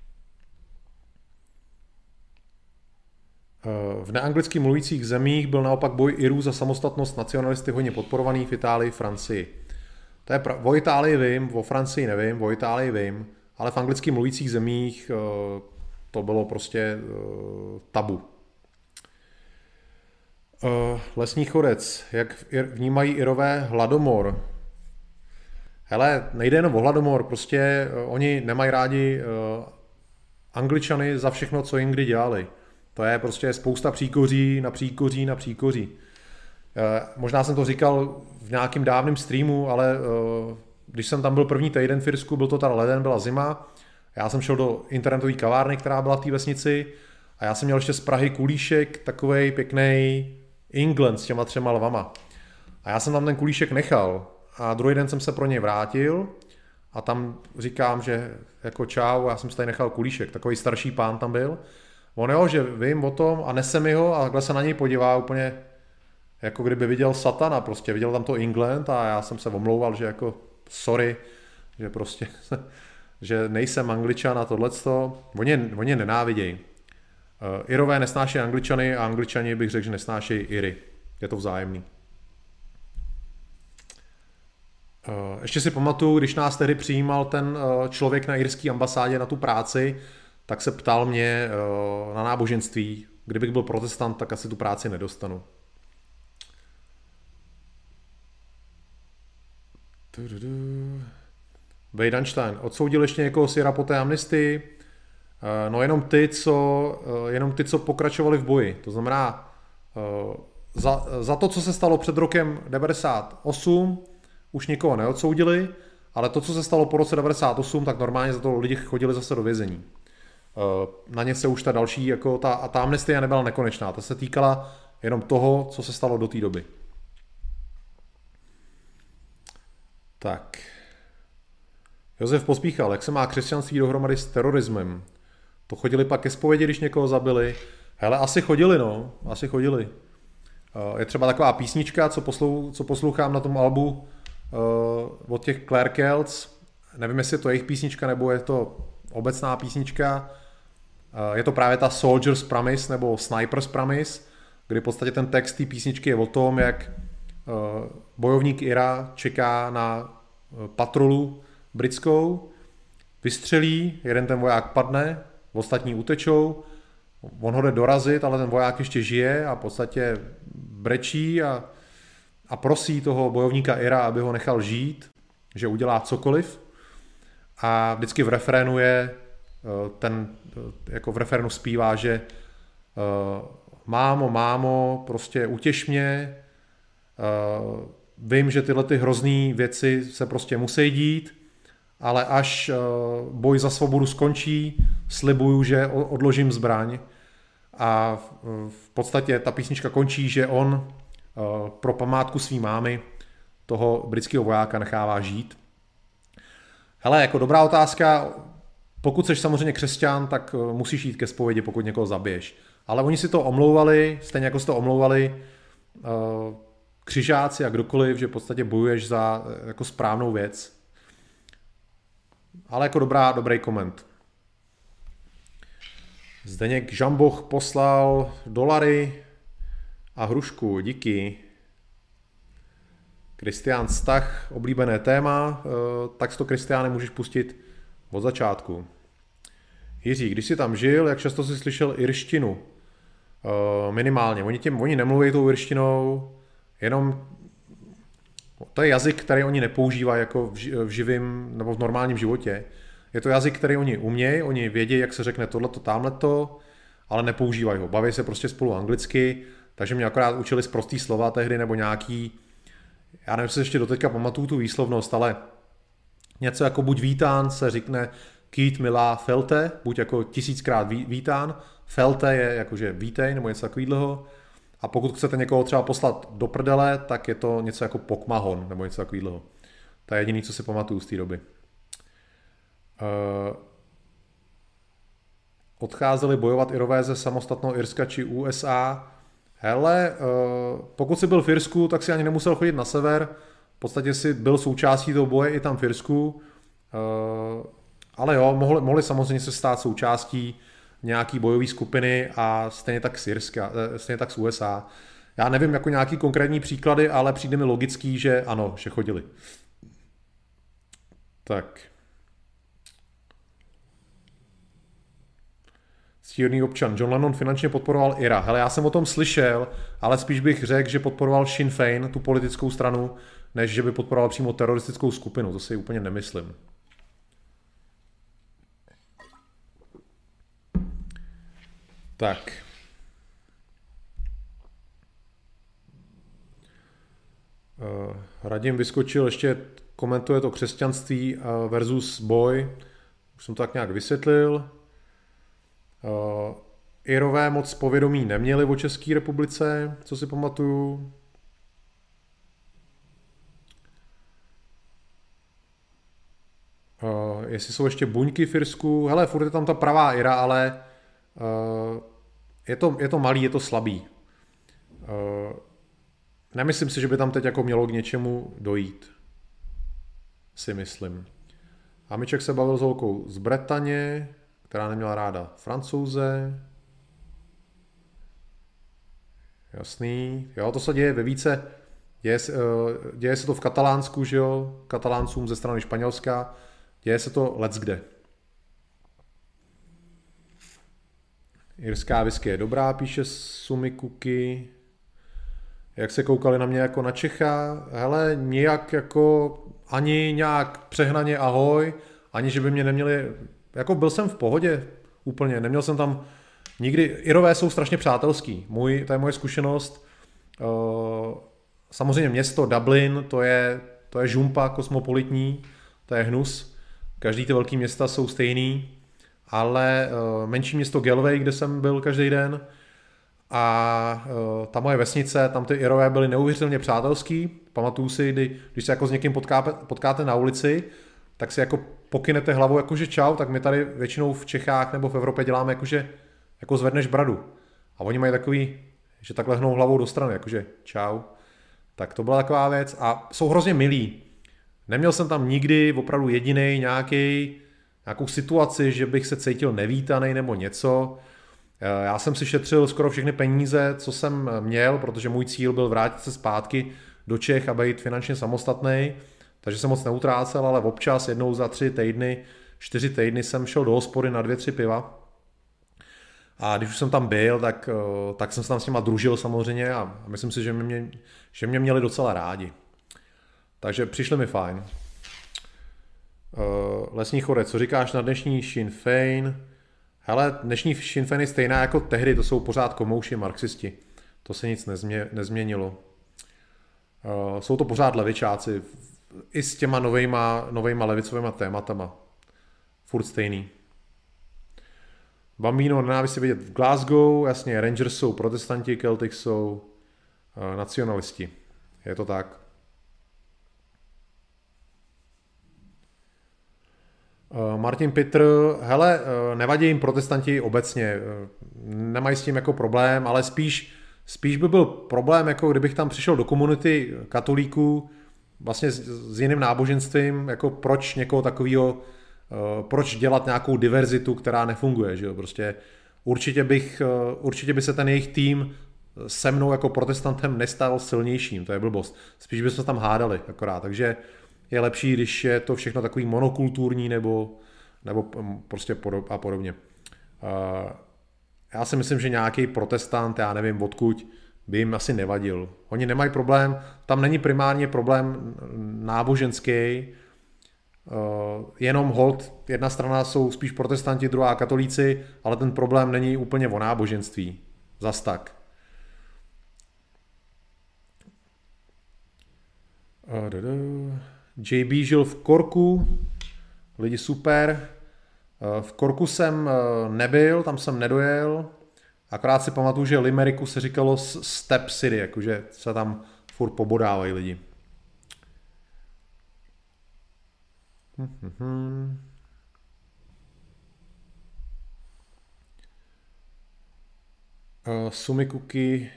V neanglicky mluvících zemích byl naopak boj Irů za samostatnost nacionalisty hodně podporovaný v Itálii, Francii. To je pra- o Itálii vím, o Francii nevím, o Itálii vím, ale v anglicky mluvících zemích to bylo prostě tabu. Uh, lesní chodec, jak vnímají Irové hladomor? Hele, nejde jenom o hladomor, prostě uh, oni nemají rádi uh, Angličany za všechno, co jim kdy dělali. To je prostě spousta příkoří na příkoří na příkoří. Uh, možná jsem to říkal v nějakým dávném streamu, ale uh, když jsem tam byl první týden v Irsku, byl to teda leden, byla zima, já jsem šel do internetové kavárny, která byla v té vesnici, a já jsem měl ještě z Prahy kulíšek, takovej pěkný England s těma třema lvama. A já jsem tam ten kulíšek nechal a druhý den jsem se pro něj vrátil a tam říkám, že jako čau, já jsem si tady nechal kulíšek, takový starší pán tam byl. On jo, že vím o tom a nese mi ho a takhle se na něj podívá úplně jako kdyby viděl satana, prostě viděl tam to England a já jsem se omlouval, že jako sorry, že prostě, že nejsem Angličan a tohleto. Oni, oni nenávidějí. Irové nesnáší Angličany a Angličani bych řekl, že nesnáší Iry. Je to vzájemný. Ještě si pamatuju, když nás tehdy přijímal ten člověk na irské ambasádě na tu práci, tak se ptal mě na náboženství. Kdybych byl protestant, tak asi tu práci nedostanu. Weidenstein. Odsoudil ještě někoho Syra po té amnestii? No jenom ty, co, jenom ty, co pokračovali v boji. To znamená, za, za to, co se stalo před rokem devadesát osm, už nikoho neodsoudili, ale to, co se stalo po roce devadesát osm, tak normálně za to lidi chodili zase do vězení. Na ně se už ta další, jako ta, a ta amnestie nebyla nekonečná. Ta se týkala jenom toho, co se stalo do té doby. Tak. Josef Pospíchal, jak se má křesťanství dohromady s terorismem? To chodili pak ke zpovědi, když někoho zabili? Hele, asi chodili, no. Asi chodili. Je třeba taková písnička, co, poslou, co poslouchám na tom albu uh, od těch Claire Kelts. Nevím, jestli je to jejich písnička, nebo je to obecná písnička. Uh, je to právě ta Soldier's Promise, nebo Sniper's Promise, kdy v podstatě ten text té písničky je o tom, jak uh, bojovník Ira čeká na uh, patrolu britskou, vystřelí, jeden ten voják padne, ostatní utečou, on ho jde dorazit, ale ten voják ještě žije a v podstatě brečí a, a prosí toho bojovníka Ira, aby ho nechal žít, že udělá cokoliv. A vždycky v refrénu je ten, jako v refrénu zpívá, že mámo, mámo, prostě utěš mě, vím, že tyhle ty hrozný věci se prostě musí dít, ale až boj za svobodu skončí, slibuju, že odložím zbraň. A v podstatě ta písnička končí, že on pro památku svý mámy toho britského vojáka nechává žít. Hele, jako dobrá otázka, pokud jsi samozřejmě křesťan, tak musíš jít ke zpovědi, pokud někoho zabiješ. Ale oni si to omlouvali, stejně jako si to omlouvali křižáci a kdokoliv, že v podstatě bojuješ za jako správnou věc. Ale jako dobrá, dobrý koment. Zdeněk Žamboch poslal dolary a hrušku, díky. Kristián Stach, oblíbené téma, tak si to, Kristiáne, můžeš pustit od začátku. Jiří, když jsi tam žil, jak často jsi slyšel irštinu? Minimálně, oni, tím, oni nemluví tou irštinou, jenom to je jazyk, který oni nepoužívají jako v živém nebo v normálním životě. Je to jazyk, který oni umějí, oni vědí, jak se řekne tohleto, tamhleto, ale nepoužívají ho. Baví se prostě spolu anglicky, takže mě akorát učili z prostý slova tehdy nebo nějaký, já nevím, jestli ještě doteďka pamatuju tu výslovnost, ale něco jako buď vítán se řekne kýt milá felte, buď jako tisíckrát vítán, felte je jakože vítej nebo něco takového. A pokud chcete někoho třeba poslat do prdele, tak je to něco jako pokmahon nebo něco takového. To je jediné, co si pamatuju z té doby. Uh, odcházeli bojovat Irové ze samostatného Irska či U S A. Hele, uh, pokud jsi byl v Irsku, tak si ani nemusel chodit na sever. V podstatě si byl součástí toho boje i tam v Irsku. Uh, ale jo, mohli, mohli samozřejmě se stát součástí nějaký bojové skupiny a stejně tak z Irska, stejně tak z U S A. Já nevím jako nějaký konkrétní příklady, ale přijde mi logický, že ano, že chodili. Tak. Círný občan. John Lennon finančně podporoval Ira. Hele, já jsem o tom slyšel, ale spíš bych řekl, že podporoval Sinn Féin, tu politickou stranu, než že by podporoval přímo teroristickou skupinu. To si úplně nemyslím. Tak. Radim vyskočil, ještě komentuje to křesťanství versus boj. Už jsem to tak nějak vysvětlil. Irové moc povědomí neměli o České republice, co si pamatuju. Jestli jsou ještě buňky v Irsku. Hele, furt je tam ta pravá Ira, ale je to, je to malý, je to slabý. Nemyslím si, že by tam teď jako mělo k něčemu dojít. Si myslím. Amiček se bavil s holkou z Bretaně, která neměla ráda Francouze. Jasný. Jo, to se děje ve více. Děje, děje se to v Katalánsku, že jo? Kataláncům ze strany Španělska. Děje se to leckde. Irská whisky je dobrá, píše Sumi Kuky. Jak se koukali na mě jako na Čecha? Hele, nějak jako ani nějak přehnaně ahoj, ani že by mě neměli, jako byl jsem v pohodě úplně, neměl jsem tam nikdy, Irové jsou strašně přátelský, Můj, to je moje zkušenost. Samozřejmě město Dublin, to je, to je žumpa kosmopolitní, to je hnus, každý ty velké města jsou stejný, ale menší město Galway, kde jsem byl každý den, a uh, ta moje vesnice, tam ty Irové byli neuvěřitelně přátelský. Pamatuju si, kdy, když se jako s někým potkáte, potkáte na ulici, tak si jako pokynete hlavou jakože čau, tak my tady většinou v Čechách nebo v Evropě děláme jakože jako zvedneš bradu. A oni mají takový, že takhle hnou hlavou do strany, jakože čau. Tak to byla taková věc a jsou hrozně milí. Neměl jsem tam nikdy opravdu jedinej nějaký, nějakou situaci, že bych se cítil nevítaný nebo něco. Já jsem si šetřil skoro všechny peníze, co jsem měl, protože můj cíl byl vrátit se zpátky do Čech a být finančně samostatný, takže jsem moc neutrácel, ale občas jednou za tři týdny, čtyři týdny jsem šel do hospody na dvě, tři piva. A když už jsem tam byl, tak, tak jsem se tam s nima družil samozřejmě a myslím si, že mě, že mě měli docela rádi. Takže přišli mi fajn. Lesní chorec, co říkáš na dnešní Sinn Féin? Hele, dnešní Sinn Féin je stejná jako tehdy, to jsou pořád komouši, marxisti. To se nic nezmě, nezměnilo. Uh, jsou to pořád levičáci, i s těma novejma, novejma levicovýma tématama. Furt stejný. Bambino nenávistí vidět v Glasgow, jasně, Rangers jsou protestanti, Celtics jsou uh, nacionalisti. Je to tak. Martin Pitr, hele, nevadí jim protestanti obecně, nemají s tím jako problém, ale spíš, spíš by byl problém, jako kdybych tam přišel do komunity katolíků, vlastně s, s jiným náboženstvím, jako proč někoho takového, proč dělat nějakou diverzitu, která nefunguje, že jo, prostě určitě bych, určitě by se ten jejich tým se mnou jako protestantem nestal silnějším, to je blbost, spíš by se tam hádali akorát, takže je lepší, když je to všechno takový monokulturní nebo, nebo prostě podob, a podobně. Uh, já si myslím, že nějaký protestant, já nevím odkud, by jim asi nevadil. Oni nemají problém, tam není primárně problém náboženský, uh, jenom hold, jedna strana jsou spíš protestanti, druhá katolíci, ale ten problém není úplně o náboženství. Zas tak. Uh, J B žil v Korku, lidi super. V Korku jsem nebyl, tam jsem nedojel. Akorát si pamatuju, že Limericku se říkalo Step City, jakože se tam furt pobodávají lidi. Sumikuki.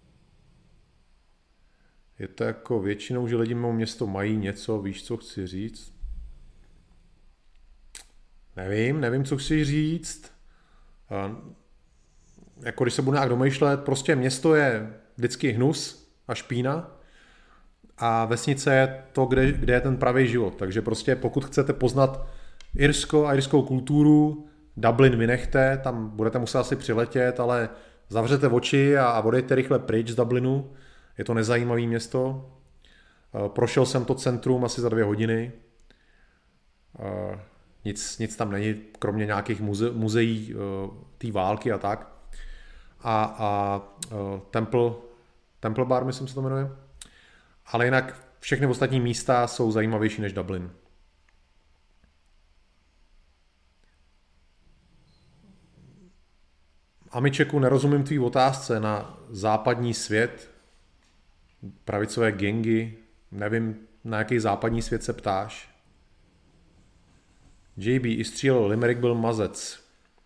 Je to jako většinou, že lidi mimo město mají něco, víš, co chci říct? Nevím, nevím, co chci říct. Jako když se budu nějak domýšlet, prostě město je vždycky hnus a špína a vesnice je to, kde, kde je ten pravý život. Takže prostě pokud chcete poznat Irsko a irskou kulturu, Dublin vynechte, tam budete muset asi přiletět, ale zavřete oči a, a odejďte rychle pryč z Dublinu. Je to nezajímavé město. Prošel jsem to centrum asi za dvě hodiny. Nic, nic tam není, kromě nějakých muze, muzeí té války a tak. A, a Temple, Temple Bar, myslím se to jmenuje. Ale jinak všechny ostatní místa jsou zajímavější než Dublin. Amičeku, nerozumím tvý otázce na západní svět, pravicové gangy, nevím, na jaký západní svět se ptáš. J B, i střílel, Limerick byl mazec.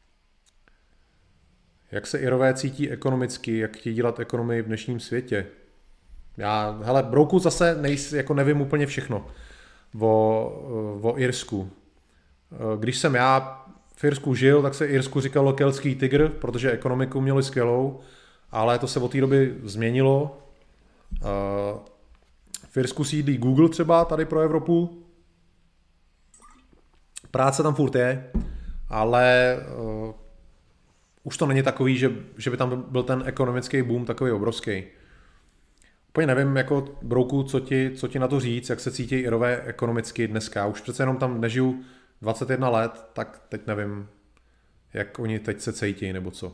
Jak se Irové cítí ekonomicky, jak chtějí dělat ekonomii v dnešním světě? Já, hele, brouku zase nejs, jako nevím úplně všechno o, o Irsku. Když jsem já v Irsku žil, tak se Irsku říkalo keltský tygr, protože ekonomiku měli skvělou, ale to se od té doby změnilo. V Irsku sídlí Google třeba tady pro Evropu. Práce tam furt je, ale uh, už to není takový, že, že by tam byl ten ekonomický boom takový obrovský. Úplně nevím, jako brouku, co ti, co ti na to říct, jak se cítí Irové ekonomicky dneska. Už přece jenom tam nežiju dvacet jedna let, tak teď nevím, jak oni teď se cítí nebo co.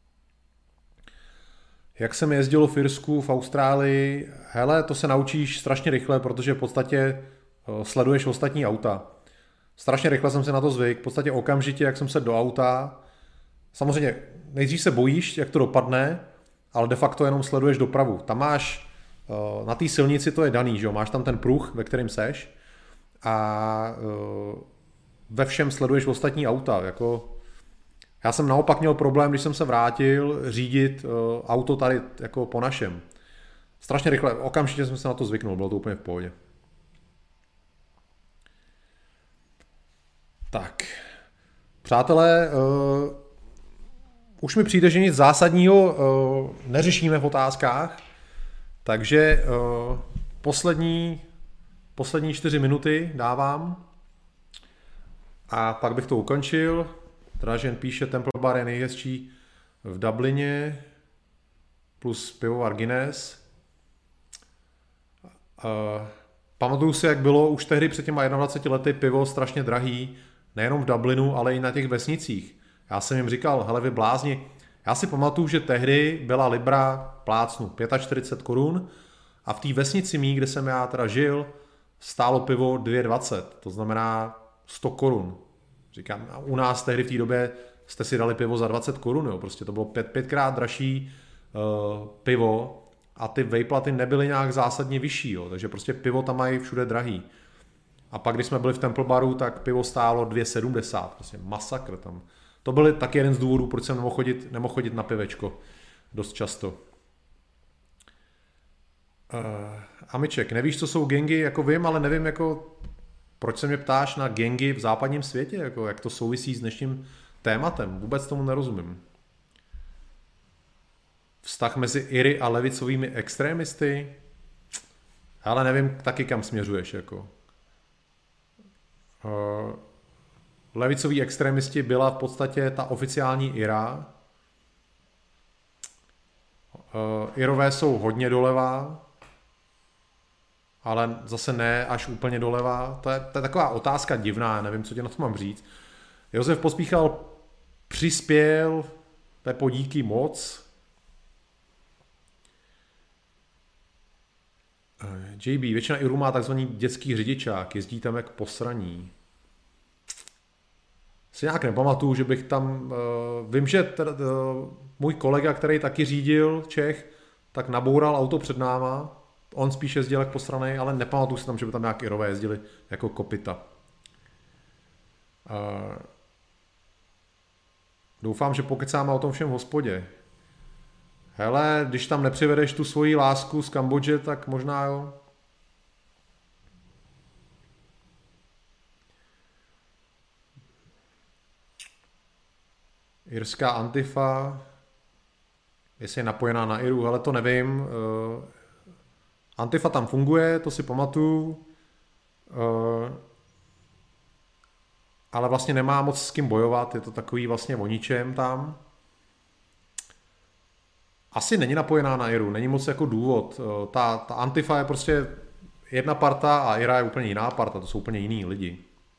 Jak se mi jezdilo v Irsku, v Austrálii? Hele, to se naučíš strašně rychle, protože v podstatě sleduješ ostatní auta. Strašně rychle jsem se na to zvyk, v podstatě okamžitě, jak jsem se do auta, samozřejmě nejdřív se bojíš, jak to dopadne, ale de facto jenom sleduješ dopravu. Tam máš, na té silnici to je daný, že jo? Máš tam ten pruh, ve kterém seš a ve všem sleduješ ostatní auta. Jako, já jsem naopak měl problém, když jsem se vrátil, řídit auto tady jako po našem. Strašně rychle, okamžitě jsem se na to zvyknul, bylo to úplně v pohodě. Tak, přátelé, uh, už mi přijde, že nic zásadního uh, neřešíme v otázkách, takže uh, poslední, poslední čtyři minuty dávám a pak bych to ukončil. Dražen píše, Temple Bar je nejhezčí v Dublině plus pivovar Guinness. Uh, pamatuju si, jak bylo už tehdy před těma dvaceti jedna lety pivo strašně drahý, nejenom v Dublinu, ale i na těch vesnicích. Já jsem jim říkal, hele vy blázni, já si pamatuju, že tehdy byla libra, plácnu, čtyřicet pět korun a v té vesnici mý, kde jsem já teda žil, stálo pivo dvě dvacet, to znamená sto korun. Říkám, a u nás tehdy v té době jste si dali pivo za dvacet korun, jo, prostě to bylo pět, pětkrát dražší uh, pivo a ty vejplaty nebyly nějak zásadně vyšší, jo, takže prostě pivo tam mají všude drahý. A pak, když jsme byli v Temple Baru, tak pivo stálo dvě sedmdesát, prostě masakr tam. To byl taky jeden z důvodů, proč jsem nemohl chodit, nemohl chodit na pivečko dost často. Uh, Amiček, nevíš, co jsou gangy? Jako vím, ale nevím, jako, proč se mě ptáš na gangy v západním světě, jako, jak to souvisí s dnešním tématem. Vůbec tomu nerozumím. Vztah mezi Iry a levicovými extrémisty? Ale nevím taky, kam směřuješ, jako. Uh, levicoví extremisti byla v podstatě ta oficiální Ira. Uh, Irové jsou hodně doleva, ale zase ne až úplně doleva. To je, to je taková otázka divná, nevím, co tě na to mám říct. Josef Pospíchal přispěl, to je podíky moc. J B, většina Irů má takzvaný dětský řidičák, jezdí tam jak posraní. Si nějak nepamatuju, že bych tam, uh, vím, že teda, uh, můj kolega, který taky řídil, Čech, tak naboural auto před náma, on spíš jezdil jak posranej, ale nepamatuju si tam, že by tam nějak Irové jezdili jako kopita. Uh, doufám, že pokecáme o tom všem v hospodě. Hele, když tam nepřivedeš tu svoji lásku z Kambodže, tak možná jo. Irská Antifa, jestli je napojená na Iru, ale to nevím. Antifa tam funguje, to si pamatuju. ale vlastně nemá moc s kým bojovat, je to takový vlastně o ničem tam. Asi není napojená na Iru, není moc jako důvod. Ta, ta Antifa je prostě jedna parta a Ira je úplně jiná parta, to jsou úplně jiný lidi.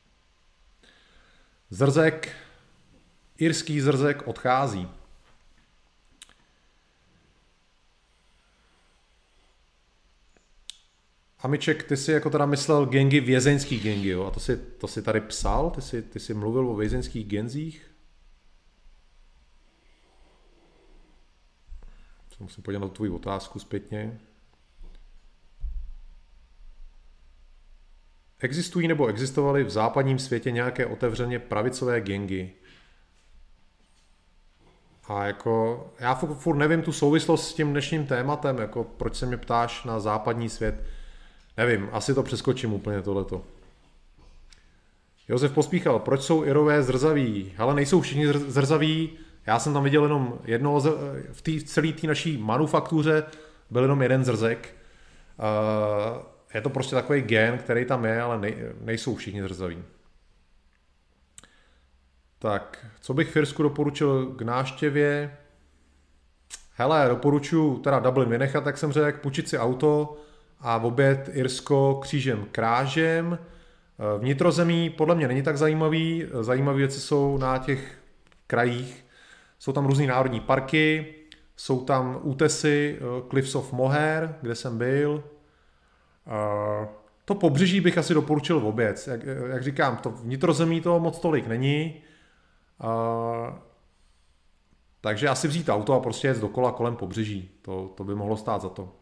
Zrzek, irský Zrzek odchází. Amiček, ty jsi jako teda myslel gengy, vězeňský gengy, jo? A to jsi, to jsi tady psal? Ty jsi, ty jsi mluvil o vězeňských genzích? Musím podívat na tvou otázku zpětně. Existují nebo existovaly v západním světě nějaké otevřeně pravicové gengy? A jako, já furt nevím tu souvislost s tím dnešním tématem, jako proč se mě ptáš na západní svět. Nevím, asi to přeskočím úplně tohleto. Josef Pospíchal, proč jsou Irové zrzaví? Ale nejsou všichni zrzaví, já jsem tam viděl jenom jednoho, v, tý, v celé té naší manufaktuře byl jenom jeden zrzek. Uh, je to prostě takový gen, který tam je, ale nej, nejsou všichni zrzaví. Tak, co bych Firsku doporučil k návštěvě? Hele, doporučuji teda Dublin vynechat, jak jsem řekl, půjčit si auto a objet Irsko křížem krážem. Vnitrozemí podle mě není tak zajímavý, zajímavé věci jsou na těch krajích. Jsou tam různý národní parky, jsou tam útesy Cliffs of Moher, kde jsem byl. To pobřeží bych asi doporučil objet. Jak, jak říkám, to vnitrozemí toho moc tolik není. Takže asi vzít auto a prostě jet dokola kolem pobřeží. To, to by mohlo stát za to.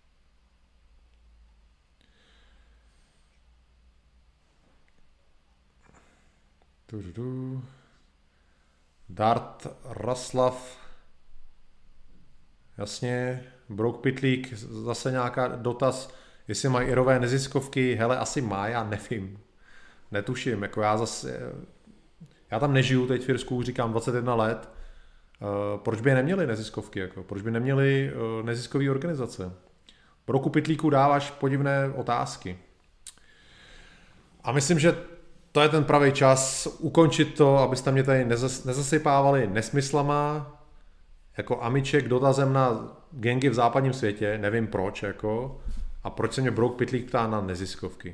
Dart Raslav. Jasně. Brouk Pitlík. Zase nějaká dotaz, jestli mají Irové neziskovky. Hele, asi má, já nevím. Netuším. Jako já zase... Já tam nežiju teď v Irsku, říkám dvacet jedna let. Proč by je neměli neziskovky? Jako? Proč by neměli neziskové organizace? Brouku Pitlíku dáváš podivné otázky. A myslím, že to je ten pravý čas ukončit to, abyste mě tady nezas, nezasypávali nesmyslama, jako Amiček dotazem na gengy v západním světě, nevím proč, jako, a proč se mě Brouk Pitlík ptá na neziskovky.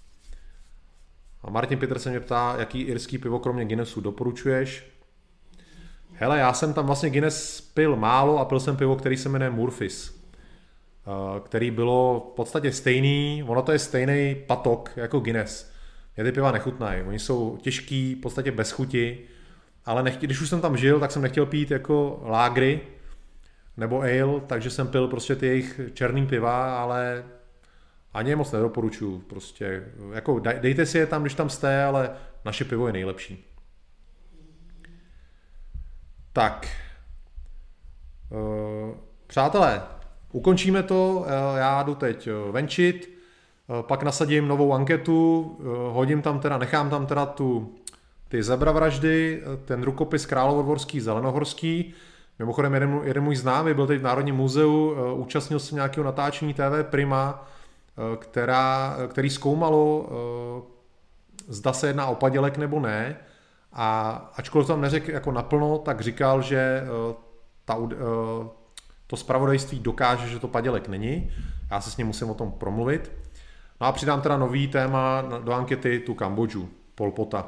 A Martin Petr se mě ptá, jaký irský pivo kromě Guinnessu doporučuješ. Hele, já jsem tam vlastně Guinness pil málo a pil jsem pivo, který se jmenuje Murphys, který bylo v podstatě stejný, ono to je stejný patok jako Guinness. Mě ty piva nechutnají, oni jsou těžký, v podstatě bez chuti, ale nechtěl, když už jsem tam žil, tak jsem nechtěl pít jako lágry nebo ale, takže jsem pil prostě ty jejich černý piva, ale ani je moc nedoporučuju, prostě, jako dejte si je tam, když tam jste, ale naše pivo je nejlepší. Tak, přátelé, ukončíme to, já jdu teď venčit, pak nasadím novou anketu, hodím tam teda, nechám tam teda tu, ty zebravraždy, ten rukopis Královodvorský, Zelenohorský. Mimochodem jeden, jeden můj známý byl teď v Národním muzeu, účastnil se nějakého natáčení T V Prima, která, který zkoumalo, zda se jedná o padělek nebo ne. A ačkoliv tam neřekl jako naplno, tak říkal, že ta, to zpravodajství dokáže, že to padělek není. Já se s ním musím o tom promluvit. No a přidám teda nový téma do ankety, tu Kambodžu, Pol Pota.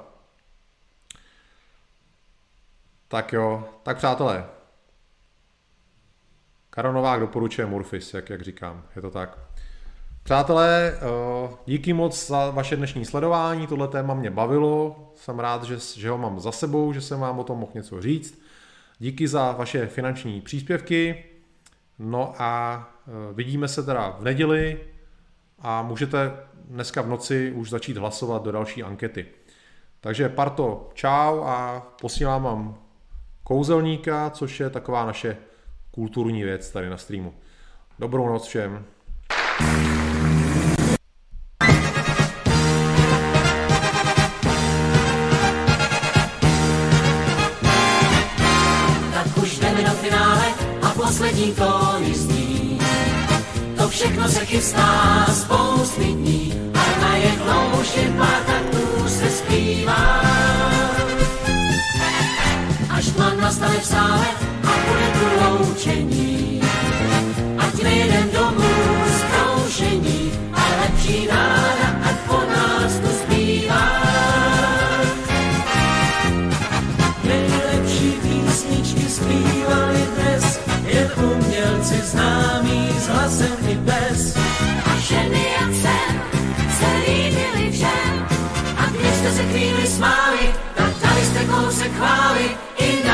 Tak jo, tak přátelé. Karel Novák doporučuje Murphys, jak, jak říkám, je to tak. Přátelé, díky moc za vaše dnešní sledování, tohle téma mě bavilo, jsem rád, že, že ho mám za sebou, že jsem vám o tom mohl něco říct. Díky za vaše finanční příspěvky, no a vidíme se teda v neděli a můžete dneska v noci už začít hlasovat do další ankety. Takže parto, čau a posílám vám kouzelníka, což je taková naše kulturní věc tady na streamu. Dobrou noc všem. Poslední kolo jízdí, to všechno se chystá spousty dní, a najednou už jen pár taktů se se zpívá. Až tma nastane v sále a bude tu loučení, ať nejedem domů z kroužení, a lepší náda, ať po nás tu zbývá. Nejlepší písničky zpívali dnes jen umělci známí s hlasem i bez. A ženy jak jsem se líbily všem, A když jste se chvíli smáli, tak dali jste kousek chvály i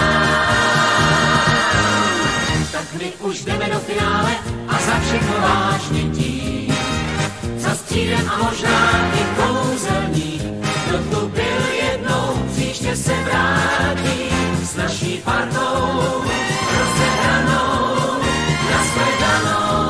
nám. Tak my už jdeme do finále a za všechno vážně tím. Za střídem a možná i kouzelník, kdo tu byl jednou, příště se vrátí s naší partou rozehranou, nashledanou.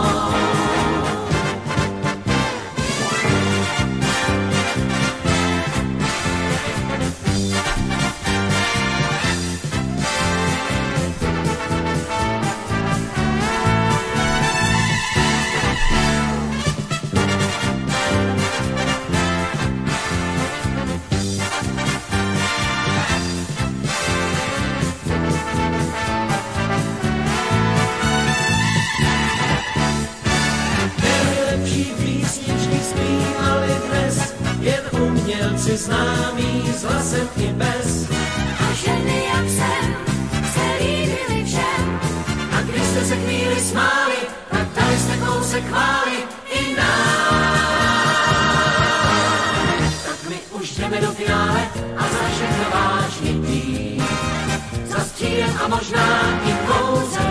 Umělci známí s hlasem i bez. a ženy jak jsem se líbily všem. A když jste se chvíli smáli, tak dali jste kousek chvály i nám. Tak my už jdeme do finále a za všechno vážně tím. Za střídem a možná i kouzelník,